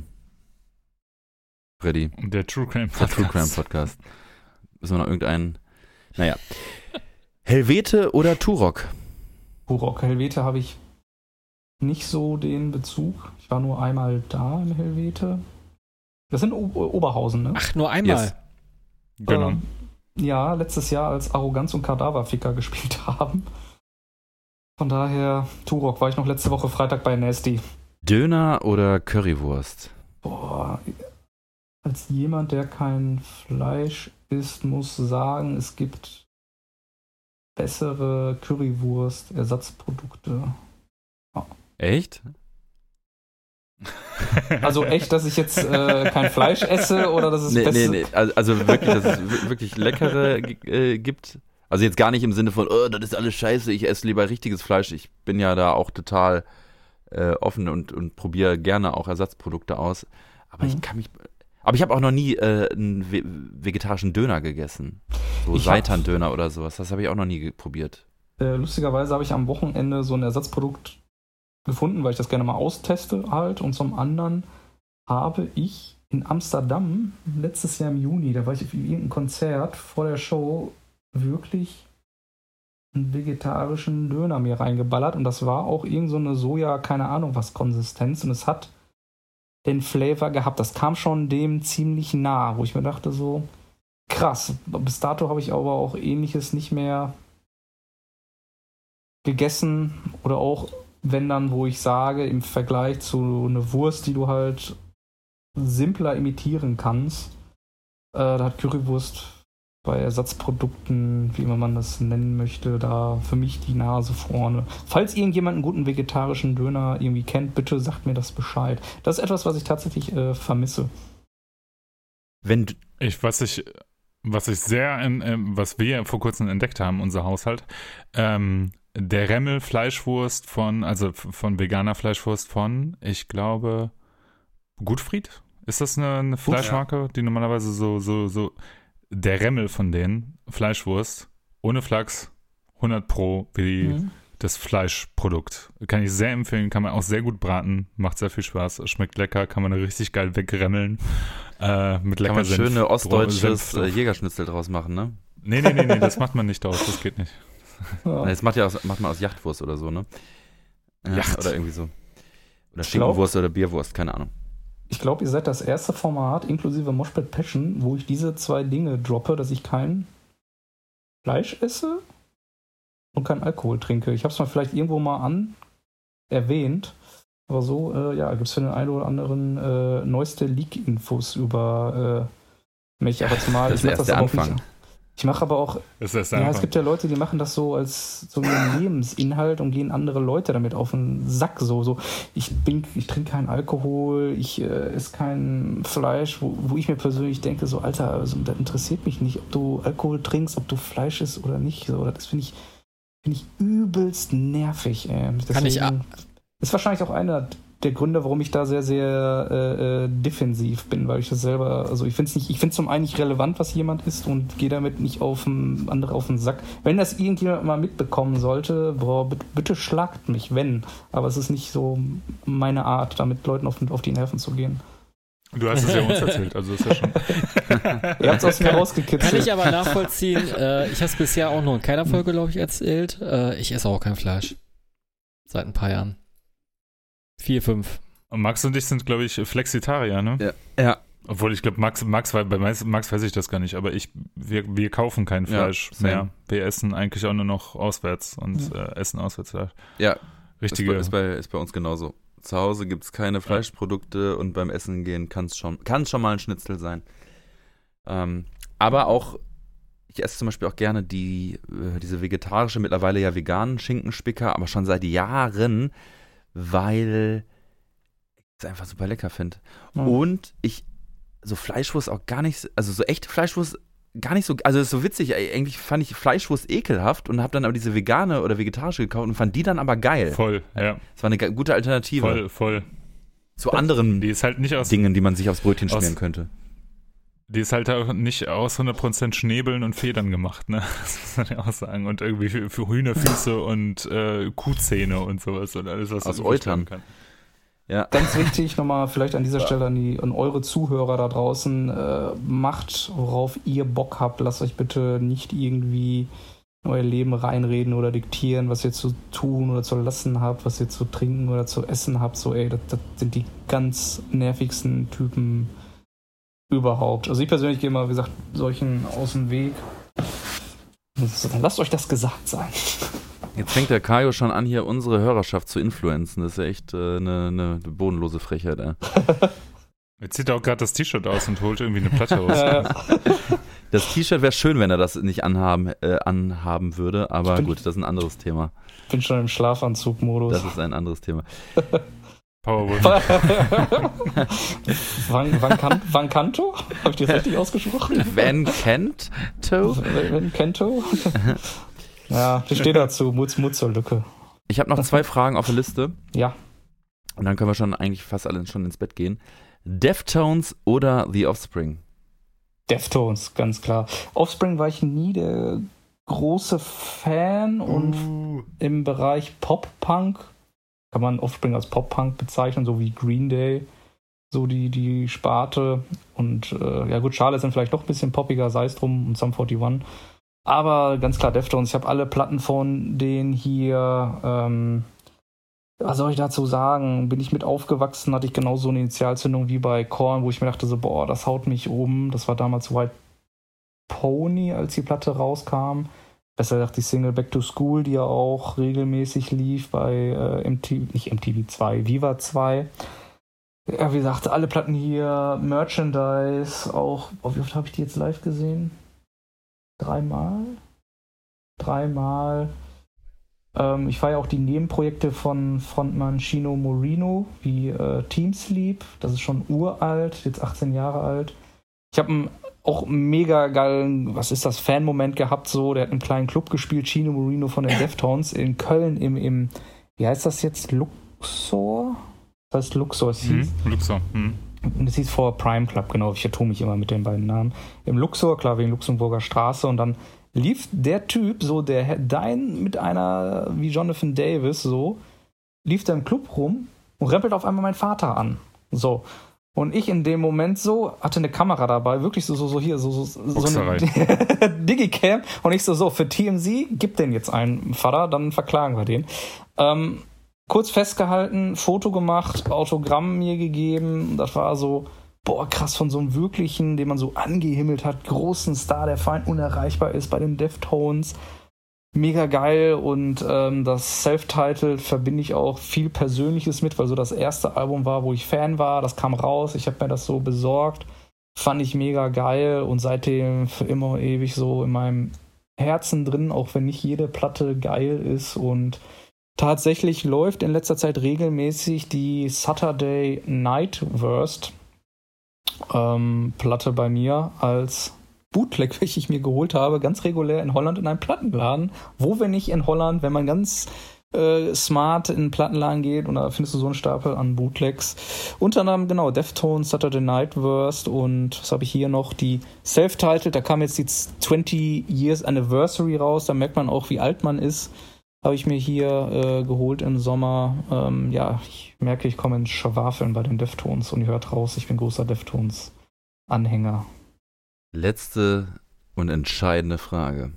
Freddy. Der True Crime Podcast. Der True Crime Podcast. Müssen wir noch irgendeinen. Naja. Helvete oder Turok? Turok, Helvete habe ich nicht so den Bezug. Ich war nur einmal da im Helvete. Das sind o- Oberhausen, ne? Ach, nur einmal? Yes. Genau. Ähm, ja, letztes Jahr als Arroganz und Kadaverficker gespielt haben. Von daher, Turok, war ich noch letzte Woche Freitag bei Nasty. Döner oder Currywurst? Boah, als jemand, der kein Fleisch isst, muss sagen, es gibt bessere Currywurst-Ersatzprodukte. Ja. Echt? Also echt, dass ich jetzt äh, kein Fleisch esse oder dass es nee, besser... nee, nee, also, also wirklich, dass es wirklich leckere äh, gibt. Also jetzt gar nicht im Sinne von, oh, das ist alles scheiße, ich esse lieber richtiges Fleisch. Ich bin ja da auch total äh, offen und, und probiere gerne auch Ersatzprodukte aus. Aber mhm. ich kann mich... Aber ich habe auch noch nie äh, einen ve- vegetarischen Döner gegessen. So Ich hab- Seitan-Döner oder sowas. Das habe ich auch noch nie ge- probiert. Äh, lustigerweise habe ich am Wochenende so ein Ersatzprodukt gefunden, weil ich das gerne mal austeste halt. Und zum anderen habe ich in Amsterdam letztes Jahr im Juni, da war ich auf irgendeinem Konzert vor der Show, wirklich einen vegetarischen Döner mir reingeballert. Und das war auch irgend so eine Soja, keine Ahnung was, Konsistenz. Und es hat den Flavor gehabt. Das kam schon dem ziemlich nah, wo ich mir dachte so, krass. Bis dato habe ich aber auch Ähnliches nicht mehr gegessen oder auch, wenn dann, wo ich sage, im Vergleich zu einer Wurst, die du halt simpler imitieren kannst, äh, da hat Currywurst bei Ersatzprodukten, wie immer man das nennen möchte, da für mich die Nase vorne. Falls irgendjemand einen guten vegetarischen Döner irgendwie kennt, bitte sagt mir das Bescheid. Das ist etwas, was ich tatsächlich äh, vermisse. Wenn du, Ich, was ich, was ich sehr, in, ähm, was wir vor kurzem entdeckt haben, unser Haushalt, ähm, der Remmel Fleischwurst von, also f- von veganer Fleischwurst von, ich glaube, Gutfried? Ist das eine, eine Fleischmarke, die normalerweise so, so, so, der Remmel von denen, Fleischwurst, ohne Flachs, hundert Pro wie Mhm. das Fleischprodukt. Kann ich sehr empfehlen, kann man auch sehr gut braten, macht sehr viel Spaß, schmeckt lecker, kann man richtig geil wegremmeln. Äh, mit lecker kann man Senf, schöne ostdeutsches Senf äh, drauf. Jägerschnitzel draus machen, ne? Nee, nee, nee, nee, das macht man nicht aus, das geht nicht. Ja. Das macht, ja aus, macht man aus Jachtwurst oder so, ne? Ja, Yacht. Oder irgendwie so. Oder Ich glaub- Schinkenwurst oder Bierwurst, keine Ahnung. Ich glaube, ihr seid das erste Format, inklusive Moshpit Passion, wo ich diese zwei Dinge droppe, dass ich kein Fleisch esse und kein Alkohol trinke. Ich habe es mal vielleicht irgendwo mal an erwähnt, aber so, äh, ja, gibt es für den einen oder anderen äh, neueste Leak-Infos über äh, mich. Aber zumal Das ich ist mach erst der aber auch Anfang. nicht. Ich mache aber auch, Das ist ja, es einfach. gibt ja Leute, die machen das so als so einen Lebensinhalt und gehen andere Leute damit auf den Sack. So, so ich bin, ich trinke keinen Alkohol, ich äh, esse kein Fleisch, wo, wo ich mir persönlich denke, so Alter, also, das interessiert mich nicht, ob du Alkohol trinkst, ob du Fleisch isst oder nicht. So, das finde ich, finde ich übelst nervig. Ey. Kann ich Deswegen ist wahrscheinlich auch einer der Gründe, warum ich da sehr, sehr äh, äh, defensiv bin, weil ich das selber, also ich finde es nicht, ich finde zum einen nicht relevant, was jemand ist und gehe damit nicht auf den, andere auf den Sack. Wenn das irgendjemand mal mitbekommen sollte, boah, bitte, bitte schlagt mich, wenn. Aber es ist nicht so meine Art, damit Leuten auf, auf die Nerven zu gehen. Du hast es ja uns erzählt, also ist ja schon. Ihr habt es aus mir rausgekitzelt. Kann ich aber nachvollziehen. Äh, ich habe es bisher auch noch in keiner Folge, glaube ich, erzählt. Äh, ich esse auch kein Fleisch. Seit ein paar Jahren. Vier, fünf. Und Max und ich sind, glaube ich, Flexitarier, ne? Ja. ja. Obwohl ich glaube, Max, Max, bei Max, Max weiß ich das gar nicht, aber ich, wir, wir kaufen kein Ja, Fleisch same. mehr. Wir essen eigentlich auch nur noch auswärts und äh, essen auswärts. Ja, ist Richtige. bei, ist, bei, ist bei uns genauso. Zu Hause gibt es keine Fleischprodukte und beim Essen gehen kann es schon, kann's schon mal ein Schnitzel sein. Ähm, aber auch, ich esse zum Beispiel auch gerne die, äh, diese vegetarische, mittlerweile ja veganen Schinkenspicker, aber schon seit Jahren, weil ich es einfach super lecker finde. Ja. Und ich so Fleischwurst auch gar nicht, also so echte Fleischwurst gar nicht so, also das ist so witzig, eigentlich fand ich Fleischwurst ekelhaft und habe dann aber diese vegane oder vegetarische gekauft und fand die dann aber geil. Voll, ja. Das war eine ge- gute Alternative Voll, voll. zu anderen Die ist halt nicht aus, Dingen, die man sich aufs Brötchen aus- schmieren könnte. die ist halt auch nicht aus hundert Prozent Schnäbeln und Federn gemacht, ne? Das muss man ja auch sagen. Und irgendwie für, für Hühnerfüße und äh, Kuhzähne und sowas und alles, was Aus man überstellen Eutern. kann. Ja, Ganz wichtig, nochmal vielleicht an dieser Stelle an, die, an eure Zuhörer da draußen, äh, macht, worauf ihr Bock habt. Lasst euch bitte nicht irgendwie in euer Leben reinreden oder diktieren, was ihr zu tun oder zu lassen habt, was ihr zu trinken oder zu essen habt. So, ey, das, das sind die ganz nervigsten Typen überhaupt. Also ich persönlich gehe mal, wie gesagt, solchen aus dem Weg. So, dann lasst euch das gesagt sein. jetzt fängt der Kajo schon an, hier unsere Hörerschaft zu influenzen. Das ist ja echt äh, eine, eine bodenlose Frechheit. Äh. Jetzt zieht er auch gerade das T-Shirt aus und holt irgendwie eine Platte raus. Äh, Das T-Shirt wäre schön, wenn er das nicht anhaben, äh, anhaben würde, aber Ich bin- gut, das ist ein anderes Thema. bin schon im Schlafanzug-Modus. Das ist ein anderes Thema. Powerwolf. Van, Van, Can, Van Canto? Habe ich das richtig ausgesprochen? Van Kent? To? Van Canto? Ja, ich stehe dazu. Mut, Mut zur Lücke. Ich habe noch zwei Fragen auf der Liste Ja. und dann können wir schon eigentlich fast alle schon ins Bett gehen. Deftones oder The Offspring? Deftones, ganz klar. Offspring war ich nie der große Fan und uh. im Bereich Pop-Punk kann man Offspring als Pop-Punk bezeichnen, so wie Green Day, so die, die Sparte. Und äh, ja gut, Charlotte sind vielleicht doch ein bisschen poppiger, sei es drum, und Sum einundvierzig. Aber ganz klar Deftones, ich habe alle Platten von denen hier, ähm, was soll ich dazu sagen, bin ich mit aufgewachsen, hatte ich genauso eine Initialzündung wie bei Korn, wo ich mir dachte so, boah, das haut mich um. Das war damals White Pony, als die Platte rauskam. Besser gesagt die Single Back to School, die ja auch regelmäßig lief bei äh, M T V, nicht M T V zwei, Viva zwei. Ja, wie gesagt, alle Platten hier, Merchandise, auch, oh, wie oft habe ich die jetzt live gesehen? Dreimal? Dreimal. Ähm, ich feiere auch die Nebenprojekte von Frontmann Chino Moreno, wie äh, Team Sleep, das ist schon uralt, jetzt achtzehn Jahre alt. Ich habe einen auch mega geilen, was ist das, Fan-Moment gehabt, so, der hat einen kleinen Club gespielt, Chino Moreno von den Deftones in Köln im, im, wie heißt das jetzt, Luxor? Das heißt Luxor, es hieß. Mhm, Luxor, mhm. Und es hieß vor Prime Club, genau, ich vertue mich immer mit den beiden Namen. Im Luxor, klar, wegen Luxemburger Straße, und dann lief der Typ, so, der, dein, mit einer, wie Jonathan Davis, so, lief der im Club rum und rempelt auf einmal meinen Vater an, so. Und ich in dem Moment so, hatte eine Kamera dabei, wirklich so, so, so hier, so, so, so eine Digicam. Und ich so, so, für T M Z, gib den jetzt einen Vater, dann verklagen wir den. Ähm, kurz festgehalten, Foto gemacht, Autogramm mir gegeben. Das war so, boah, krass, von so einem wirklichen, den man so angehimmelt hat, großen Star, der fein unerreichbar ist bei den Deftones. Mega geil, und ähm, das Self-Titled verbinde ich auch viel Persönliches mit, weil so das erste Album war, wo ich Fan war, das kam raus, ich habe mir das so besorgt, fand ich mega geil und seitdem für immer und ewig so in meinem Herzen drin, auch wenn nicht jede Platte geil ist. Und tatsächlich läuft in letzter Zeit regelmäßig die Saturday Night Worst ähm, Platte bei mir als Bootleg, welche ich mir geholt habe, ganz regulär in Holland in einem Plattenladen. Wo, wenn nicht in Holland, wenn man ganz äh, smart in einen Plattenladen geht, und da findest du so einen Stapel an Bootlegs. Unter anderem, genau, Deftones, Saturday Night Worst, und was habe ich hier noch? Die Self-Titled, da kam jetzt die zwanzig Years Anniversary raus, da merkt man auch, wie alt man ist. Habe ich mir hier äh, geholt im Sommer. Ähm, ja, ich merke, ich komme ins Schwafeln bei den Deftones, und ihr hört raus, ich bin großer Deftones-Anhänger. Letzte und entscheidende Frage.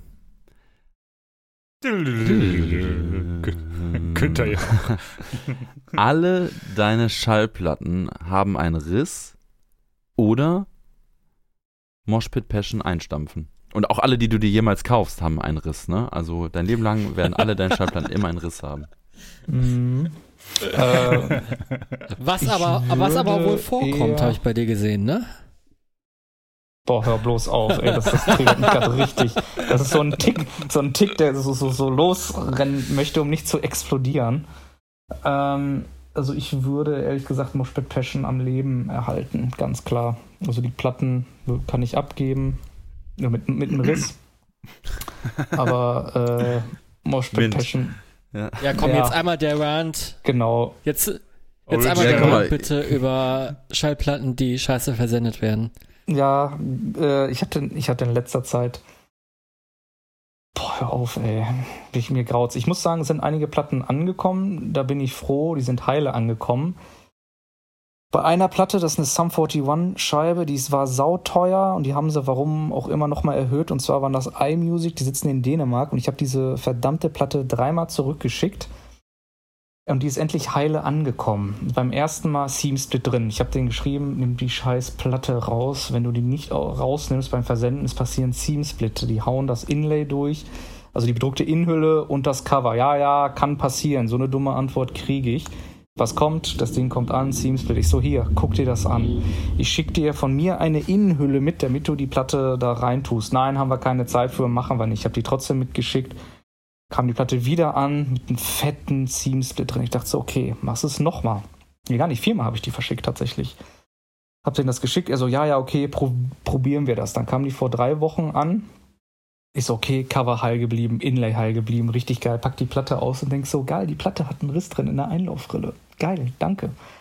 Könnte ja. Alle deine Schallplatten haben einen Riss oder Moshpit Passion einstampfen. Und auch alle, die du dir jemals kaufst, haben einen Riss, ne? Also dein Leben lang werden alle deine Schallplatten immer einen Riss haben. Mhm. äh, was, aber, was aber wohl vorkommt, habe ich bei dir gesehen, ne? Boah, hör bloß auf, ey, das, das triggert mich gerade richtig. Das ist so ein Tick, so ein Tick, der so, so, so losrennen möchte, um nicht zu explodieren. Ähm, also ich würde ehrlich gesagt Moshpit Passion am Leben erhalten, ganz klar. Also die Platten kann ich abgeben, nur mit, mit einem Riss. Aber äh, Moshpit Passion. Ja, ja komm, ja. Jetzt einmal der Rant. Genau. Jetzt, jetzt einmal der Rant bitte über Schallplatten, die scheiße versendet werden. Ja, äh, ich hatte, ich hatte in letzter Zeit, boah, hör auf, ey, ich, mir graut's. Ich muss sagen, es sind einige Platten angekommen, da bin ich froh, die sind heile angekommen. Bei einer Platte, das ist eine Sum einundvierzig-Scheibe, die war sauteuer, und die haben sie, warum auch immer, nochmal erhöht, und zwar waren das iMusic, die sitzen in Dänemark, und ich habe diese verdammte Platte dreimal zurückgeschickt. Und die ist endlich heile angekommen. Beim ersten Mal Seamsplit drin. Ich habe denen geschrieben, nimm die scheiß Platte raus. Wenn du die nicht rausnimmst beim Versenden, es passieren Seamsplitte. Die hauen das Inlay durch, also die bedruckte Innenhülle und das Cover. Ja, ja, kann passieren. So eine dumme Antwort kriege ich. Was kommt? Das Ding kommt an, Seamsplit. Ich so, hier, guck dir das an. Ich schicke dir von mir eine Innenhülle mit, damit du die Platte da reintust. Nein, haben wir keine Zeit für, machen wir nicht. Ich habe die trotzdem mitgeschickt. Kam die Platte wieder an mit einem fetten Seamsplit drin. Ich dachte so, okay, machst es nochmal. Nee, gar nicht, viermal habe ich die verschickt tatsächlich. Hab denen das geschickt. Er so, ja, ja, okay, pro- probieren wir das. Dann kam die vor drei Wochen an. Ich so, okay, Cover heil geblieben, Inlay heil geblieben, richtig geil. Pack die Platte aus und denk so, geil, die Platte hat einen Riss drin in der Einlaufrille. Geil, danke.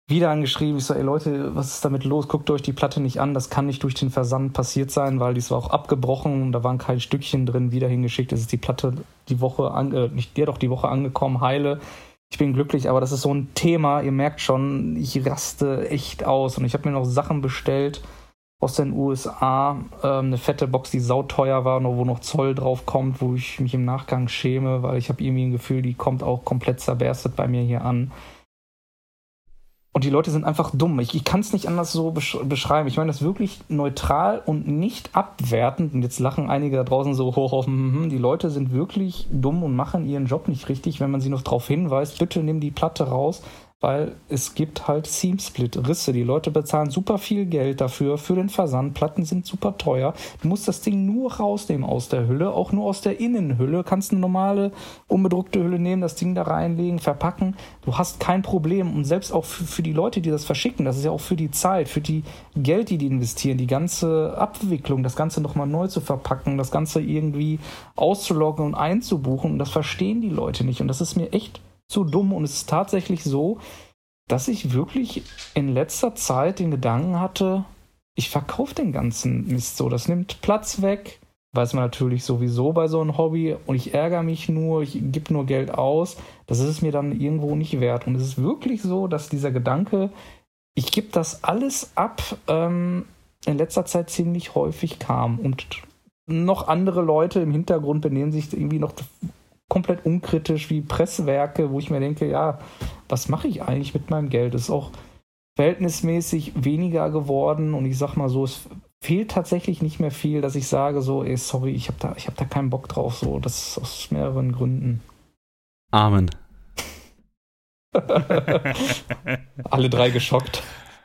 wieder angeschrieben. Ich so, ey Leute, was ist damit los? Guckt euch die Platte nicht an. Das kann nicht durch den Versand passiert sein, weil die war auch abgebrochen. Da waren keine Stückchen drin, wieder hingeschickt. Es ist die Platte die Woche, an, äh, nicht der doch die Woche angekommen, heile. Ich bin glücklich, aber das ist so ein Thema. Ihr merkt schon, ich raste echt aus. Und ich habe mir noch Sachen bestellt aus den U S A. Ähm, eine fette Box, die sauteuer war, wo noch Zoll drauf kommt, wo ich mich im Nachgang schäme, weil ich habe irgendwie ein Gefühl, die kommt auch komplett zerberstet bei mir hier an. Und die Leute sind einfach dumm. Ich, ich kann es nicht anders so besch- beschreiben. Ich meine das wirklich neutral und nicht abwertend. Und jetzt lachen einige da draußen so hoch auf, hm, die Leute sind wirklich dumm und machen ihren Job nicht richtig, wenn man sie noch darauf hinweist, bitte nimm die Platte raus, weil es gibt halt Seam-Split-Risse. Die Leute bezahlen super viel Geld dafür, für den Versand. Platten sind super teuer. Du musst das Ding nur rausnehmen aus der Hülle, auch nur aus der Innenhülle. Kannst eine normale, unbedruckte Hülle nehmen, das Ding da reinlegen, verpacken. Du hast kein Problem. Und selbst auch für, für die Leute, die das verschicken, das ist ja auch für die Zeit, für die Geld, die die investieren, die ganze Abwicklung, das Ganze nochmal neu zu verpacken, das Ganze irgendwie auszuloggen und einzubuchen. Das verstehen die Leute nicht. Und das ist mir echt zu dumm, und es ist tatsächlich so, dass ich wirklich in letzter Zeit den Gedanken hatte, ich verkaufe den ganzen Mist so, das nimmt Platz weg, weiß man natürlich sowieso bei so einem Hobby, und ich ärgere mich nur, ich gebe nur Geld aus, das ist es mir dann irgendwo nicht wert. Und es ist wirklich so, dass dieser Gedanke, ich gebe das alles ab, ähm, in letzter Zeit ziemlich häufig kam, und noch andere Leute im Hintergrund benehmen sich irgendwie noch komplett unkritisch wie Presswerke, wo ich mir denke, ja, was mache ich eigentlich mit meinem Geld? Es ist auch verhältnismäßig weniger geworden, und ich sag mal so, es fehlt tatsächlich nicht mehr viel, dass ich sage so, ey, sorry, ich habe da, ich hab da keinen Bock drauf, so, das ist aus mehreren Gründen. Amen. Alle drei geschockt.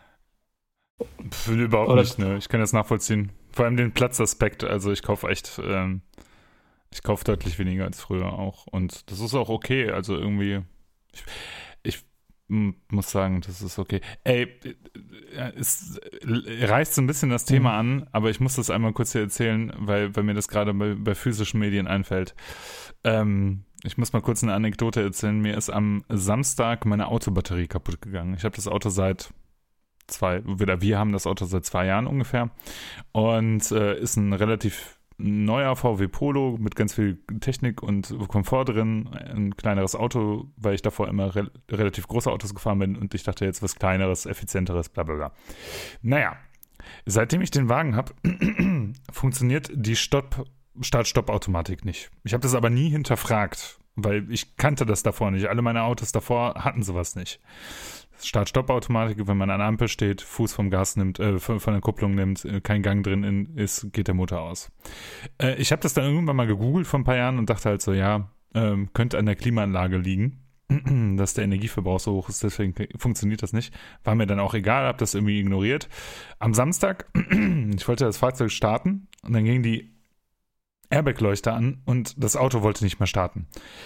Pff, überhaupt Oder nicht, ne? Ich kann das nachvollziehen. Vor allem den Platzaspekt, also ich kaufe echt, ähm, ich kaufe deutlich weniger als früher auch, und das ist auch okay, also irgendwie, ich, ich m- muss sagen, das ist okay. Ey, es reißt so ein bisschen das Thema an, aber ich muss das einmal kurz hier erzählen, weil, weil mir das gerade bei, bei physischen Medien einfällt. Ähm, ich muss mal kurz eine Anekdote erzählen. Mir ist am Samstag meine Autobatterie kaputt gegangen. Ich habe das Auto seit zwei, oder wir haben das Auto seit zwei Jahren ungefähr, und äh, ist ein relativ neuer V W Polo mit ganz viel Technik und Komfort drin, ein kleineres Auto, weil ich davor immer re- relativ große Autos gefahren bin, und ich dachte jetzt was Kleineres, Effizienteres, bla bla bla. Naja, seitdem ich den Wagen habe, funktioniert die Stopp- Start-Stopp-Automatik nicht. Ich habe das aber nie hinterfragt, weil ich kannte das davor nicht. Alle meine Autos davor hatten sowas nicht. Start-Stopp-Automatik, wenn man an der Ampel steht, Fuß vom Gas nimmt, äh, von der Kupplung nimmt, äh, kein Gang drin in, ist, geht der Motor aus. Äh, ich habe das dann irgendwann mal gegoogelt vor ein paar Jahren und dachte halt so, ja, ähm, könnte an der Klimaanlage liegen, dass der Energieverbrauch so hoch ist, deswegen funktioniert das nicht. War mir dann auch egal, habe das irgendwie ignoriert. Am Samstag, ich wollte das Fahrzeug starten, und dann ging die Airbag-Leuchte an und das Auto wollte nicht mehr starten.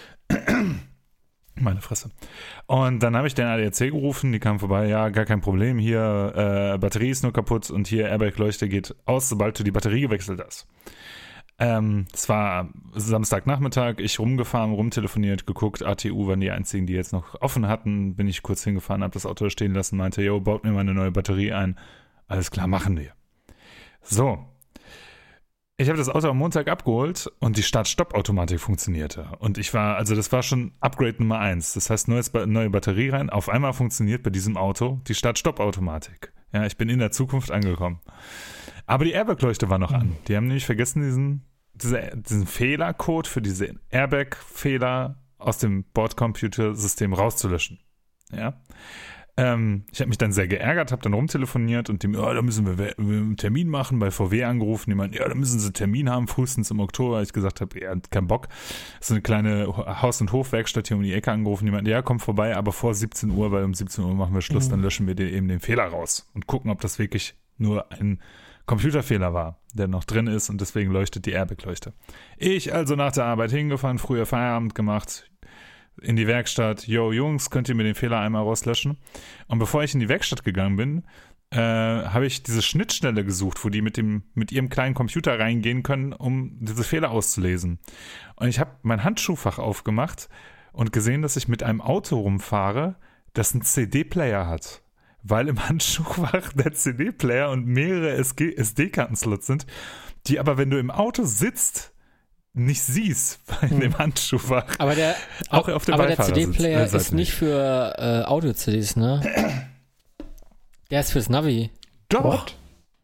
Meine Fresse. Und dann habe ich den A D A C gerufen, die kamen vorbei, ja, gar kein Problem, hier äh, Batterie ist nur kaputt und hier Airbag-Leuchte geht aus, sobald du die Batterie gewechselt hast. Ähm, es war Samstagnachmittag, ich rumgefahren, rumtelefoniert, geguckt, A T U waren die einzigen, die jetzt noch offen hatten, bin ich kurz hingefahren, habe das Auto stehen lassen, meinte, yo, baut mir mal eine neue Batterie ein. Alles klar, machen wir. So. Ich habe das Auto am Montag abgeholt und die Start-Stopp-Automatik funktionierte. Und ich war, also das war schon Upgrade Nummer eins. Das heißt, neues, neue Batterie rein. Auf einmal funktioniert bei diesem Auto die Start-Stopp-Automatik. Ja, ich bin in der Zukunft angekommen. Aber die Airbag-Leuchte war noch an. Die haben nämlich vergessen, diesen, diese, diesen Fehlercode für diese Airbag-Fehler aus dem Bordcomputersystem rauszulöschen. Ja. Ähm, ich habe mich dann sehr geärgert, habe dann rumtelefoniert und die, ja, da müssen wir einen Termin machen, bei V W angerufen, die meinten, ja, da müssen sie einen Termin haben, frühestens im Oktober. Ich gesagt habe, ja, kein Bock. Das ist eine kleine Haus- und Hofwerkstatt hier um die Ecke angerufen, die meinten, ja, komm vorbei, aber vor siebzehn Uhr, weil um siebzehn Uhr machen wir Schluss, mhm. Dann löschen wir den, eben den Fehler raus und gucken, ob das wirklich nur ein Computerfehler war, der noch drin ist, und deswegen leuchtet die Airbag-Leuchte. Ich also nach der Arbeit hingefahren, früher Feierabend gemacht, in die Werkstatt, yo Jungs, könnt ihr mir den Fehler einmal rauslöschen? Und bevor ich in die Werkstatt gegangen bin, äh, habe ich diese Schnittstelle gesucht, wo die mit dem mit ihrem kleinen Computer reingehen können, um diese Fehler auszulesen. Und ich habe mein Handschuhfach aufgemacht und gesehen, dass ich mit einem Auto rumfahre, das einen C D-Player hat. weil im Handschuhfach der C D-Player und mehrere S D-Kartenslots sind, die aber, wenn du im Auto sitzt, nicht siehst in dem Handschuhfach. Aber der, auch auf der aber der C D-Player ist nicht für äh, Audio-C Ds, ne? Der ist fürs Navi. Doch. What?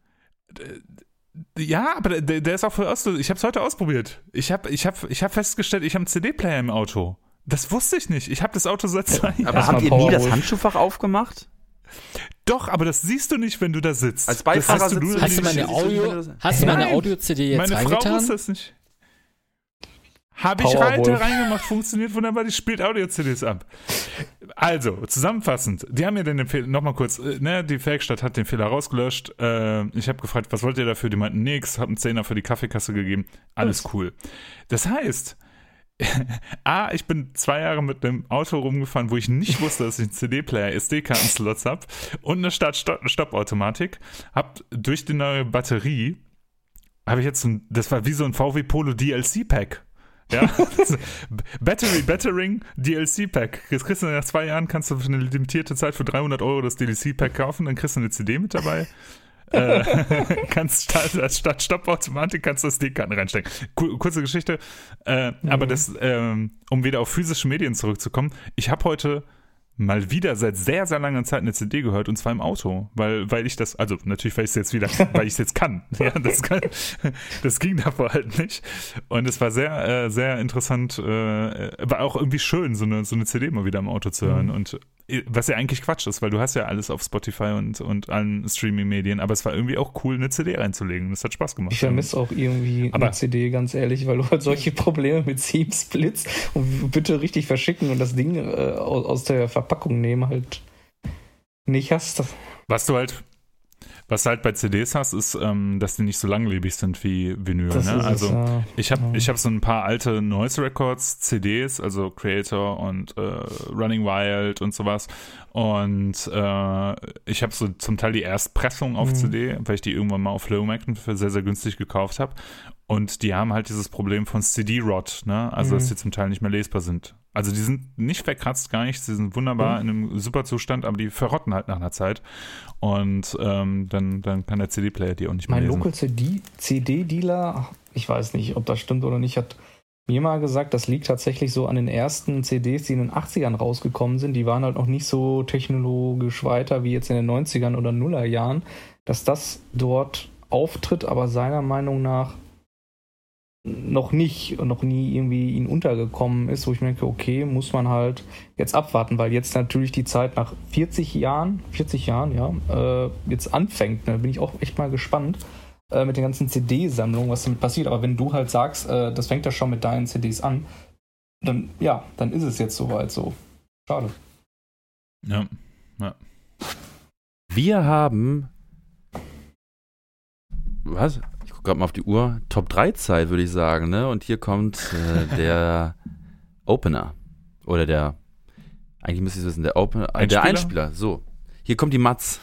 Ja, aber der, der ist auch für Auslöser. Ich habe es heute ausprobiert. Ich habe ich hab, ich hab festgestellt, ich habe einen C D-Player im Auto. Das wusste ich nicht. Ich habe das Auto seit zwei Jahren. Aber habt ihr nie das Handschuhfach aufgemacht? Doch, aber das siehst du nicht, wenn du da sitzt. Als Beifahrer das sitzt du du Hast du meine Audio, hast du meine Audio-C D jetzt Meine reingetan? Frau wusste das nicht. Habe ich Powerwolf. Reiter reingemacht, funktioniert wunderbar, die spielt Audio-C Ds ab. Also, zusammenfassend, die haben mir den Fehler, nochmal kurz, ne, die Werkstatt hat den Fehler rausgelöscht. Äh, ich habe gefragt, was wollt ihr dafür? Die meinten nix, hab einen Zehner für die Kaffeekasse gegeben. Alles cool. Das heißt, A, ich bin zwei Jahre mit einem Auto rumgefahren, wo ich nicht wusste, dass ich einen C D-Player, S D-Karten-Slots habe und eine Start-Stopp-Automatik. Hab durch die neue Batterie, habe ich jetzt, ein, das war wie so ein V W Polo D L C-Pack. Ja, Battery, Battering, D L C-Pack. Jetzt kriegst du nach zwei Jahren, kannst du für eine limitierte Zeit für dreihundert Euro das D L C-Pack kaufen, dann kriegst du eine C D mit dabei. äh, kannst statt, statt Stoppautomatik kannst du das D-Karten reinstecken. Kurze Geschichte, äh, mhm. aber das, ähm, um wieder auf physische Medien zurückzukommen, ich habe heute mal wieder seit sehr, sehr langer Zeit eine C D gehört und zwar im Auto, weil, weil ich das, also natürlich, weil ich es jetzt wieder, weil ich es jetzt kann. Ja, das, kann, das ging davor halt nicht. Und es war sehr, äh, sehr interessant, äh, war auch irgendwie schön, so eine, so eine C D mal wieder im Auto zu hören. Mhm. Und was ja eigentlich Quatsch ist, weil du hast ja alles auf Spotify und, und allen Streaming-Medien, aber es war irgendwie auch cool, eine C D reinzulegen. Das hat Spaß gemacht. Ich vermisse auch irgendwie aber, eine C D, ganz ehrlich, weil du halt solche Probleme mit Seam-Splits und bitte richtig verschicken und das Ding äh, aus, aus der Verpackung nehmen halt nicht hast. Was du halt Was du halt bei C Ds hast, ist, ähm, dass die nicht so langlebig sind wie Vinyl. Das Ne? ist Also es, ja. ich habe Ja. ich hab so ein paar alte Noise Records C Ds, also Creator und äh, Running Wild und sowas. Und äh, ich habe so zum Teil die Erstpressung auf Mhm. C D, weil ich die irgendwann mal auf Flohmärkten für sehr, sehr günstig gekauft habe. Und die haben halt dieses Problem von C D-Rot, ne? Also Mhm. dass die zum Teil nicht mehr lesbar sind. Also die sind nicht verkratzt, gar nichts, die sind wunderbar Mhm. in einem super Zustand, aber die verrotten halt nach einer Zeit. Und ähm, dann, dann kann der C D-Player die auch nicht mehr Mein lesen. Local C D-Dealer, ich weiß nicht, ob das stimmt oder nicht, hat mir mal gesagt, das liegt tatsächlich so an den ersten C Ds, die in den achtzigern rausgekommen sind. Die waren halt noch nicht so technologisch weiter wie jetzt in den neunzigern oder Nullerjahren, dass das dort auftritt, aber seiner Meinung nach noch nicht und noch nie irgendwie ihn untergekommen ist, wo ich mir denke, okay, muss man halt jetzt abwarten, weil jetzt natürlich die Zeit nach vierzig Jahren, vierzig Jahren, ja, äh, jetzt anfängt. Da bin ich auch echt mal gespannt äh, mit den ganzen C D-Sammlungen, was damit passiert. Aber wenn du halt sagst, äh, das fängt ja schon mit deinen C Ds an, dann, ja, dann ist es jetzt soweit so. Schade. Ja, ja. Wir haben. Was? Ich gucke gerade mal auf die Uhr. Top drei Zeit, würde ich sagen, ne? Und hier kommt äh, der Opener. Oder der. Eigentlich müsste ich wissen, der Opener. Äh, der Einspieler? Einspieler. So. Hier kommt die Matz.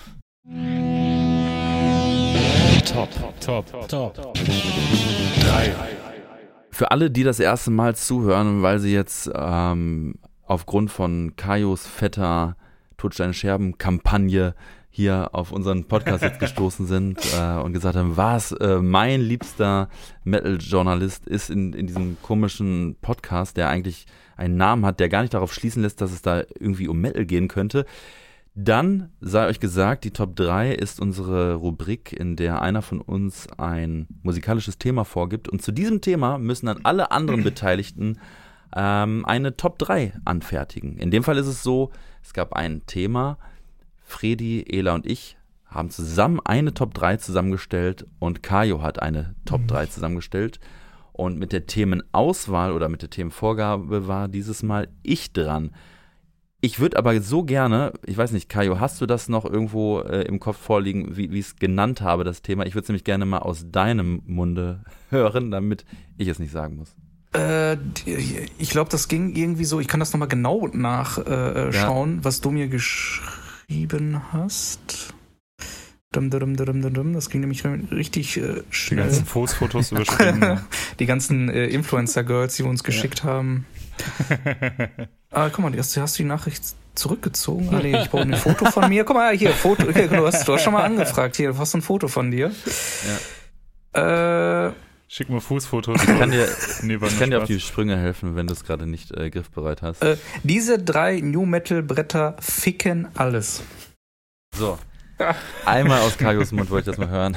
Top, top, Top. drei. Für alle, die das erste Mal zuhören, weil sie jetzt ähm, aufgrund von Kaios fetter Todstein-Scherben-Kampagne hier auf unseren Podcast jetzt gestoßen sind äh, und gesagt haben, was, äh, mein liebster Metal-Journalist ist in, in diesem komischen Podcast, der eigentlich einen Namen hat, der gar nicht darauf schließen lässt, dass es da irgendwie um Metal gehen könnte. Dann sei euch gesagt, die Top drei ist unsere Rubrik, in der einer von uns ein musikalisches Thema vorgibt. Und zu diesem Thema müssen dann alle anderen Beteiligten ähm, eine Top drei anfertigen. In dem Fall ist es so, es gab ein Thema, Fredi, Ela und ich haben zusammen eine Top drei zusammengestellt und Kajo hat eine Top drei zusammengestellt. Und mit der Themenauswahl oder mit der Themenvorgabe war dieses Mal ich dran. Ich würde aber so gerne, ich weiß nicht, Kajo, hast du das noch irgendwo äh, im Kopf vorliegen, wie ich es genannt habe, das Thema? Ich würde es nämlich gerne mal aus deinem Munde hören, damit ich es nicht sagen muss. Äh, ich glaube, das ging irgendwie so, ich kann das nochmal genau nachschauen, äh, was du mir geschrieben hast. Dum, dum, dum, dum, dum. Das ging nämlich richtig äh, schnell. Die ganzen Fotos überspringen. Die ganzen äh, Influencer-Girls, die wir uns geschickt ja. haben. Ah, guck mal, hast, hast du die Nachricht zurückgezogen? Ah, nee, ich brauche ein Foto von mir. Guck mal, hier, Foto. Okay, du, hast, du hast schon mal angefragt. Hier, du hast ein Foto von dir. Ja. Äh, Schick mal Fußfotos. Ich kann dir, nee, ich kann dir auf die Sprünge helfen, wenn du es gerade nicht äh, griffbereit hast. Äh, diese drei New-Metal-Bretter ficken alles. So. Einmal aus Kaios Mund wollte ich das mal hören.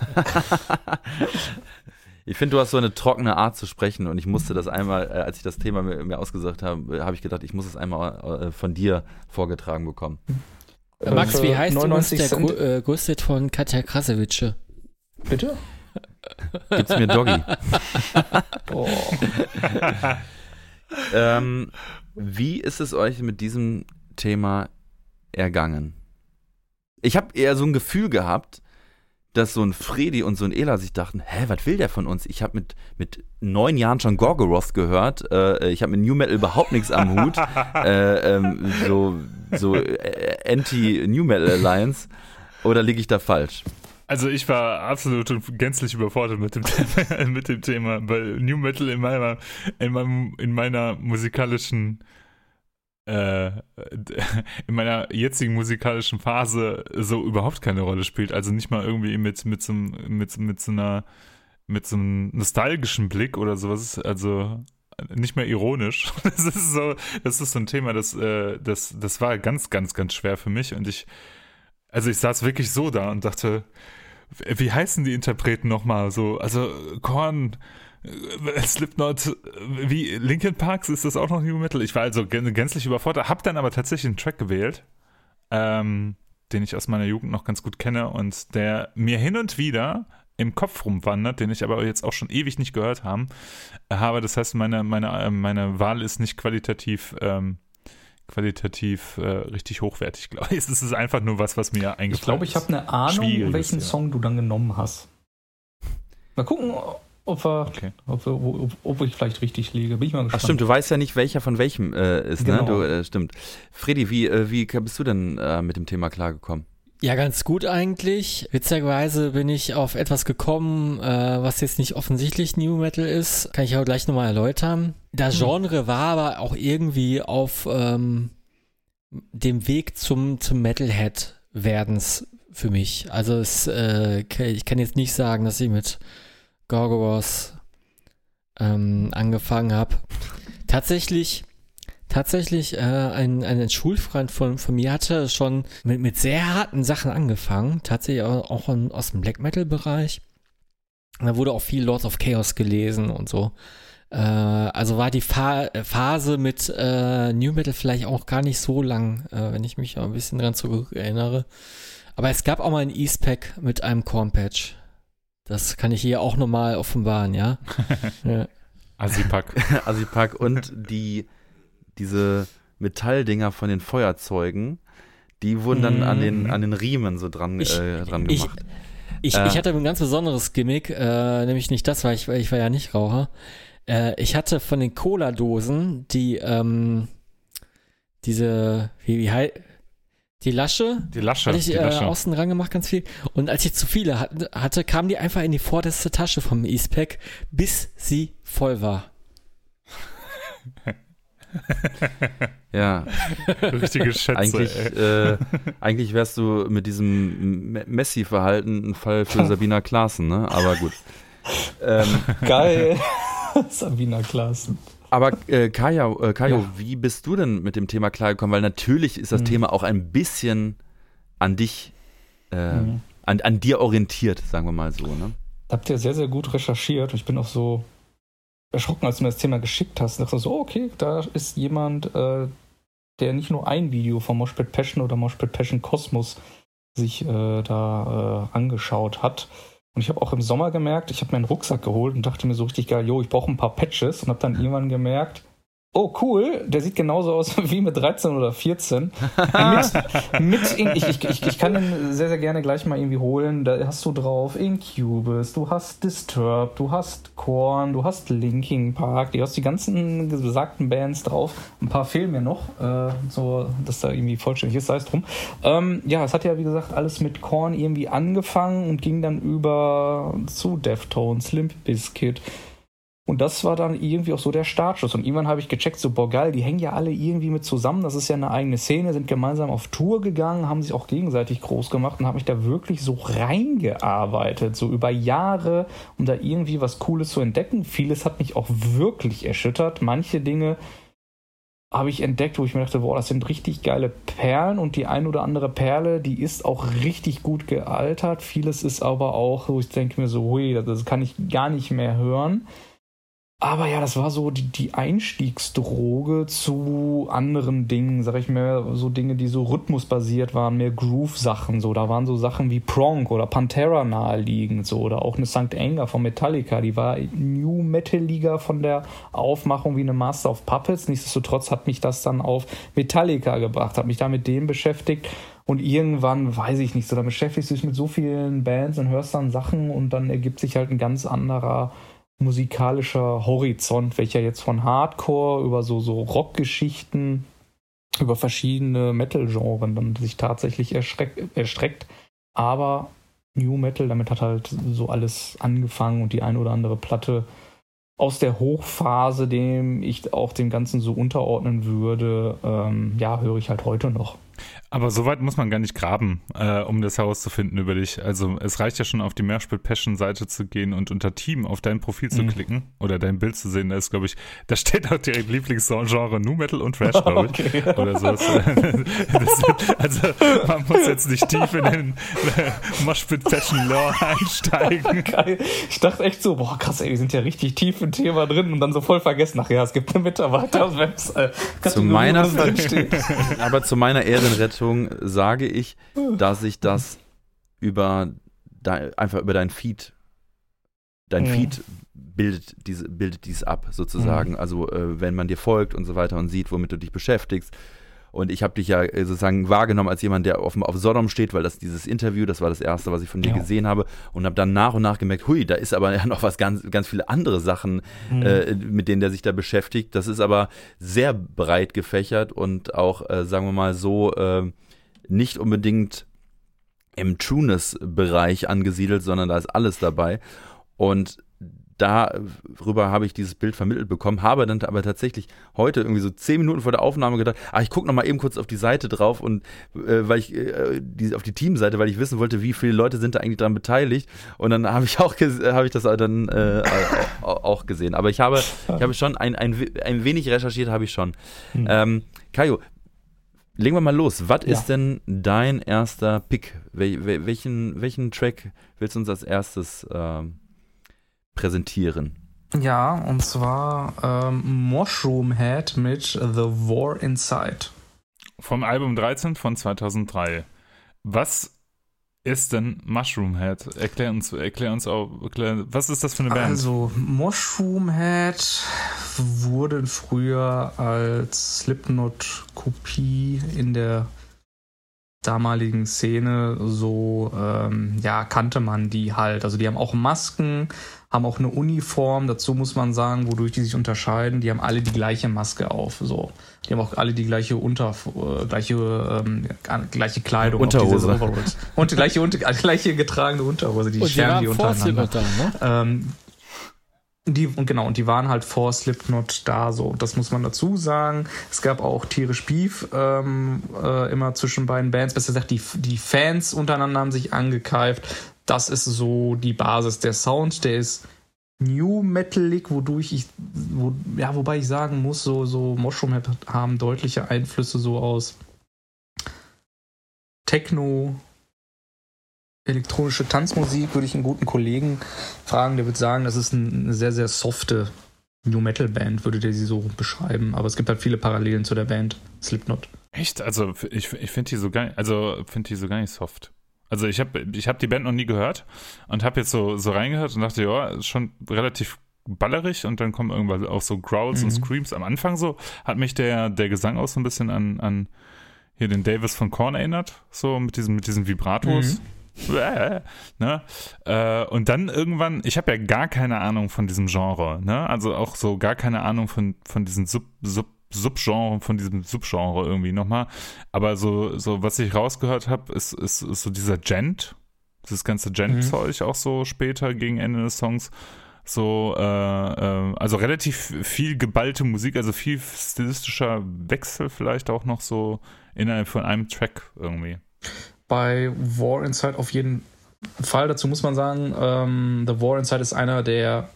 Ich finde, du hast so eine trockene Art zu sprechen und ich musste das einmal, äh, als ich das Thema mir, mir ausgesucht habe, habe ich gedacht, ich muss es einmal äh, von dir vorgetragen bekommen. Äh, Max, wie heißt übrigens der Cent? Gr- äh, größte Hit von Katja Krasowitsche? Bitte? Gibt's mir Doggy? Oh. ähm, wie ist es euch mit diesem Thema ergangen? Ich habe eher so ein Gefühl gehabt, dass so ein Freddy und so ein Ela sich dachten, hä, was will der von uns? Ich habe mit, mit neun Jahren schon Gorgoroth gehört, äh, ich habe mit New Metal überhaupt nichts am Hut, äh, ähm, so, so äh, Anti-New Metal Alliance, oder liege ich da falsch? Also ich war absolut und gänzlich überfordert mit dem Thema, mit dem Thema, weil New Metal in meiner, in meinem, in meiner musikalischen äh, in meiner jetzigen musikalischen Phase so überhaupt keine Rolle spielt. Also nicht mal irgendwie mit, mit, so, mit, mit so einer mit so einem nostalgischen Blick oder sowas. Also nicht mehr ironisch. Das ist so, das ist so ein Thema, das, äh, das, das war ganz, ganz, ganz schwer für mich. Und ich, also ich saß wirklich so da und dachte, wie heißen die Interpreten nochmal? So, also Korn, Slipknot, wie Linkin Park, ist das auch noch New Metal? Ich war also gänzlich überfordert, hab dann aber tatsächlich einen Track gewählt, ähm, den ich aus meiner Jugend noch ganz gut kenne und der mir hin und wieder im Kopf rumwandert, den ich aber jetzt auch schon ewig nicht gehört haben, habe. Das heißt, meine, meine, meine Wahl ist nicht qualitativ ähm, qualitativ äh, richtig hochwertig, glaube ich. Es ist einfach nur was, was mir eingefallen ist. Ich glaube, ich habe eine Ahnung, Schwieriges, welchen ja. Song du dann genommen hast. Mal gucken, ob, wir, Okay. ob, wir, ob, ob ich vielleicht richtig liege. Bin ich mal gespannt. Ach stimmt, du weißt ja nicht, welcher von welchem äh, ist, Genau. ne? Du, äh, stimmt. Freddy, wie, äh, wie bist du denn äh, mit dem Thema klargekommen? Ja, ganz gut eigentlich. Witzigerweise bin ich auf etwas gekommen, äh, was jetzt nicht offensichtlich New Metal ist. Kann ich auch gleich nochmal erläutern. Das Genre war aber auch irgendwie auf ähm, dem Weg zum, zum Metalhead-Werdens für mich. Also es, äh, ich kann jetzt nicht sagen, dass ich mit Gorgoroth ähm, angefangen habe. Tatsächlich Tatsächlich, äh, ein, ein Schulfreund von, von mir hatte schon mit, mit sehr harten Sachen angefangen, tatsächlich auch, auch in, aus dem Black Metal Bereich. Da wurde auch viel Lords of Chaos gelesen und so. Äh, also war die Fa- Phase mit äh, New Metal vielleicht auch gar nicht so lang, äh, wenn ich mich ein bisschen dran zurück erinnere. Aber es gab auch mal ein E-Spec mit einem Corn-Patch. Das kann ich hier auch nochmal offenbaren, ja? Ja. Asipak. Asipak und die diese Metalldinger von den Feuerzeugen, die wurden dann an den, an den Riemen so dran, Ich- äh, dran ich- gemacht. Ich, Äh. ich hatte ein ganz besonderes Gimmick, äh, nämlich nicht das, weil ich, weil ich war ja nicht Raucher. Äh, ich hatte von den Cola-Dosen die, ähm, diese, wie, wie heißt, die Lasche, Die Lasche. hatte ich die äh, Lasche. außen dran gemacht, ganz viel. Und als ich zu viele hat, hatte, kam die einfach in die vorderste Tasche vom E-Spec, bis sie voll war. Ja, Richtige Schätze. eigentlich, ey. äh, eigentlich wärst du mit diesem Me- Messi-Verhalten ein Fall für Sabina Klaassen, ne? Aber gut. Ähm, Geil. Sabina Klaassen. aber äh, Kaya, äh, Kajo, Ja. wie bist du denn mit dem Thema klargekommen? Weil natürlich ist das Mhm. Thema auch ein bisschen an dich, äh, Mhm. an, an dir orientiert, sagen wir mal so, ne? Habt ihr sehr, sehr gut recherchiert. Ich bin auch so erschrocken, als du mir das Thema geschickt hast. Ich dachte so, okay, da ist jemand, äh, der nicht nur ein Video von Moshpit Passion oder Moshpit Passion Kosmos sich äh, da äh, angeschaut hat. Und ich habe auch im Sommer gemerkt, ich habe mir einen Rucksack geholt und dachte mir so richtig geil, jo, ich brauche ein paar Patches und habe dann irgendwann gemerkt, oh cool, der sieht genauso aus wie mit dreizehn oder vierzehn. mit, mit in, ich, ich, ich, ich kann den sehr, sehr gerne gleich mal irgendwie holen. Da hast du drauf Incubus, du hast Disturbed, du hast Korn, du hast Linkin Park, du hast die ganzen gesagten Bands drauf. Ein paar fehlen mir noch, äh, so, dass da irgendwie vollständig ist, sei es drum. Ähm, ja, es hat ja wie gesagt alles mit Korn irgendwie angefangen und ging dann über zu Deftones, Limp Bizkit, Und das war dann irgendwie auch so der Startschuss. Und irgendwann habe ich gecheckt, so, boah, geil, die hängen ja alle irgendwie mit zusammen. Das ist ja eine eigene Szene, sind gemeinsam auf Tour gegangen, haben sich auch gegenseitig groß gemacht und habe mich da wirklich so reingearbeitet, so über Jahre, um da irgendwie was Cooles zu entdecken. Vieles hat mich auch wirklich erschüttert. Manche Dinge habe ich entdeckt, wo ich mir dachte, boah, das sind richtig geile Perlen, und die ein oder andere Perle, die ist auch richtig gut gealtert. Vieles ist aber auch, wo ich denke mir so, hui, das kann ich gar nicht mehr hören. Aber ja, das war so die, die Einstiegsdroge zu anderen Dingen, sag ich mal, so Dinge, die so rhythmusbasiert waren, mehr Groove-Sachen, so. Da waren so Sachen wie Prong oder Pantera naheliegend, so. Oder auch eine Sankt Anger von Metallica, die war New Metal-Liga von der Aufmachung wie eine Master of Puppets. Nichtsdestotrotz hat mich das dann auf Metallica gebracht, hat mich da mit dem beschäftigt. Und irgendwann, weiß ich nicht, so, da beschäftigst du dich mit so vielen Bands und hörst dann Sachen, und dann ergibt sich halt ein ganz anderer musikalischer Horizont, welcher jetzt von Hardcore über so, so Rockgeschichten, über verschiedene Metal-Genres dann sich tatsächlich erschreckt, erstreckt. Aber New Metal, damit hat halt so alles angefangen, und die eine oder andere Platte aus der Hochphase, dem ich auch dem Ganzen so unterordnen würde, ähm, ja, höre ich halt heute noch. Aber so weit muss man gar nicht graben, äh, um das herauszufinden über dich. Also es reicht ja schon, auf die Mehrspit-Passion-Seite zu gehen und unter Team auf dein Profil zu mhm. klicken oder dein Bild zu sehen. Da ist, glaube ich, da steht auch direkt Lieblingsgenre Nu Metal und Thrash, glaube ich. Okay. Oder so. Das, das, also man muss jetzt nicht tief in den äh, Moshpit-Passion-Lore einsteigen. Geil. Ich dachte echt so, boah krass, ey, wir sind ja richtig tief im Thema drin, und dann so voll vergessen, ach ja, es gibt eine Mitarbeiter-Website. Zu meiner aber zu meiner Ehrenrettung sage ich, dass ich das über de, einfach über dein Feed, dein mhm. Feed bildet diese bildet dies ab sozusagen. Mhm. Also äh, wenn man dir folgt und so weiter und sieht, womit du dich beschäftigst. Und ich habe dich ja sozusagen wahrgenommen als jemand, der auf, auf Sodom steht, weil das dieses Interview, das war das erste, was ich von dir ja. gesehen habe, und habe dann nach und nach gemerkt, hui, da ist aber ja noch was ganz, ganz viele andere Sachen, mhm. äh, mit denen der sich da beschäftigt. Das ist aber sehr breit gefächert und auch, äh, sagen wir mal so, äh, nicht unbedingt im-Trueness-Bereich angesiedelt, sondern da ist alles dabei. Und darüber habe ich dieses Bild vermittelt bekommen, habe dann aber tatsächlich heute irgendwie so zehn Minuten vor der Aufnahme gedacht, ach, ich gucke noch mal eben kurz auf die Seite drauf, und äh, weil ich äh, die, auf die Teamseite, weil ich wissen wollte, wie viele Leute sind da eigentlich dran beteiligt, und dann habe ich auch habe ich das dann äh, auch gesehen. Aber ich habe ich habe schon ein, ein, ein wenig recherchiert, habe ich schon. Mhm. Ähm, Kajo, legen wir mal los. Was ja. ist denn dein erster Pick? Wel, wel, welchen, welchen Track willst du uns als erstes ähm, präsentieren? Ja, und zwar ähm, Mushroomhead mit The War Inside. Vom Album dreizehn von zweitausenddrei. Was ist denn Mushroomhead? Erklär uns, erklär uns auch, erklär, was ist das für eine Band? Also, Mushroomhead wurde früher als Slipknot-Kopie in der damaligen Szene so, ähm, ja, kannte man die halt. Also die haben auch Masken, haben auch eine Uniform, dazu muss man sagen, wodurch die sich unterscheiden, die haben alle die gleiche Maske auf, so. Die haben auch alle die gleiche Unter, äh, gleiche, ähm, gleiche Kleidung. Unterhose. Auf und die gleiche, unter, gleiche getragene Unterhose, die scheren die untereinander. Da, ne? ähm, Die, und genau, und die waren halt vor Slipknot da, so, das muss man dazu sagen. Es gab auch tierisch Beef ähm, äh, immer zwischen beiden Bands. Besser gesagt, die, die Fans untereinander haben sich angekeift. Das ist so die Basis. Der Sound, der ist New Metalik, wodurch ich, wo, ja, wobei ich sagen muss, so, so Mushroomhead haben deutliche Einflüsse so aus Techno, elektronische Tanzmusik. Würde ich einen guten Kollegen fragen, der würde sagen, das ist eine sehr, sehr softe New Metal Band, würde der sie so beschreiben. Aber es gibt halt viele Parallelen zu der Band Slipknot. Echt? Also ich, ich finde die so gar nicht, also finde die so gar nicht soft. Also ich habe ich hab die Band noch nie gehört und habe jetzt so, so reingehört und dachte, ja, ist schon relativ ballerig, und dann kommen irgendwann auch so Growls mhm. und Screams. Am Anfang so hat mich der, der Gesang auch so ein bisschen an, an hier den Davis von Korn erinnert, so mit diesen, mit diesen Vibratos. Mhm. Äh, ne? äh, und dann irgendwann, ich habe ja gar keine Ahnung von diesem Genre, ne? Also auch so gar keine Ahnung von, von diesen Sub, Sub, Subgenre, von diesem Subgenre irgendwie nochmal. Aber so, so was ich rausgehört habe, ist, ist, ist so dieser Gent, dieses ganze Gent-Zeug mhm. auch so später gegen Ende des Songs, So, äh, äh, also relativ viel geballte Musik, also viel stilistischer Wechsel vielleicht auch noch so innerhalb von einem Track irgendwie. Bei War Inside auf jeden Fall. Dazu muss man sagen, ähm, The War Inside ist einer der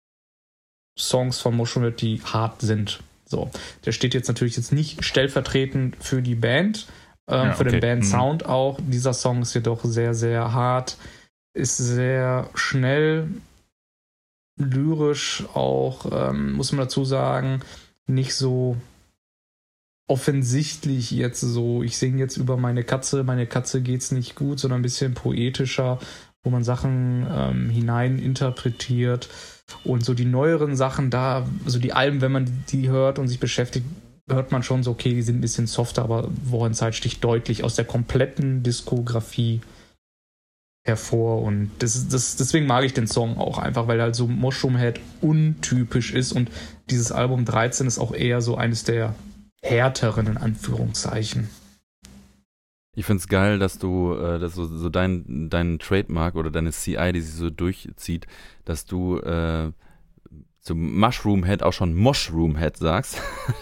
Songs von Mushroom Head, die hart sind. So, der steht jetzt natürlich jetzt nicht stellvertretend für die Band, ähm, ja, für okay. den Band-Sound mhm. auch. Dieser Song ist jedoch sehr, sehr hart, ist sehr schnell, lyrisch auch, ähm, muss man dazu sagen, nicht so offensichtlich jetzt so, ich singe jetzt über meine Katze, meine Katze geht's nicht gut, sondern ein bisschen poetischer, wo man Sachen ähm, hinein interpretiert. Und so die neueren Sachen da, also die Alben, wenn man die hört und sich beschäftigt, hört man schon so, okay, die sind ein bisschen softer, aber War Inside sticht deutlich aus der kompletten Diskografie hervor. Und das, das, deswegen mag ich den Song auch einfach, weil er halt so Mushroom Head untypisch ist. Und dieses Album dreizehn ist auch eher so eines der härteren, in Anführungszeichen. Ich finde es geil, dass du, äh, dass so, so dein, dein Trademark oder deine C I, die sich so durchzieht, dass du äh, zu Mushroom Head auch schon Mushroom Head sagst.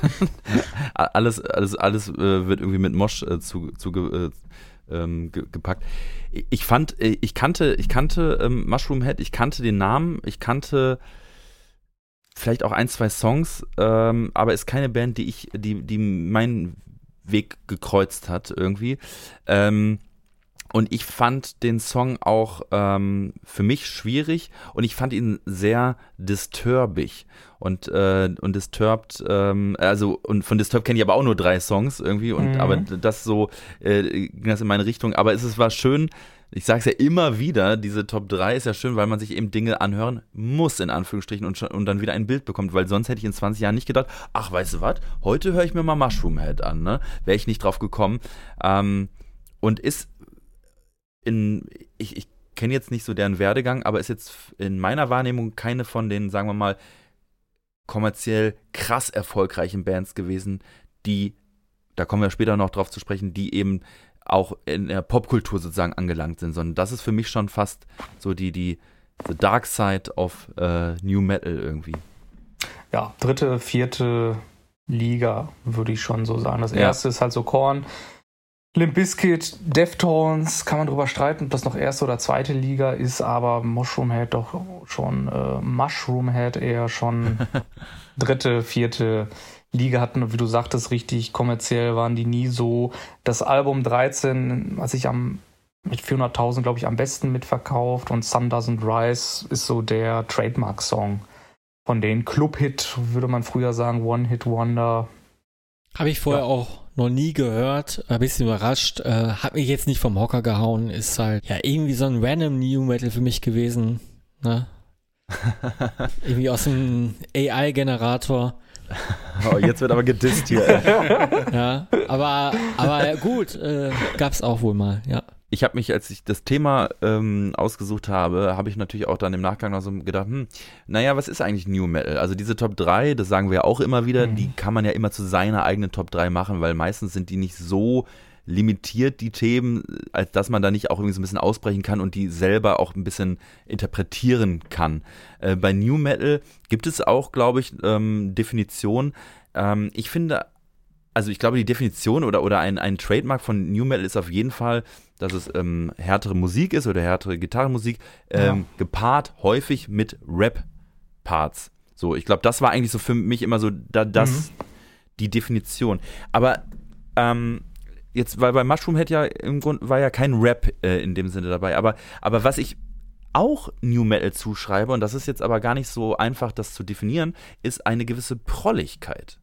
alles alles, alles äh, wird irgendwie mit Mosh äh, zu, zu äh, ähm, ge- gepackt. Ich fand, ich kannte, ich kannte ähm, Mushroom Head, ich kannte den Namen, ich kannte vielleicht auch ein, zwei Songs, ähm, aber ist keine Band, die ich, die, die meinen Weg gekreuzt hat irgendwie. Ähm, und ich fand den Song auch ähm, für mich schwierig und ich fand ihn sehr disturbig. Und, äh, und Disturbed, ähm, also und von Disturbed kenne ich aber auch nur drei Songs irgendwie, und mhm. aber das so äh, ging das in meine Richtung. Aber es, es war schön. Ich sage es ja immer wieder, diese Top drei ist ja schön, weil man sich eben Dinge anhören muss, in Anführungsstrichen, und, schon, und dann wieder ein Bild bekommt, weil sonst hätte ich in zwanzig Jahren nicht gedacht, ach, weißt du was, heute höre ich mir mal Mushroom Head an, ne? Wäre ich nicht drauf gekommen. Ähm, und ist in, ich, ich kenne jetzt nicht so deren Werdegang, aber ist jetzt in meiner Wahrnehmung keine von den, sagen wir mal, kommerziell krass erfolgreichen Bands gewesen, die, da kommen wir später noch drauf zu sprechen, die eben auch in der Popkultur sozusagen angelangt sind, sondern das ist für mich schon fast so die, die the dark side of äh, New Metal irgendwie. Ja, dritte, vierte Liga, würde ich schon so sagen. Das Ja. erste ist halt so Korn, Limp Bizkit, Deftones, kann man drüber streiten, ob das noch erste oder zweite Liga ist, aber Mushroom Head doch schon, äh, Mushroom Head eher schon dritte, vierte Liga hatten, wie du sagtest, richtig kommerziell waren die nie so. Das Album dreizehn, was ich am mit vierhunderttausend, glaube ich, am besten mitverkauft, und Sun Doesn't Rise ist so der Trademark-Song von denen. Club-Hit, würde man früher sagen, One-Hit-Wonder. Habe ich vorher ja. auch noch nie gehört, ein bisschen überrascht, äh, hat mich jetzt nicht vom Hocker gehauen, ist halt ja irgendwie so ein random New Metal für mich gewesen, ne? Irgendwie aus dem A I-Generator. Oh, jetzt wird aber gedisst hier. Ja, aber, aber gut, äh, gab's auch wohl mal, ja. Ich habe mich, als ich das Thema ähm, ausgesucht habe, habe ich natürlich auch dann im Nachgang noch so gedacht, hm, naja, was ist eigentlich New Metal? Also diese Top drei, das sagen wir ja auch immer wieder, mhm. die kann man ja immer zu seiner eigenen Top drei machen, weil meistens sind die nicht so limitiert, die Themen, als dass man da nicht auch irgendwie so ein bisschen ausbrechen kann und die selber auch ein bisschen interpretieren kann. Äh, bei New Metal gibt es auch, glaube ich, ähm, Definitionen. Ähm, ich finde, also ich glaube, die Definition oder, oder ein, ein Trademark von New Metal ist auf jeden Fall, dass es ähm, härtere Musik ist oder härtere Gitarrenmusik, ähm, ja. gepaart häufig mit Rap-Parts. So, ich glaube, das war eigentlich so für mich immer so da, das, mhm. die Definition. Aber ähm, jetzt, weil bei Mushroom Head ja im Grunde war ja kein Rap äh, in dem Sinne dabei, aber, aber was ich auch New Metal zuschreibe, und das ist jetzt aber gar nicht so einfach, das zu definieren, ist eine gewisse Prolligkeit.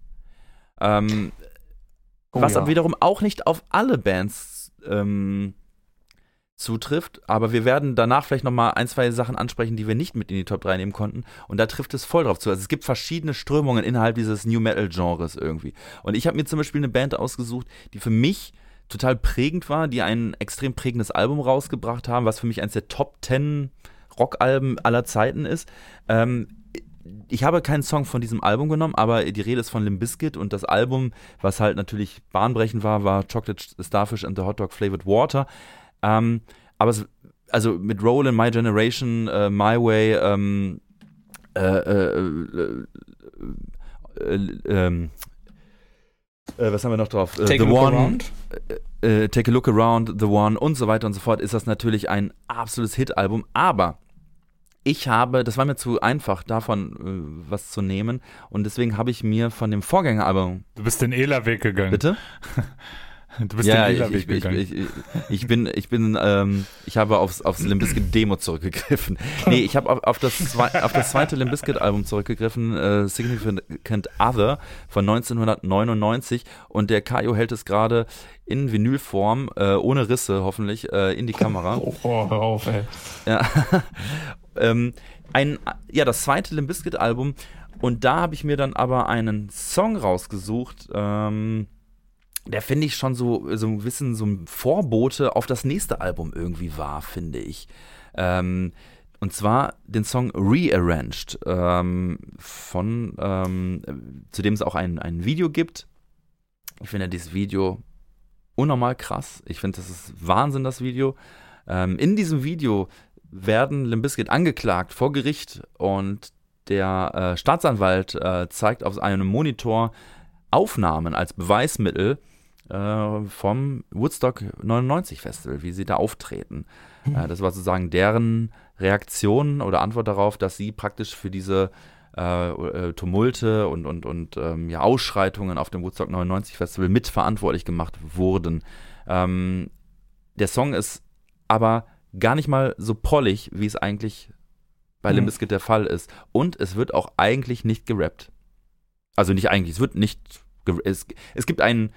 Ähm, oh, was ja. aber wiederum auch nicht auf alle Bands ähm, zutrifft, aber wir werden danach vielleicht nochmal ein, zwei Sachen ansprechen, die wir nicht mit in die Top drei nehmen konnten, und da trifft es voll drauf zu. Also es gibt verschiedene Strömungen innerhalb dieses New Metal Genres irgendwie. Und ich habe mir zum Beispiel eine Band ausgesucht, die für mich total prägend war, die ein extrem prägendes Album rausgebracht haben, was für mich eines der Top zehn Rockalben aller Zeiten ist. Ähm, ich habe keinen Song von diesem Album genommen, aber die Rede ist von Limp Bizkit, und das Album, was halt natürlich bahnbrechend war, war Chocolate Starfish and the Hot Dog Flavored Water. Ähm, aber es, also mit Roll in My Generation, uh, My Way, ähm, äh, äh, äh, äh, äh, äh, was haben wir noch drauf? Take The a look One, around. Äh, Take a Look Around, The One und so weiter und so fort, ist das natürlich ein absolutes Hit-Album, aber ich habe, das war mir zu einfach, davon äh, was zu nehmen und deswegen habe ich mir von dem Vorgängeralbum... Du bist den Ela-Weg gegangen. Bitte? Du bist ja, den ich, Ela-Weg ich, ich, gegangen. ich, ich, ich bin, ich bin, ähm, ich habe aufs, aufs Limp Bizkit Demo zurückgegriffen. Nee, ich habe auf, auf, das zwei, auf das zweite Limp Bizkit Album zurückgegriffen, äh, Significant Other von neunzehnhundertneunundneunzig und der Kajo hält es gerade in Vinylform, äh, ohne Risse hoffentlich, äh, in die Kamera. Oh, oh, hör auf, ey. Ja, ähm, ein, ja, das zweite Limp Bizkit Album und da habe ich mir dann aber einen Song rausgesucht, ähm, der finde ich schon so, so ein bisschen so ein Vorbote auf das nächste Album irgendwie war, finde ich. Ähm, und zwar den Song Rearranged, ähm, von, ähm, zu dem es auch ein, ein Video gibt. Ich finde dieses Video unnormal krass. Ich finde, das ist Wahnsinn, das Video. Ähm, in diesem Video werden Limp Bizkit angeklagt vor Gericht und der äh, Staatsanwalt äh, zeigt auf einem Monitor Aufnahmen als Beweismittel äh, vom Woodstock neunundneunzig Festival, wie sie da auftreten. Mhm. Äh, das war sozusagen deren Reaktion oder Antwort darauf, dass sie praktisch für diese äh, Tumulte und, und, und ähm, ja, Ausschreitungen auf dem Woodstock neunundneunzig Festival mitverantwortlich gemacht wurden. Ähm, der Song ist aber gar nicht mal so prollig, wie es eigentlich bei mhm. Limp Bizkit der Fall ist. Und es wird auch eigentlich nicht gerappt. Also nicht eigentlich, es wird nicht Es, es gibt einen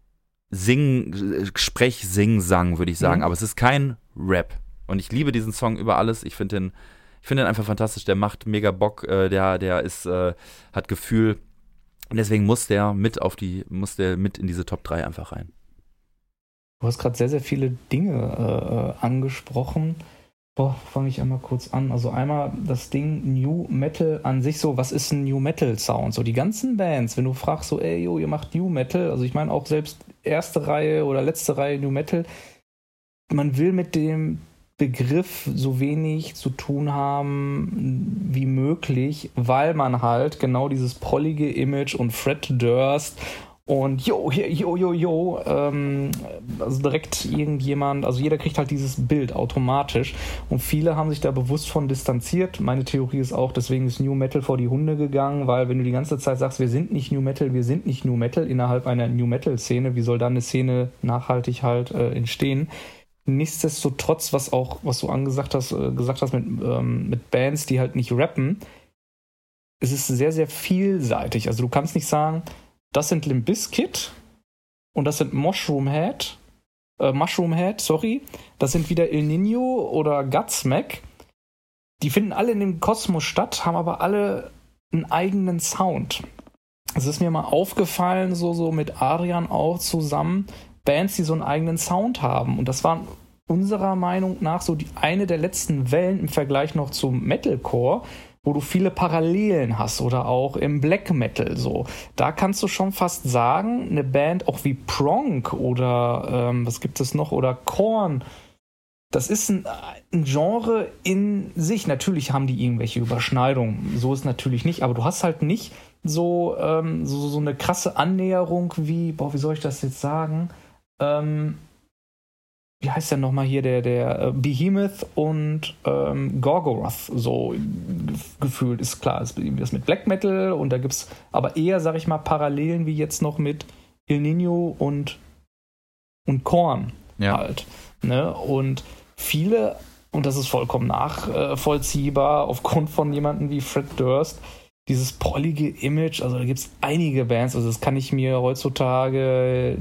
Sing, Sprech, Sing, Sang, würde ich sagen, mhm. aber es ist kein Rap. Und ich liebe diesen Song über alles. Ich finde den, ich finde den einfach fantastisch. Der macht mega Bock. Äh, der, der ist, äh, hat Gefühl. Und deswegen muss der mit auf die, muss der mit in diese Top drei einfach rein. Du hast gerade sehr, sehr viele Dinge äh, angesprochen. Boah, fange ich einmal kurz an. Also einmal das Ding New Metal an sich so, was ist ein New Metal Sound? So die ganzen Bands, wenn du fragst so, ey, yo, ihr macht New Metal, also ich meine auch selbst erste Reihe oder letzte Reihe New Metal, man will mit dem Begriff so wenig zu tun haben wie möglich, weil man halt genau dieses prollige Image und Fred Durst und jo, jo, jo, jo, ähm, also direkt irgendjemand, also jeder kriegt halt dieses Bild automatisch und viele haben sich da bewusst von distanziert. Meine Theorie ist auch, deswegen ist New Metal vor die Hunde gegangen, weil wenn du die ganze Zeit sagst, wir sind nicht New Metal, wir sind nicht New Metal innerhalb einer New Metal Szene, wie soll dann eine Szene nachhaltig halt äh, entstehen? Nichtsdestotrotz, was auch, was du angesagt hast, äh, gesagt hast mit, ähm, mit Bands, die halt nicht rappen, es ist sehr, sehr vielseitig. Also du kannst nicht sagen, das sind Limp Bizkit und das sind Mushroom Head, äh, Mushroom Head, sorry, das sind wieder El Nino oder Godsmack. Die finden alle in dem Kosmos statt, haben aber alle einen eigenen Sound. Es ist mir mal aufgefallen, so, so mit Adrian auch zusammen, Bands, die so einen eigenen Sound haben. Und das war unserer Meinung nach so die eine der letzten Wellen im Vergleich noch zum Metalcore, wo du viele Parallelen hast oder auch im Black Metal so. Da kannst du schon fast sagen, eine Band auch wie Prong oder ähm, was gibt es noch oder Korn, das ist ein, ein Genre in sich. Natürlich haben die irgendwelche Überschneidungen, so ist natürlich nicht, aber du hast halt nicht so, ähm, so, so eine krasse Annäherung wie, boah, wie soll ich das jetzt sagen? Ähm, wie heißt der nochmal hier, der, der äh, Behemoth und ähm, Gorgoroth so ge- gefühlt, ist klar, ist das mit Black Metal und da gibt's aber eher, sag ich mal, Parallelen wie jetzt noch mit El Nino und und Korn ja. halt. Ne? Und viele, und das ist vollkommen nachvollziehbar, aufgrund von jemandem wie Fred Durst, dieses prollige Image, also da gibt's einige Bands, also das kann ich mir heutzutage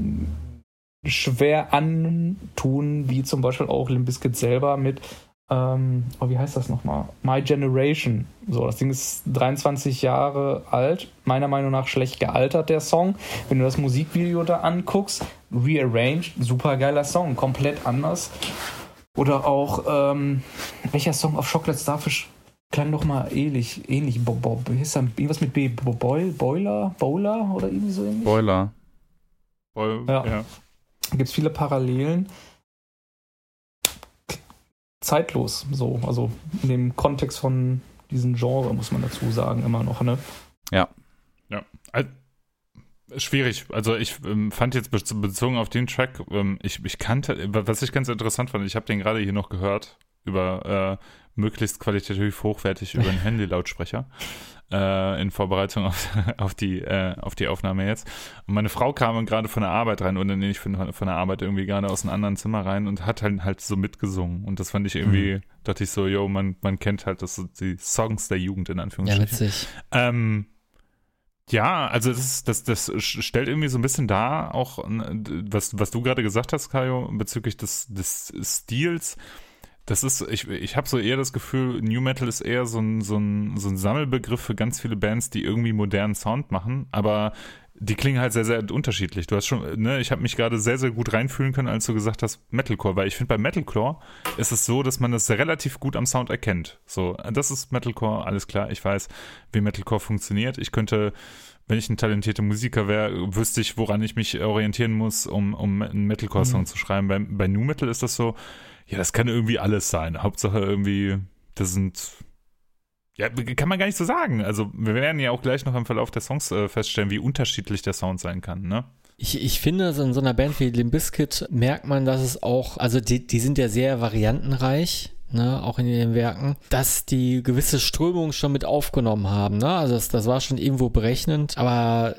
schwer antun, wie zum Beispiel auch Limp Bizkit selber mit, ähm, oh, wie heißt das nochmal? My Generation. So, das Ding ist dreiundzwanzig Jahre alt, meiner Meinung nach schlecht gealtert, der Song. Wenn du das Musikvideo da anguckst, Rearranged, super geiler Song, komplett anders. Oder auch, ähm, welcher Song auf Chocolate Starfish klang doch mal ähnlich, ähnlich, Bob, Bob, wie heißt da, irgendwas mit B, Boil, Boiler, Bowler oder irgendwie so ähnlich? Boiler. Boil, ja. ja. Gibt es viele Parallelen. Zeitlos, so, also in dem Kontext von diesen Genre, muss man dazu sagen, immer noch, ne? Ja. Ja. Also, schwierig. Also ich ähm, fand jetzt bezogen auf den Track, ähm, ich, ich kannte, was ich ganz interessant fand, ich habe den gerade hier noch gehört, über äh, möglichst qualitativ hochwertig über einen Handy-Lautsprecher äh, in Vorbereitung auf, auf, die, äh, auf die Aufnahme jetzt. Und meine Frau kam gerade von der Arbeit rein, oder nee, nicht von, von der Arbeit irgendwie gerade aus einem anderen Zimmer rein und hat halt, halt so mitgesungen. Und das fand ich irgendwie, mhm. dachte ich so, yo, man, man kennt halt das, die Songs der Jugend in Anführungsstrichen. Ja, witzig. Ähm, Ja, also das, das, das stellt irgendwie so ein bisschen dar, auch was, was du gerade gesagt hast, Kajo, bezüglich des, des Stils. Das ist, ich, ich habe so eher das Gefühl, New Metal ist eher so ein, so, ein, so ein Sammelbegriff für ganz viele Bands, die irgendwie modernen Sound machen, aber die klingen halt sehr, sehr unterschiedlich. Du hast schon, ne, ich habe mich gerade sehr, sehr gut reinfühlen können, als du gesagt hast, Metalcore, weil ich finde, bei Metalcore ist es so, dass man das relativ gut am Sound erkennt. So, das ist Metalcore, alles klar, ich weiß, wie Metalcore funktioniert. Ich könnte, wenn ich ein talentierter Musiker wäre, wüsste ich, woran ich mich orientieren muss, um, um einen Metalcore-Song mhm. zu schreiben. Bei, bei Nu Metal ist das so, ja, das kann irgendwie alles sein. Hauptsache irgendwie, das sind, ja, kann man gar nicht so sagen. Also wir werden ja auch gleich noch im Verlauf der Songs äh, feststellen, wie unterschiedlich der Sound sein kann, ne? Ich, ich finde, so in so einer Band wie Limp Bizkit merkt man, dass es auch, also die, die sind ja sehr variantenreich, ne, auch in den Werken, dass die gewisse Strömungen schon mit aufgenommen haben, ne? Also das, das war schon irgendwo berechnend, aber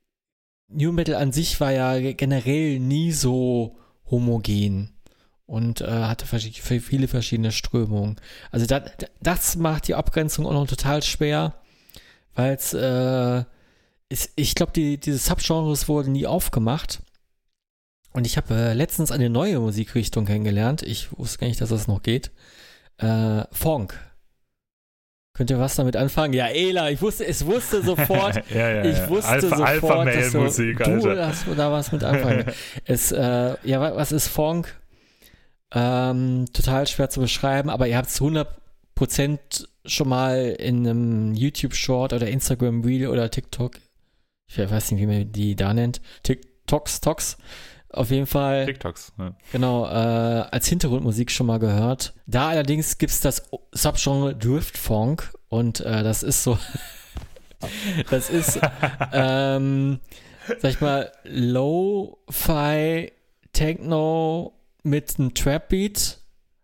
New Metal an sich war ja generell nie so homogen und äh, hatte vers- viele verschiedene Strömungen. Also das, das macht die Abgrenzung auch noch total schwer, weil es, äh, ist, ich glaube, die, diese Subgenres wurden nie aufgemacht. Und ich habe äh, letztens eine neue Musikrichtung kennengelernt. Ich wusste gar nicht, dass das noch geht. Äh, Funk. Könnt ihr was damit anfangen? Ja, Ela, ich wusste, es wusste sofort, ja, ja, ich wusste Alpha, sofort, Alpha dass du, Musik, du hast da was mit anfangen. es, äh, ja, was ist Funk? Ähm, total schwer zu beschreiben, aber ihr habt es hundert Prozent schon mal in einem YouTube-Short oder Instagram-Reel oder TikTok, ich weiß nicht, wie man die da nennt, TikToks, Toks, auf jeden Fall. TikToks, ja. Genau, äh, als Hintergrundmusik schon mal gehört. Da allerdings gibt es das Subgenre Drift Funk und äh, das ist so, das ist, ähm, sag ich mal, Lo-Fi Techno mit einem Trap-Beat,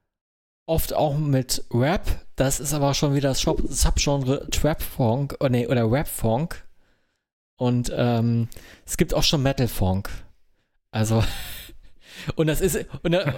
oft auch mit Rap. Das ist aber schon wieder das Subgenre Trap Funk, oh nee, oder Rap Funk. Und ähm, es gibt auch schon Metal Funk. Also, und das ist. Und da,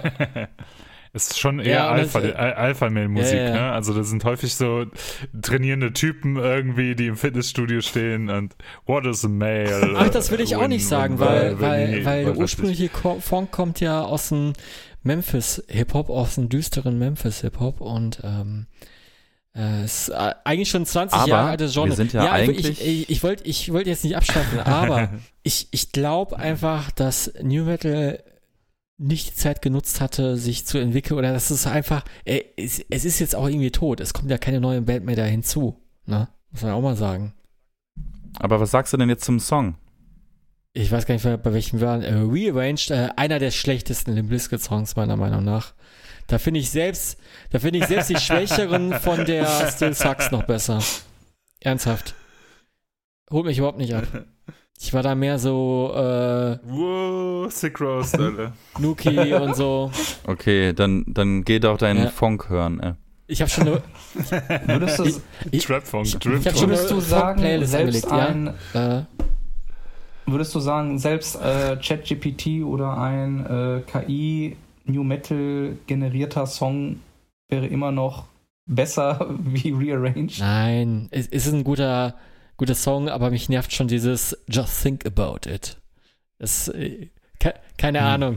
es ist schon eher ja, Alpha, das, Alpha-Mail-Musik, ja, ja. ne? Also, das sind häufig so trainierende Typen irgendwie, die im Fitnessstudio stehen und what is a male? Ach, das will ich auch when, nicht sagen, when, weil, when, weil, when, weil der when, ursprüngliche Funk kommt ja aus dem Memphis-Hip-Hop, aus dem düsteren Memphis-Hip-Hop und ähm, äh, ist äh, eigentlich schon zwanzig aber Jahre altes Genre. Wir sind ja, ja eigentlich ich, ich, ich wollte ich wollt jetzt nicht abschweifen, aber ich, ich glaube einfach, dass New Metal nicht die Zeit genutzt hatte, sich zu entwickeln oder dass es einfach, äh, es, es ist jetzt auch irgendwie tot. Es kommt ja keine neue Band mehr da hinzu. Ne? Muss man auch mal sagen. Aber was sagst du denn jetzt zum Song? Ich weiß gar nicht, bei welchem wir waren. Äh, Rearranged, äh, einer der schlechtesten Limp Bizkit Songs meiner Meinung nach. Da finde ich selbst, da finde ich selbst die Schwächeren von der Still Sucks noch besser. Ernsthaft. Holt mich überhaupt nicht ab. Ich war da mehr so, äh, wow, Sick Roast, Alter. Nuki und so. Okay, dann, dann geh doch deinen Ja. Funk hören, ey. Ich habe schon eine, Würdest du, ich, Trap-Funk, ich, Drift ich hab schon würdest eine du sagen, Funk-Playlist selbst angelegt, ein, ja. Äh, würdest du sagen, selbst äh, ChatGPT oder ein äh, K I New Metal generierter Song wäre immer noch besser wie Rearranged? nein, es ist ein guter, guter Song, aber mich nervt schon dieses Just Think About It. Das, äh, ke keine hm. Ahnung.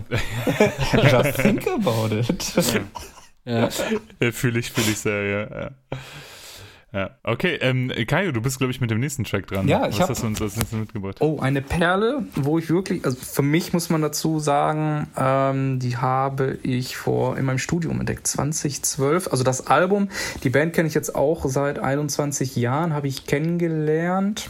Just think about it. Ja. Ja, fühle ich, fühle ich sehr, ja. ja. Ja, okay, ähm, Kajo, du bist, glaube ich, mit dem nächsten Track dran. Ja, ich Was hab, hast du uns als nächstes mitgebracht? Oh, eine Perle, wo ich wirklich, also für mich muss man dazu sagen, ähm, die habe ich vor in meinem Studium entdeckt, zwanzig zwölf. Also das Album, die Band kenne ich jetzt auch seit einundzwanzig Jahren, habe ich kennengelernt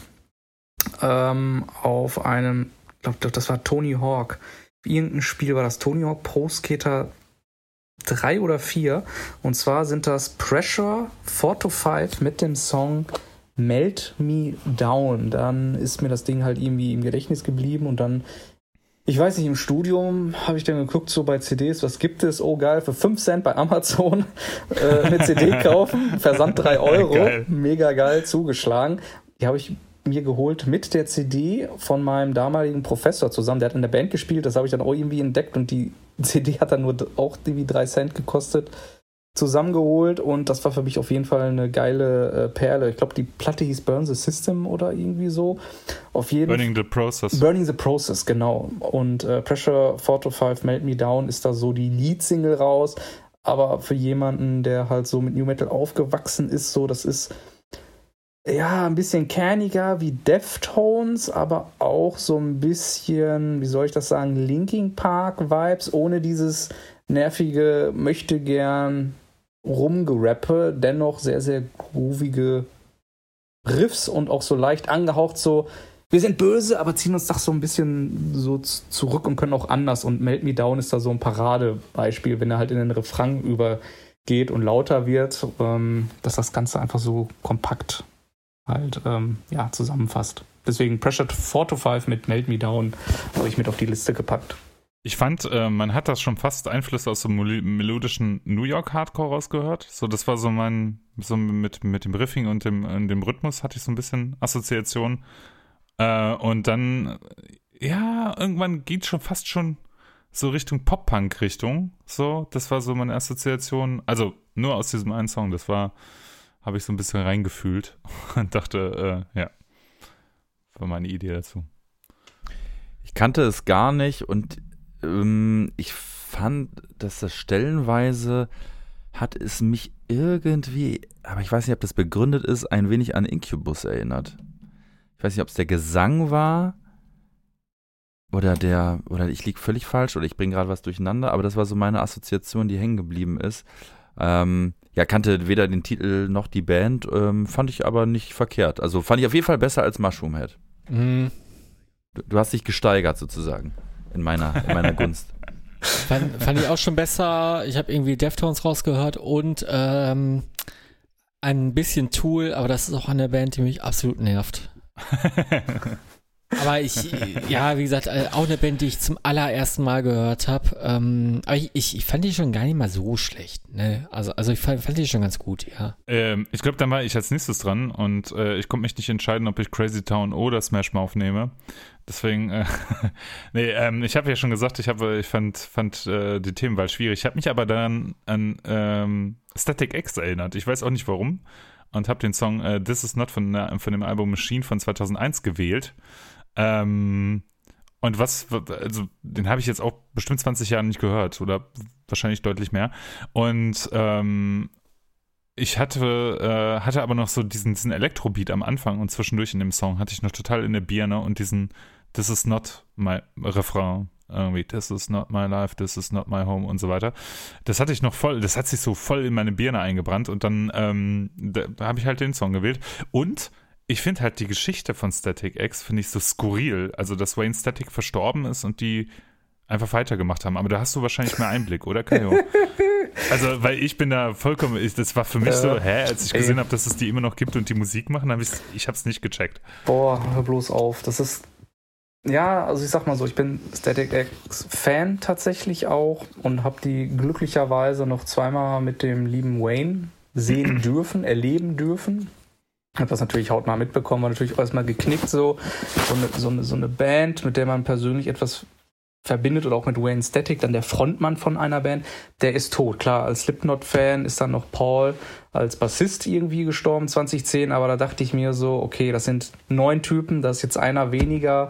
ähm, auf einem, ich glaube, das war Tony Hawk. Irgendein Spiel war das, Tony Hawk Pro Skater drei oder vier. Und zwar sind das Pressure four to five mit dem Song Melt Me Down. Dann ist mir das Ding halt irgendwie im Gedächtnis geblieben und dann, ich weiß nicht, im Studium habe ich dann geguckt, so bei C Ds, was gibt es? Oh geil, für fünf Cent bei Amazon äh, eine C D kaufen, Versand drei Euro, geil. Mega geil, zugeschlagen. Die habe ich mir geholt mit der C D von meinem damaligen Professor zusammen. Der hat in der Band gespielt, das habe ich dann auch irgendwie entdeckt und die C D hat dann nur auch irgendwie drei Cent gekostet. Zusammengeholt und das war für mich auf jeden Fall eine geile äh, Perle. Ich glaube, die Platte hieß Burn the System oder irgendwie so. Auf jeden Burning the Process. Burning the Process, genau. Und äh, Pressure four to five Melt Me Down ist da so die Lead-Single raus. Aber für jemanden, der halt so mit New Metal aufgewachsen ist, so, das ist ja ein bisschen kerniger wie Deftones, aber auch so ein bisschen, wie soll ich das sagen, Linkin Park Vibes, ohne dieses nervige, möchte gern rumgerappe, dennoch sehr, sehr groovige Riffs und auch so leicht angehaucht so, wir sind böse, aber ziehen uns doch so ein bisschen so zurück und können auch anders und Melt Me Down ist da so ein Paradebeispiel, wenn er halt in den Refrain übergeht und lauter wird, ähm, dass das Ganze einfach so kompakt halt ähm, ja, zusammenfasst. Deswegen Pressure four to five mit Melt Me Down habe ich mit auf die Liste gepackt. Ich fand, äh, man hat das schon fast Einflüsse aus dem melodischen New York Hardcore rausgehört. So, das war so mein, so mit, mit dem Riffing und dem, und dem Rhythmus hatte ich so ein bisschen Assoziation. Äh, und dann, ja, irgendwann geht schon fast schon so Richtung Pop-Punk-Richtung. So, das war so meine Assoziation. Also nur aus diesem einen Song. Das war, habe ich so ein bisschen reingefühlt und dachte, äh, ja, war meine Idee dazu. Ich kannte es gar nicht und ich fand, dass das stellenweise hat es mich irgendwie, aber ich weiß nicht, ob das begründet ist, ein wenig an Incubus erinnert. Ich weiß nicht, ob es der Gesang war oder der, oder ich liege völlig falsch oder ich bringe gerade was durcheinander, aber das war so meine Assoziation, die hängen geblieben ist. Ähm, ja, kannte weder den Titel noch die Band, ähm, fand ich aber nicht verkehrt. Also fand ich auf jeden Fall besser als Mushroom Head. Mhm. Du, du hast dich gesteigert sozusagen. In meiner, in meiner Gunst. Fand, fand ich auch schon besser. Ich habe irgendwie Deftones rausgehört und ähm, ein bisschen Tool, aber das ist auch eine Band, die mich absolut nervt. Aber ich, ja, wie gesagt, auch eine Band, die ich zum allerersten Mal gehört habe. Ähm, aber ich, ich, ich fand die schon gar nicht mal so schlecht. Ne? Also, also ich fand, fand die schon ganz gut, ja. Ähm, ich glaube, dann war ich als nächstes dran und äh, ich konnte mich nicht entscheiden, ob ich Crazy Town oder Smash Mouth nehme. Deswegen, äh, nee, ähm, ich habe ja schon gesagt, ich, hab, ich fand, fand äh, die Themenwahl schwierig. Ich habe mich aber dann an ähm, Static X erinnert. Ich weiß auch nicht warum. Und habe den Song äh, This Is Not von, von dem Album Machine von zweitausendeins gewählt. Ähm, und was, also den habe ich jetzt auch bestimmt zwanzig Jahre nicht gehört oder wahrscheinlich deutlich mehr. Und ähm, ich hatte, äh, hatte aber noch so diesen, diesen Elektrobeat am Anfang und zwischendurch in dem Song hatte ich noch total in der Birne und diesen This is not my Refrain irgendwie, this is not my life, this is not my home und so weiter. Das hatte ich noch voll, das hat sich so voll in meine Birne eingebrannt und dann ähm, da, da habe ich halt den Song gewählt und ich finde halt die Geschichte von Static X, finde ich so skurril. Also, dass Wayne Static verstorben ist und die einfach weitergemacht haben. Aber da hast du wahrscheinlich mehr Einblick, oder, Kajo? Also, weil ich bin da vollkommen, ich, das war für mich äh, so, hä, als ich gesehen habe, dass es die immer noch gibt und die Musik machen, habe ich, ich habe es nicht gecheckt. Boah, hör bloß auf. Das ist, ja, also ich sag mal so, ich bin Static X-Fan tatsächlich auch und habe die glücklicherweise noch zweimal mit dem lieben Wayne sehen dürfen, erleben dürfen. Ich habe das natürlich hautnah mitbekommen, war natürlich auch erstmal geknickt so. So eine, so, eine, so eine Band, mit der man persönlich etwas verbindet oder auch mit Wayne Static, dann der Frontmann von einer Band, der ist tot. Klar, als Slipknot-Fan ist dann noch Paul als Bassist irgendwie gestorben zwanzig zehn, aber da dachte ich mir so, okay, das sind neun Typen, da ist jetzt einer weniger.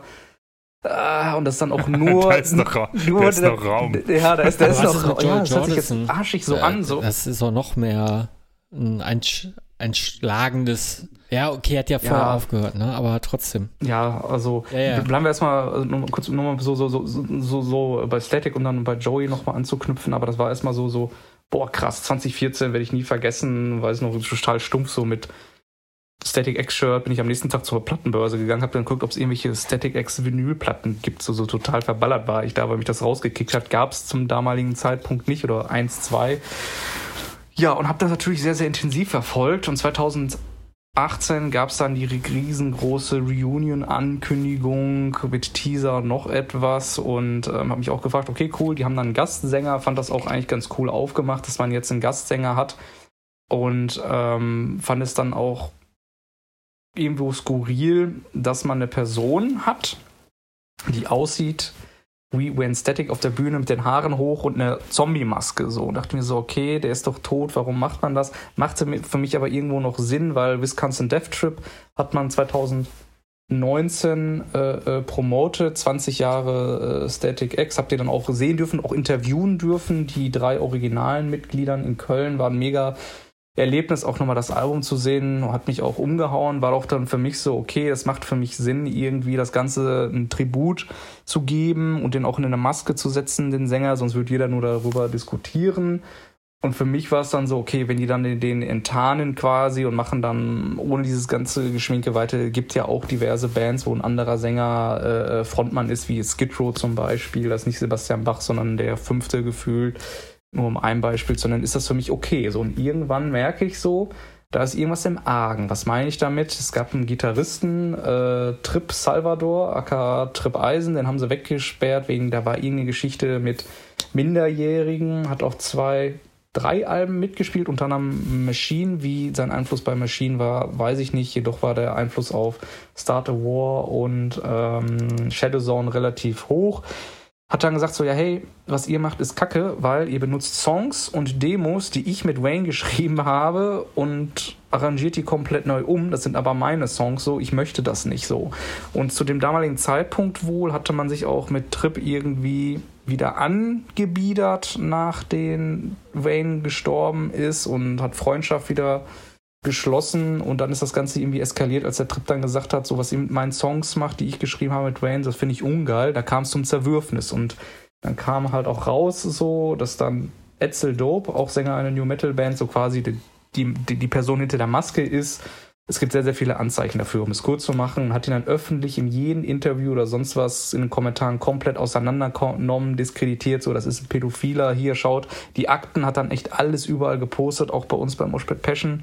Ah, und das ist dann auch nur. da ist noch, Ra- nur da ist noch Raum. Ja, da ist, da ist noch Raum. Ja, das hört sich jetzt arschig so äh, an. So. Das ist auch noch mehr ein, ein schlagendes. Ja, okay, hat ja vorher ja. aufgehört, ne? Aber trotzdem. Ja, also ja, ja. bleiben wir erstmal also nur kurz nur mal so, so, so, so, so bei Static und dann bei Joey nochmal anzuknüpfen, aber das war erstmal so, so, boah, krass, zwanzig vierzehn werde ich nie vergessen, weil es noch total stumpf so mit Static X-Shirt, bin ich am nächsten Tag zur Plattenbörse gegangen, habe dann geguckt, ob es irgendwelche Static X-Vinylplatten gibt, so, so total verballert war ich da, weil mich das rausgekickt hat, gab es zum damaligen Zeitpunkt nicht oder eins, zwei. Ja, und habe das natürlich sehr, sehr intensiv verfolgt und zweitausendachtzehn gab es dann die riesengroße Reunion-Ankündigung mit Teaser und noch etwas und ähm, habe mich auch gefragt, okay, cool, die haben dann einen Gastsänger, fand das auch eigentlich ganz cool aufgemacht, dass man jetzt einen Gastsänger hat und ähm, fand es dann auch irgendwo skurril, dass man eine Person hat, die aussieht wie Wayne Static auf der Bühne mit den Haaren hoch und eine Zombie-Maske. So. Und dachte mir so, okay, der ist doch tot, warum macht man das? Machte für mich aber irgendwo noch Sinn, weil Wisconsin Death Trip hat man zweitausendneunzehn äh, äh, promotet, zwanzig Jahre äh, Static X, habt ihr dann auch sehen dürfen, auch interviewen dürfen. Die drei originalen Mitgliedern in Köln waren mega Erlebnis, auch nochmal das Album zu sehen, hat mich auch umgehauen, war auch dann für mich so, okay, es macht für mich Sinn, irgendwie das Ganze ein Tribut zu geben und den auch in eine Maske zu setzen, den Sänger, sonst würde jeder nur darüber diskutieren. Und für mich war es dann so, okay, wenn die dann den, den enttarnen quasi und machen dann ohne dieses ganze Geschminke weiter, gibt ja auch diverse Bands, wo ein anderer Sänger äh, Frontmann ist, wie Skid Row zum Beispiel, das ist nicht Sebastian Bach, sondern der fünfte gefühlt, nur um ein Beispiel zu nennen, ist das für mich okay. So, und irgendwann merke ich so, da ist irgendwas im Argen. Was meine ich damit? Es gab einen Gitarristen, äh, Trip Salvador, aka Trip Eisen, den haben sie weggesperrt, wegen, da war irgendeine Geschichte mit Minderjährigen, hat auch zwei, drei Alben mitgespielt, unter anderem Machine. Wie sein Einfluss bei Machine war, weiß ich nicht, jedoch war der Einfluss auf Start a War und ähm, Shadow Zone relativ hoch. Hat dann gesagt so, ja hey, was ihr macht ist Kacke, weil ihr benutzt Songs und Demos, die ich mit Wayne geschrieben habe und arrangiert die komplett neu um. Das sind aber meine Songs so, ich möchte das nicht so. Und zu dem damaligen Zeitpunkt wohl hatte man sich auch mit Trip irgendwie wieder angebiedert, nachdem Wayne gestorben ist und hat Freundschaft wieder geschlossen und dann ist das Ganze irgendwie eskaliert, als der Trip dann gesagt hat, so was ihr mit meinen Songs macht, die ich geschrieben habe mit Wayne, das finde ich ungeil, da kam es zum Zerwürfnis und dann kam halt auch raus so, dass dann Edsel Dope, auch Sänger einer New Metal Band, so quasi die, die, die Person hinter der Maske ist. Es gibt sehr, sehr viele Anzeichen dafür, um es kurz zu machen, hat ihn dann öffentlich in jedem Interview oder sonst was in den Kommentaren komplett auseinandergenommen, diskreditiert, so das ist ein Pädophiler, hier schaut, die Akten, hat dann echt alles überall gepostet, auch bei uns beim Moshpit Passion.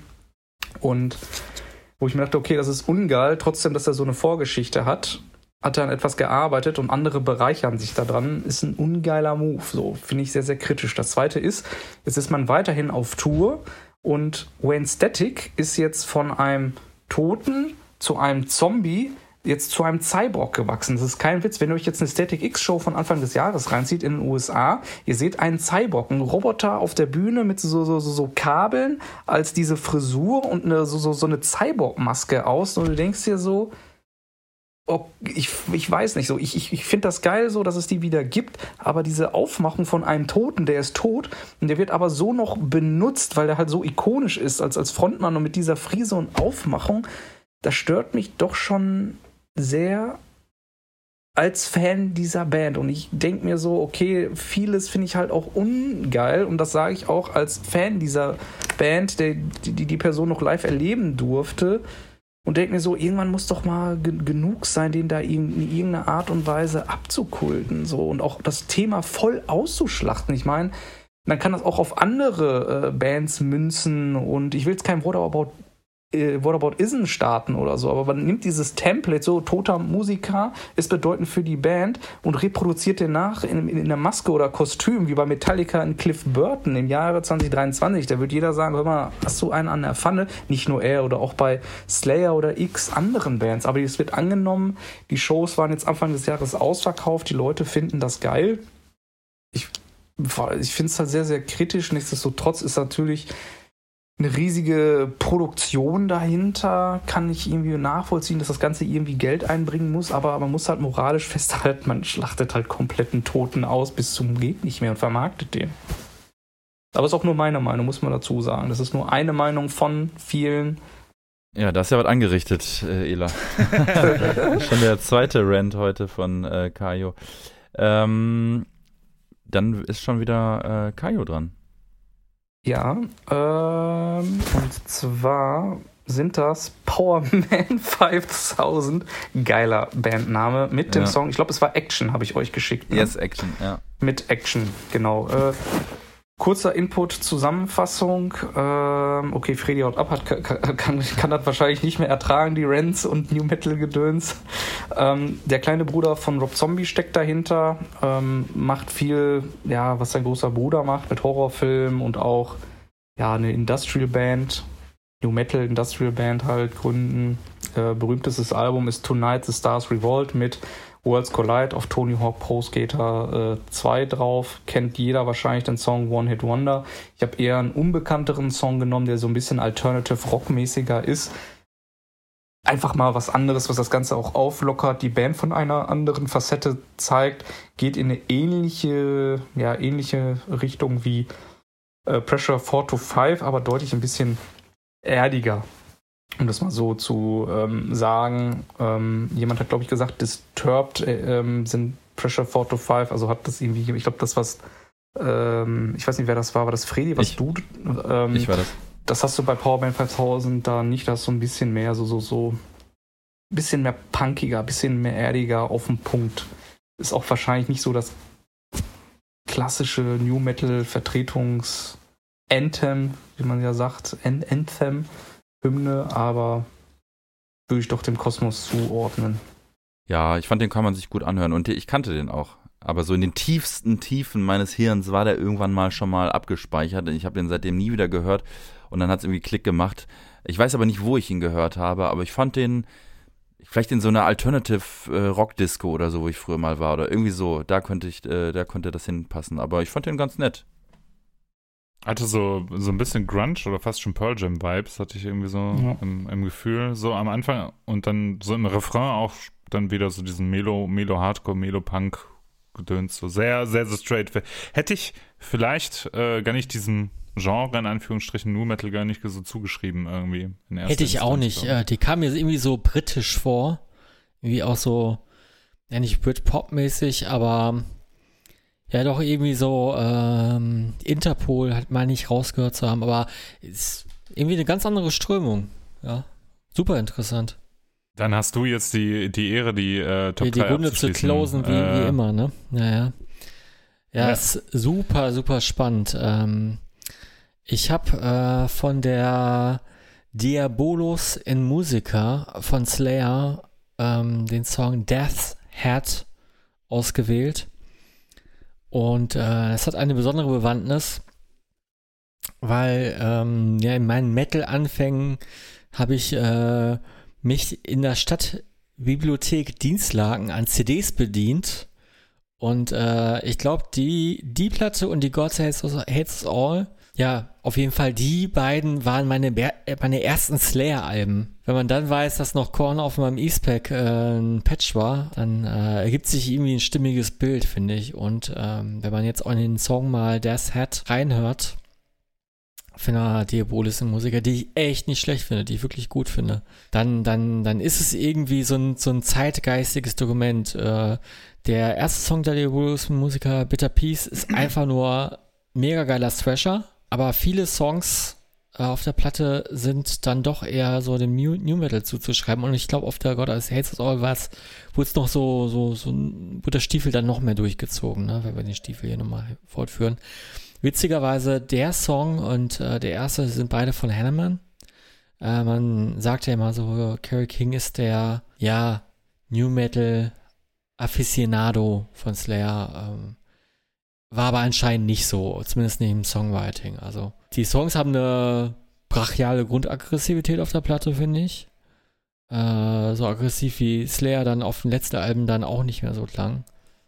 Und wo ich mir dachte, okay, das ist ungeil, trotzdem, dass er so eine Vorgeschichte hat, hat er an etwas gearbeitet und andere bereichern sich daran, ist ein ungeiler Move, so, finde ich sehr, sehr kritisch. Das zweite ist, jetzt ist man weiterhin auf Tour und Wayne Static ist jetzt von einem Toten zu einem Zombie jetzt zu einem Cyborg gewachsen. Das ist kein Witz. Wenn ihr euch jetzt eine Static X-Show von Anfang des Jahres reinzieht in den U S A, ihr seht einen Cyborg, einen Roboter auf der Bühne mit so, so, so, so Kabeln als diese Frisur und eine, so, so, so eine Cyborg-Maske aus und du denkst dir so, oh, ich, ich weiß nicht so, ich, ich, ich finde das geil so, dass es die wieder gibt, aber diese Aufmachung von einem Toten, der ist tot und der wird aber so noch benutzt, weil der halt so ikonisch ist als, als Frontmann und mit dieser Frise und Aufmachung, das stört mich doch schon sehr als Fan dieser Band und ich denke mir so, okay, vieles finde ich halt auch ungeil und das sage ich auch als Fan dieser Band, der, die die Person noch live erleben durfte und denke mir so, irgendwann muss doch mal ge- genug sein, den da in irgendeiner Art und Weise abzukulten so und auch das Thema voll auszuschlachten. Ich meine, man kann das auch auf andere äh, Bands münzen und ich will jetzt kein Wort about What About Isn't starten oder so, aber man nimmt dieses Template, so toter Musiker ist bedeutend für die Band und reproduziert den nach in, in, in einer Maske oder Kostüm, wie bei Metallica in Cliff Burton im Jahre zwanzig dreiundzwanzig. Da wird jeder sagen, hör mal, hast du einen an der Pfanne? Nicht nur er oder auch bei Slayer oder x anderen Bands, aber es wird angenommen, die Shows waren jetzt Anfang des Jahres ausverkauft, die Leute finden das geil. Ich, ich finde es halt sehr, sehr kritisch, nichtsdestotrotz ist natürlich eine riesige Produktion dahinter, kann ich irgendwie nachvollziehen, dass das Ganze irgendwie Geld einbringen muss, aber man muss halt moralisch festhalten, man schlachtet halt kompletten Toten aus bis zum geht nicht mehr und vermarktet den. Aber ist auch nur meine Meinung, muss man dazu sagen. Das ist nur eine Meinung von vielen. Ja, da ist ja was angerichtet, äh, Ela. Schon der zweite Rant heute von äh, Kajo. Ähm, dann ist schon wieder äh, Kajo dran. Ja, ähm, und zwar sind das Powerman fünftausend. Geiler Bandname. Mit dem Ja. Song, ich glaube, es war Action, habe ich euch geschickt. Ne? Yes, Action, ja. Mit Action, genau. Äh, kurzer Input, Zusammenfassung. Ähm, okay, Freddy haut ab, hat, kann, kann, kann das wahrscheinlich nicht mehr ertragen, die Rants und New Metal-Gedöns. Ähm, der kleine Bruder von Rob Zombie steckt dahinter, ähm, macht viel, ja, was sein großer Bruder macht, mit Horrorfilmen und auch ja, eine Industrial Band, New Metal Industrial Band halt gründen. Äh, berühmtestes Album ist Tonight the Stars Revolt mit Worlds Collide auf Tony Hawk Pro Skater äh, zwei drauf. Kennt jeder wahrscheinlich den Song One Hit Wonder. Ich habe eher einen unbekannteren Song genommen, der so ein bisschen Alternative Rock-mäßiger ist. Einfach mal was anderes, was das Ganze auch auflockert, die Band von einer anderen Facette zeigt, geht in eine ähnliche, ja, ähnliche Richtung wie äh, Pressure four to five, aber deutlich ein bisschen erdiger. Um das mal so zu ähm, sagen, ähm, jemand hat, glaube ich, gesagt, Disturbed äh, ähm, sind Pressure four to five, also hat das irgendwie, ich glaube, das was, ähm, ich weiß nicht, wer das war, war das Freddy, was ich, du? Ähm, ich war das. Das hast du bei Powerman fünftausend da nicht, da hast du ein bisschen mehr, so, so, so, ein bisschen mehr punkiger, ein bisschen mehr erdiger auf den Punkt. Ist auch wahrscheinlich nicht so das klassische New Metal Vertretungs Anthem, wie man ja sagt, Anthem, Hymne, aber würde ich doch dem Kosmos zuordnen. Ja, ich fand, den kann man sich gut anhören und ich kannte den auch. Aber so in den tiefsten Tiefen meines Hirns war der irgendwann mal schon mal abgespeichert. Ich habe den seitdem nie wieder gehört und dann hat es irgendwie Klick gemacht. Ich weiß aber nicht, wo ich ihn gehört habe, aber ich fand den vielleicht in so einer Alternative äh, Rock-Disco oder so, wo ich früher mal war oder irgendwie so. Da könnte ich, äh, da könnte das hinpassen. Aber ich fand den ganz nett. Hatte so, so ein bisschen Grunge oder fast schon Pearl Jam Vibes, hatte ich irgendwie so Ja. im, im Gefühl, so am Anfang und dann so im Refrain auch dann wieder so diesen Melo, Melo Hardcore, Melo Punk Gedöns, so sehr, sehr so straight. Hätte ich vielleicht äh, gar nicht diesem Genre, in Anführungsstrichen, Nu Metal gar nicht so zugeschrieben irgendwie. In erster Hätte ich auch Instanz, nicht. Äh, die kam mir irgendwie so britisch vor. Irgendwie auch so, ja nicht Britpop-mäßig, aber ja doch irgendwie so ähm, Interpol hat mal nicht rausgehört zu haben, aber ist irgendwie eine ganz andere Strömung. Ja, super interessant. Dann hast du jetzt die, die Ehre, die äh, Top Die, die drei Runde zu closen, wie, äh, wie immer, ne? Naja. Ja, Ja. ist super, super spannend. Ähm, ich habe äh, von der Diabolus in Musica von Slayer ähm, den Song Death's Head ausgewählt. Und äh, es hat eine besondere Bewandtnis, weil ähm, ja, in meinen Metal-Anfängen habe ich äh, mich in der Stadtbibliothek Dienstlaken an C Ds bedient. Und äh, ich glaube, die, die Platte und die God Hates Us Hates Us All, ja, auf jeden Fall, die beiden waren meine, meine ersten Slayer-Alben. Wenn man dann weiß, dass noch Korn auf meinem E-Spec äh, ein Patch war, dann äh, ergibt sich irgendwie ein stimmiges Bild, finde ich. Und ähm, wenn man jetzt auch in den Song mal Death's Head reinhört, von einer Diabolus in Musiker, die ich echt nicht schlecht finde, die ich wirklich gut finde, dann, dann, dann ist es irgendwie so ein, so ein zeitgeistiges Dokument. Äh, der erste Song der Diabolus in Musiker, Bitter Peace, ist einfach nur mega geiler Thrasher, aber viele Songs äh, auf der Platte sind dann doch eher so dem New, New Metal zuzuschreiben und ich glaube, auf der God Hates Us All war es, wurde es noch so, so, so, wurde der Stiefel dann noch mehr durchgezogen, ne, wenn wir den Stiefel hier nochmal fortführen. Witzigerweise, der Song und äh, der erste sind beide von Hanneman. Äh, man sagt ja immer so, Kerry King ist der, ja, New Metal Aficionado von Slayer. Ähm, war aber anscheinend nicht so, zumindest nicht im Songwriting. Also, die Songs haben eine brachiale Grundaggressivität auf der Platte, finde ich. Äh, so aggressiv wie Slayer dann auf den letzten Alben dann auch nicht mehr so lang.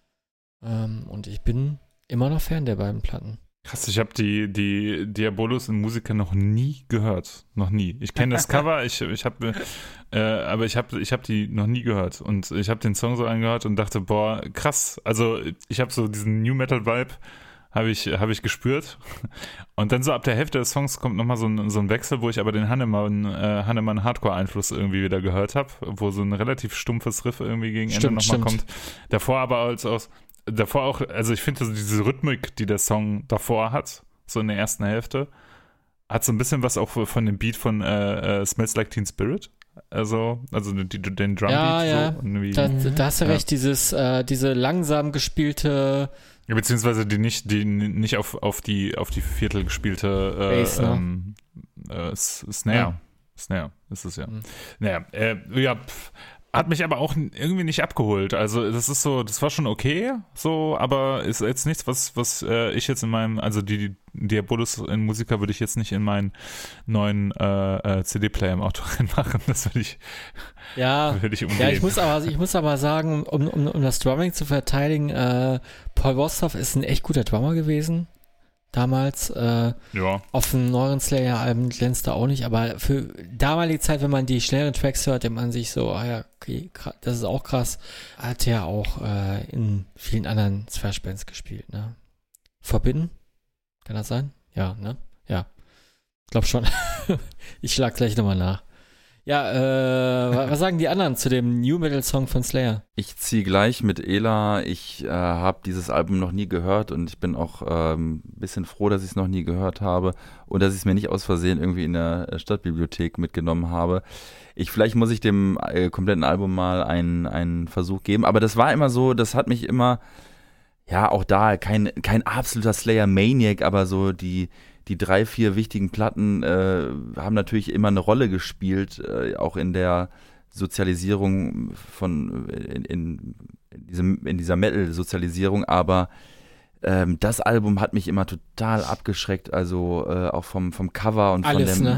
Ähm, und ich bin immer noch Fan der beiden Platten. Krass, ich habe die, die Diabolus in Musiker noch nie gehört. Noch nie. Ich kenne das Cover, ich, ich habe, äh, aber ich habe ich hab die noch nie gehört. Und ich habe den Song so angehört und dachte, boah, krass. Also ich habe so diesen New Metal Vibe, habe ich, hab ich gespürt. Und dann so ab der Hälfte des Songs kommt nochmal so ein, so ein Wechsel, wo ich aber den Hannemann, äh, Hannemann Hardcore-Einfluss irgendwie wieder gehört habe, wo so ein relativ stumpfes Riff irgendwie gegen Ende nochmal kommt. Davor aber als aus Davor auch, also ich finde so diese Rhythmik, die der Song davor hat, so in der ersten Hälfte, hat so ein bisschen was auch von dem Beat von äh, äh, Smells Like Teen Spirit. Also, also die, den Drumbeat. Ja, ja. So. Und wie, da, da hast du ja. recht, dieses, äh, diese langsam gespielte Ja, beziehungsweise die nicht, die nicht auf, auf die auf die Viertel gespielte äh, Bass, ne? ähm, äh, Snare. Ja. Snare ist es ja. Mhm. Naja, äh, ja, pff, hat mich aber auch irgendwie nicht abgeholt. Also das ist so, das war schon okay, so, aber ist jetzt nichts, was, was äh, ich jetzt in meinem, also die, die Diabolus in Musiker würde ich jetzt nicht in meinen neuen äh, äh, C D-Player im Auto reinmachen. Das würde ich, Ja, würde ich umgehen. ja, ich muss aber, ich muss aber sagen, um, um, um das Drumming zu verteidigen, äh, Paul Wossoff ist ein echt guter Drummer gewesen. Damals, äh, ja. auf dem neueren Slayer-Alben glänzt er auch nicht, aber für damalige Zeit, wenn man die schnellen Tracks hört, denkt man sich so, ah ja, okay, das ist auch krass. Hat er auch äh, in vielen anderen Thrash-Bands gespielt, ne? Forbidden? Kann das sein? Ja, ne? Ja. Glaub schon. Ich schlag gleich nochmal nach. Ja, äh, was sagen die anderen zu dem New Metal Song von Slayer? Ich ziehe gleich mit Ela. Ich äh, habe dieses Album noch nie gehört und ich bin auch ein ähm, bisschen froh, dass ich es noch nie gehört habe und dass ich es mir nicht aus Versehen irgendwie in der Stadtbibliothek mitgenommen habe. Ich, vielleicht muss ich dem äh, kompletten Album mal einen, einen Versuch geben, aber das war immer so, das hat mich immer, ja, auch da, kein, kein absoluter Slayer-Maniac, aber so die Die drei, vier wichtigen Platten äh, haben natürlich immer eine Rolle gespielt, äh, auch in der Sozialisierung von, in, in, in, diesem, in dieser Metal-Sozialisierung, aber ähm, das Album hat mich immer total abgeschreckt, also äh, auch vom, vom Cover und Alles, von dem, ne?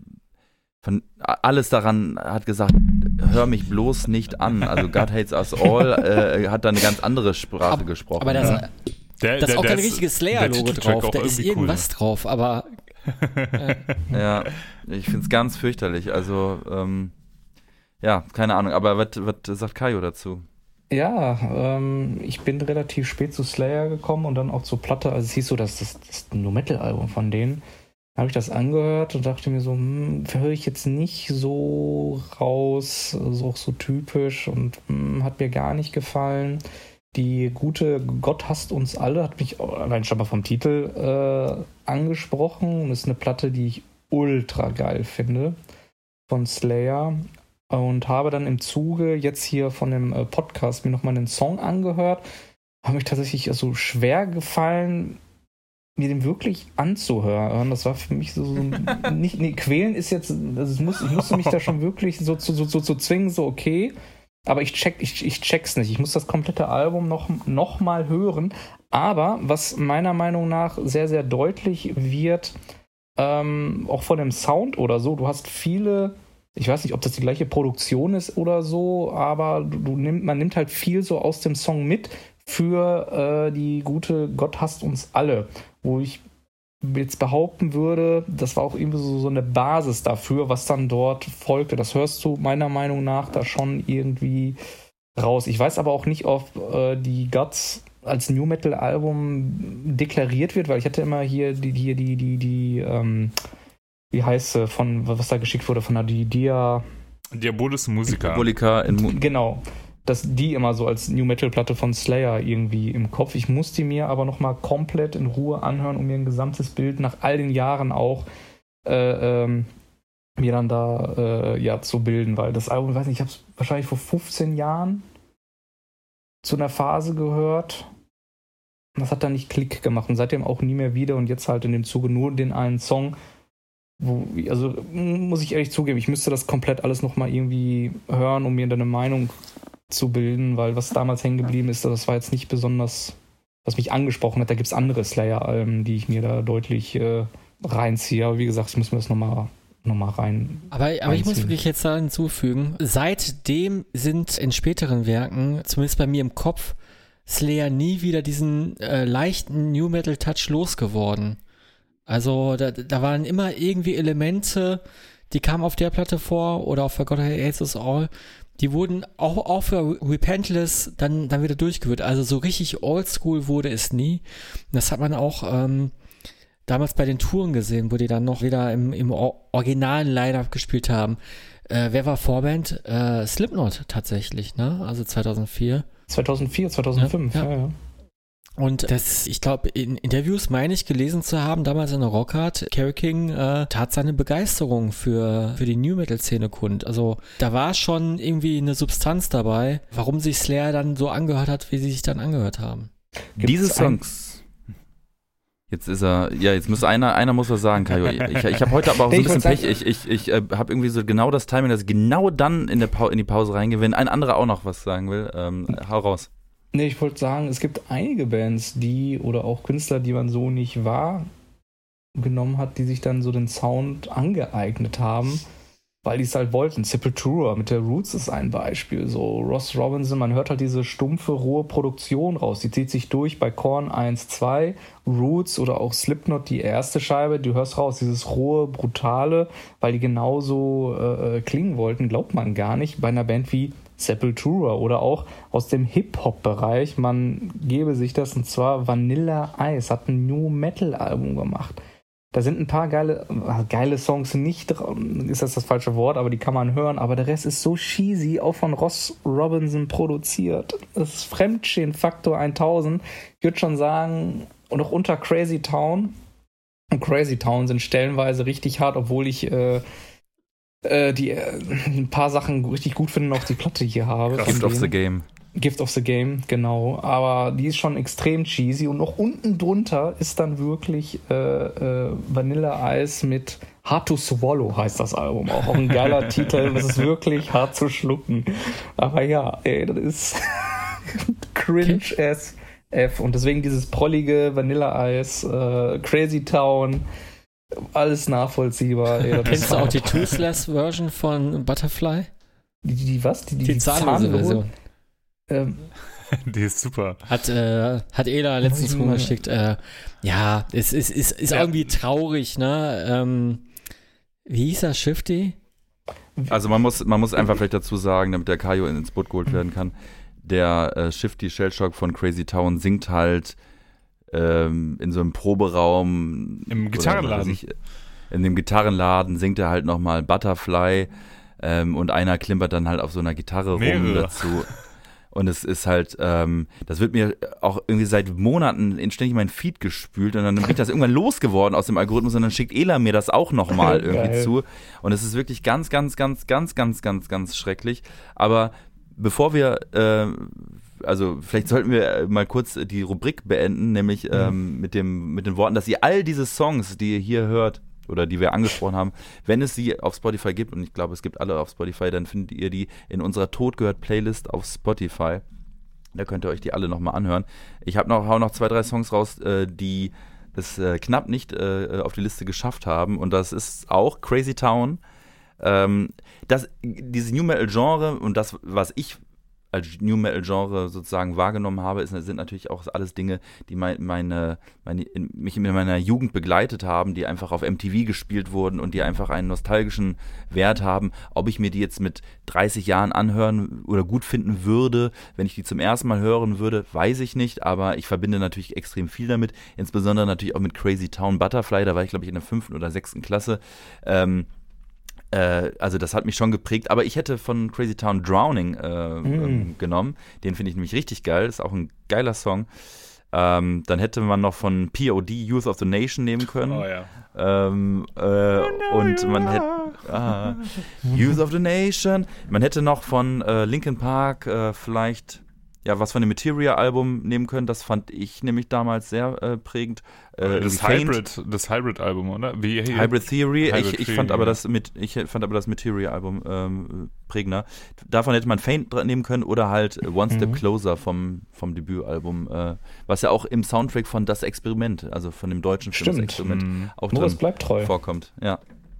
von alles daran hat gesagt, hör mich bloß nicht an, also God Hates Us All äh, hat da eine ganz andere Sprache aber, gesprochen. Aber das, ja. Der, da ist der, auch der kein ist, richtiges Slayer-Logo drauf, da ist irgendwas cool, drauf, aber äh. Ja, ich finde es ganz fürchterlich, also ähm, ja, keine Ahnung, aber was sagt Kajo dazu? Ja, ähm, ich bin relativ spät zu Slayer gekommen und dann auch zur Platte, also es hieß so, dass das, das No-Metal-Album von denen, da habe ich das angehört und dachte mir so, hm, höre ich jetzt nicht so raus, so auch so typisch und hm, hat mir gar nicht gefallen. Die gute Gott hasst uns alle hat mich allein schon mal vom Titel äh, angesprochen und ist eine Platte, die ich ultra geil finde von Slayer und habe dann im Zuge jetzt hier von dem äh, Podcast mir nochmal einen Song angehört. Habe mich tatsächlich also schwer gefallen, mir den wirklich anzuhören. Das war für mich so, so nicht, nee, quälen ist jetzt, also es muss, ich musste mich da schon wirklich so zu so, so, so zwingen, so okay. Aber ich, check, ich, ich check's nicht. Ich muss das komplette Album noch, noch mal hören. Aber was meiner Meinung nach sehr, sehr deutlich wird, ähm, auch von dem Sound oder so, du hast viele, ich weiß nicht, ob das die gleiche Produktion ist oder so, aber du, du nimm, man nimmt halt viel so aus dem Song mit für äh, die gute Gott hasst uns alle. Wo ich jetzt behaupten würde, das war auch irgendwie so, so eine Basis dafür, was dann dort folgte. Das hörst du meiner Meinung nach da schon irgendwie raus. Ich weiß aber auch nicht, ob äh, die Guts als New Metal Album deklariert wird, weil ich hatte immer hier die, die, die, die, die, ähm, wie heißt sie, von, was da geschickt wurde, von der die Dia... Diabolus Musica. Diabolica in Mu- Genau. Dass die immer so als New Metal Platte von Slayer irgendwie im Kopf. Ich muss die mir aber nochmal komplett in Ruhe anhören, um mir ein gesamtes Bild nach all den Jahren auch äh, ähm, mir dann da äh, ja zu bilden, weil das Album, ich weiß nicht, ich habe es wahrscheinlich vor fünfzehn Jahren zu einer Phase gehört. Das hat dann nicht Klick gemacht und seitdem auch nie mehr wieder und jetzt halt in dem Zuge nur den einen Song, wo, also muss ich ehrlich zugeben, ich müsste das komplett alles nochmal irgendwie hören, um mir dann eine Meinung zu bilden, weil was damals hängen geblieben ist, das war jetzt nicht besonders, was mich angesprochen hat. Da gibt es andere Slayer-Alben, die ich mir da deutlich äh, reinziehe. Aber wie gesagt, ich muss mir das nochmal noch mal rein Aber, aber ich muss wirklich jetzt da hinzufügen, seitdem sind in späteren Werken, zumindest bei mir im Kopf, Slayer nie wieder diesen äh, leichten New Metal Touch losgeworden. Also da, da waren immer irgendwie Elemente, die kamen auf der Platte vor oder auf God Hates Us All, die wurden auch, auch für Repentless dann, dann wieder durchgeführt. Also so richtig oldschool wurde es nie. Das hat man auch ähm, damals bei den Touren gesehen, wo die dann noch wieder im, im originalen Line-Up gespielt haben. Äh, wer war Vorband? Äh, Slipknot tatsächlich, ne? Also zweitausendvier. zweitausendvier, zweitausendfünf, ja. ja, ja. Und das, ich glaube, in Interviews meine ich gelesen zu haben, damals in der Rockhard, Kerry King äh, tat seine Begeisterung für, für die New-Metal-Szene kund. Also da war schon irgendwie eine Substanz dabei, warum sich Slayer dann so angehört hat, wie sie sich dann angehört haben. Gibt's Diese Songs. Jetzt ist er, ja, jetzt muss einer, einer muss was sagen, Kajo. Ich, ich habe heute aber auch so ein bisschen Pech. Ich, ich, ich äh, habe irgendwie so genau das Timing, dass ich genau dann in, der pa- in die Pause reingehe, wenn ein anderer auch noch was sagen will. Ähm, hau raus. Nee, ich wollte sagen, es gibt einige Bands, die oder auch Künstler, die man so nicht wahrgenommen hat, die sich dann so den Sound angeeignet haben, weil die es halt wollten. Sepultura mit der Roots ist ein Beispiel. So Ross Robinson, man hört halt diese stumpfe, rohe Produktion raus. Die zieht sich durch bei Korn eins, zwei, Roots oder auch Slipknot, die erste Scheibe. Du hörst raus, dieses rohe, brutale, weil die genauso äh, klingen wollten, glaubt man gar nicht bei einer Band wie Sepultura oder auch aus dem Hip-Hop-Bereich. Man gebe sich das, und zwar Vanilla Ice hat ein New-Metal-Album gemacht. Da sind ein paar geile, geile Songs nicht, ist das das falsche Wort, aber die kann man hören, aber der Rest ist so cheesy, auch von Ross Robinson produziert. Das ist Fremdschämen-Faktor tausend. Ich würde schon sagen, und auch unter Crazy Town. Und Crazy Town sind stellenweise richtig hart, obwohl ich äh, äh, die äh, ein paar Sachen richtig gut finde, noch die Platte hier habe. Gift of the Game. Gift of the Game, genau. Aber die ist schon extrem cheesy und noch unten drunter ist dann wirklich äh, äh, Vanilla Ice mit Hard to Swallow heißt das Album auch. Auch ein geiler Titel, das ist wirklich hart zu schlucken. Aber ja, ey, das ist cringe as F. Und deswegen dieses prollige Vanilla Ice, äh, Crazy Town, alles nachvollziehbar. Ey, kennst du auch die Toothless-Version von Butterfly? Die, die, die was? Die, die, die, die zahnlose Version. Ähm, die ist super. Hat, äh, hat Ela letztens rumgeschickt. Äh, ja, es ist, ist, ist ja. irgendwie traurig, ne? Ähm, wie hieß das, Shifty? Also man muss, man muss einfach vielleicht dazu sagen, damit der Kajo ins Boot geholt werden kann, der äh, Shifty Shellshock von Crazy Town singt halt ähm, in so einem Proberaum. Im Gitarrenladen. Ich, in dem Gitarrenladen singt er halt nochmal Butterfly ähm, und einer klimpert dann halt auf so einer Gitarre Mehrere. rum dazu. Und es ist halt, ähm, das wird mir auch irgendwie seit Monaten ständig in mein Feed gespült und dann bin ich das irgendwann losgeworden aus dem Algorithmus und dann schickt Ela mir das auch nochmal irgendwie Geil. zu. Und es ist wirklich ganz, ganz, ganz, ganz, ganz, ganz, ganz schrecklich. Aber bevor wir, äh, also vielleicht sollten wir mal kurz die Rubrik beenden, nämlich ähm, Mhm. mit dem, mit den Worten, dass ihr all diese Songs, die ihr hier hört, oder die wir angesprochen haben, wenn es sie auf Spotify gibt, und ich glaube, es gibt alle auf Spotify, dann findet ihr die in unserer Tod gehört Playlist auf Spotify. Da könnt ihr euch die alle nochmal anhören. Ich habe noch, hau noch zwei, drei Songs raus, äh, die es äh, knapp nicht äh, auf die Liste geschafft haben, und das ist auch Crazy Town. Ähm, das, dieses New Metal Genre und das, was ich als New Metal Genre sozusagen wahrgenommen habe, ist, sind natürlich auch alles Dinge, die mein, meine, meine, in, mich in meiner Jugend begleitet haben, die einfach auf M T V gespielt wurden und die einfach einen nostalgischen Wert haben. Ob ich mir die jetzt mit dreißig Jahren anhören oder gut finden würde, wenn ich die zum ersten Mal hören würde, weiß ich nicht, aber ich verbinde natürlich extrem viel damit, insbesondere natürlich auch mit Crazy Town Butterfly, da war ich glaube ich in der fünften oder sechsten Klasse. Ähm, Also das hat mich schon geprägt, aber ich hätte von Crazy Town Drowning äh, Mm. ähm, genommen. Den finde ich nämlich richtig geil, ist auch ein geiler Song. Ähm, dann hätte man noch von P O D Youth of the Nation nehmen können. Oh ja. Ähm, äh, und man hätte ah, Youth of the Nation. Man hätte noch von äh, Linkin Park äh, vielleicht ja was von dem Materia-Album nehmen können. Das fand ich nämlich damals sehr äh, prägend. Äh, das Faint. Hybrid, das Hybrid-Album, oder? Wie, hier? Hybrid Theory. Hybrid ich, ich Theory, fand aber ja. das mit, ich fand aber das Materia-Album ähm, prägender. Davon hätte man Faint dra- nehmen können oder halt One Step Mhm. Closer vom, vom Debütalbum, äh, was ja auch im Soundtrack von Das Experiment, also von dem deutschen Film Das Stimmt. Experiment, Mhm. auch Moritz drin bleibt treu. vorkommt. Ja.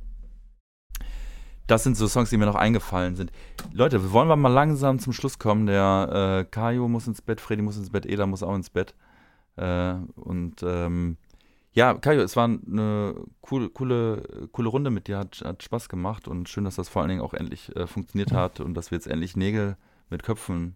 Das sind so Songs, die mir noch eingefallen sind. Leute, wollen wir mal langsam zum Schluss kommen. Der äh, Kajo muss ins Bett, Freddy muss ins Bett, Ela muss auch ins Bett. Äh, und ähm, ja, Kajo, es war eine coole, coole, coole Runde mit dir, hat, hat Spaß gemacht und schön, dass das vor allen Dingen auch endlich äh, funktioniert hat und dass wir jetzt endlich Nägel mit Köpfen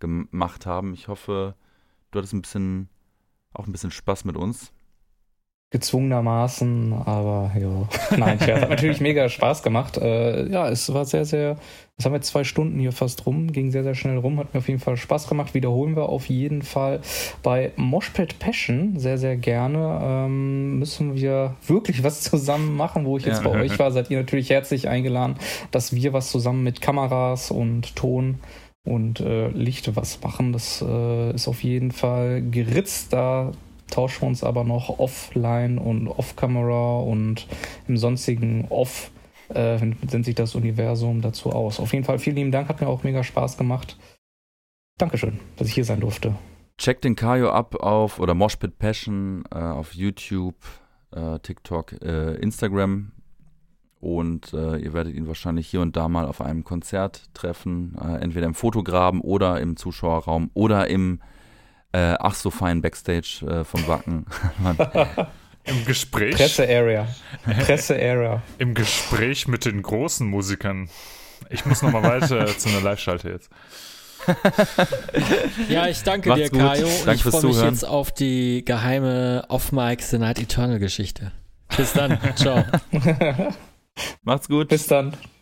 gemacht haben. Ich hoffe, du hattest ein bisschen, auch ein bisschen Spaß mit uns. gezwungenermaßen, aber ja, nein, Scherz. Hat natürlich mega Spaß gemacht. Äh, ja, es war sehr, sehr, jetzt haben wir zwei Stunden hier fast rum, ging sehr, sehr schnell rum, hat mir auf jeden Fall Spaß gemacht. Wiederholen wir auf jeden Fall bei Moshpit Passion sehr, sehr gerne. Ähm, müssen wir wirklich was zusammen machen, wo ich jetzt ja. bei euch war, seid ihr natürlich herzlich eingeladen, dass wir was zusammen mit Kameras und Ton und äh, Licht was machen. Das äh, ist auf jeden Fall geritzt, da tauschen wir uns aber noch offline und off-Camera und im sonstigen Off äh, sendet sich das Universum dazu aus. Auf jeden Fall vielen lieben Dank, hat mir auch mega Spaß gemacht. Dankeschön, dass ich hier sein durfte. Checkt den Kajo ab auf, oder Moshpit Passion äh, auf YouTube, äh, TikTok, äh, Instagram und äh, ihr werdet ihn wahrscheinlich hier und da mal auf einem Konzert treffen, äh, entweder im Fotograben oder im Zuschauerraum oder im Äh, ach so fein Backstage äh, vom Wacken. Im Gespräch. Presse-Area. Presse-Area. Im Gespräch mit den großen Musikern. Ich muss nochmal weiter zu einer Live-Schalte jetzt. Ja, ich danke Macht's dir, gut. Kajo. Danke Ich fürs freue mich Zuhören. jetzt auf die geheime Off-Mic The Night Eternal Geschichte. Bis dann. Ciao. Macht's gut. Bis dann.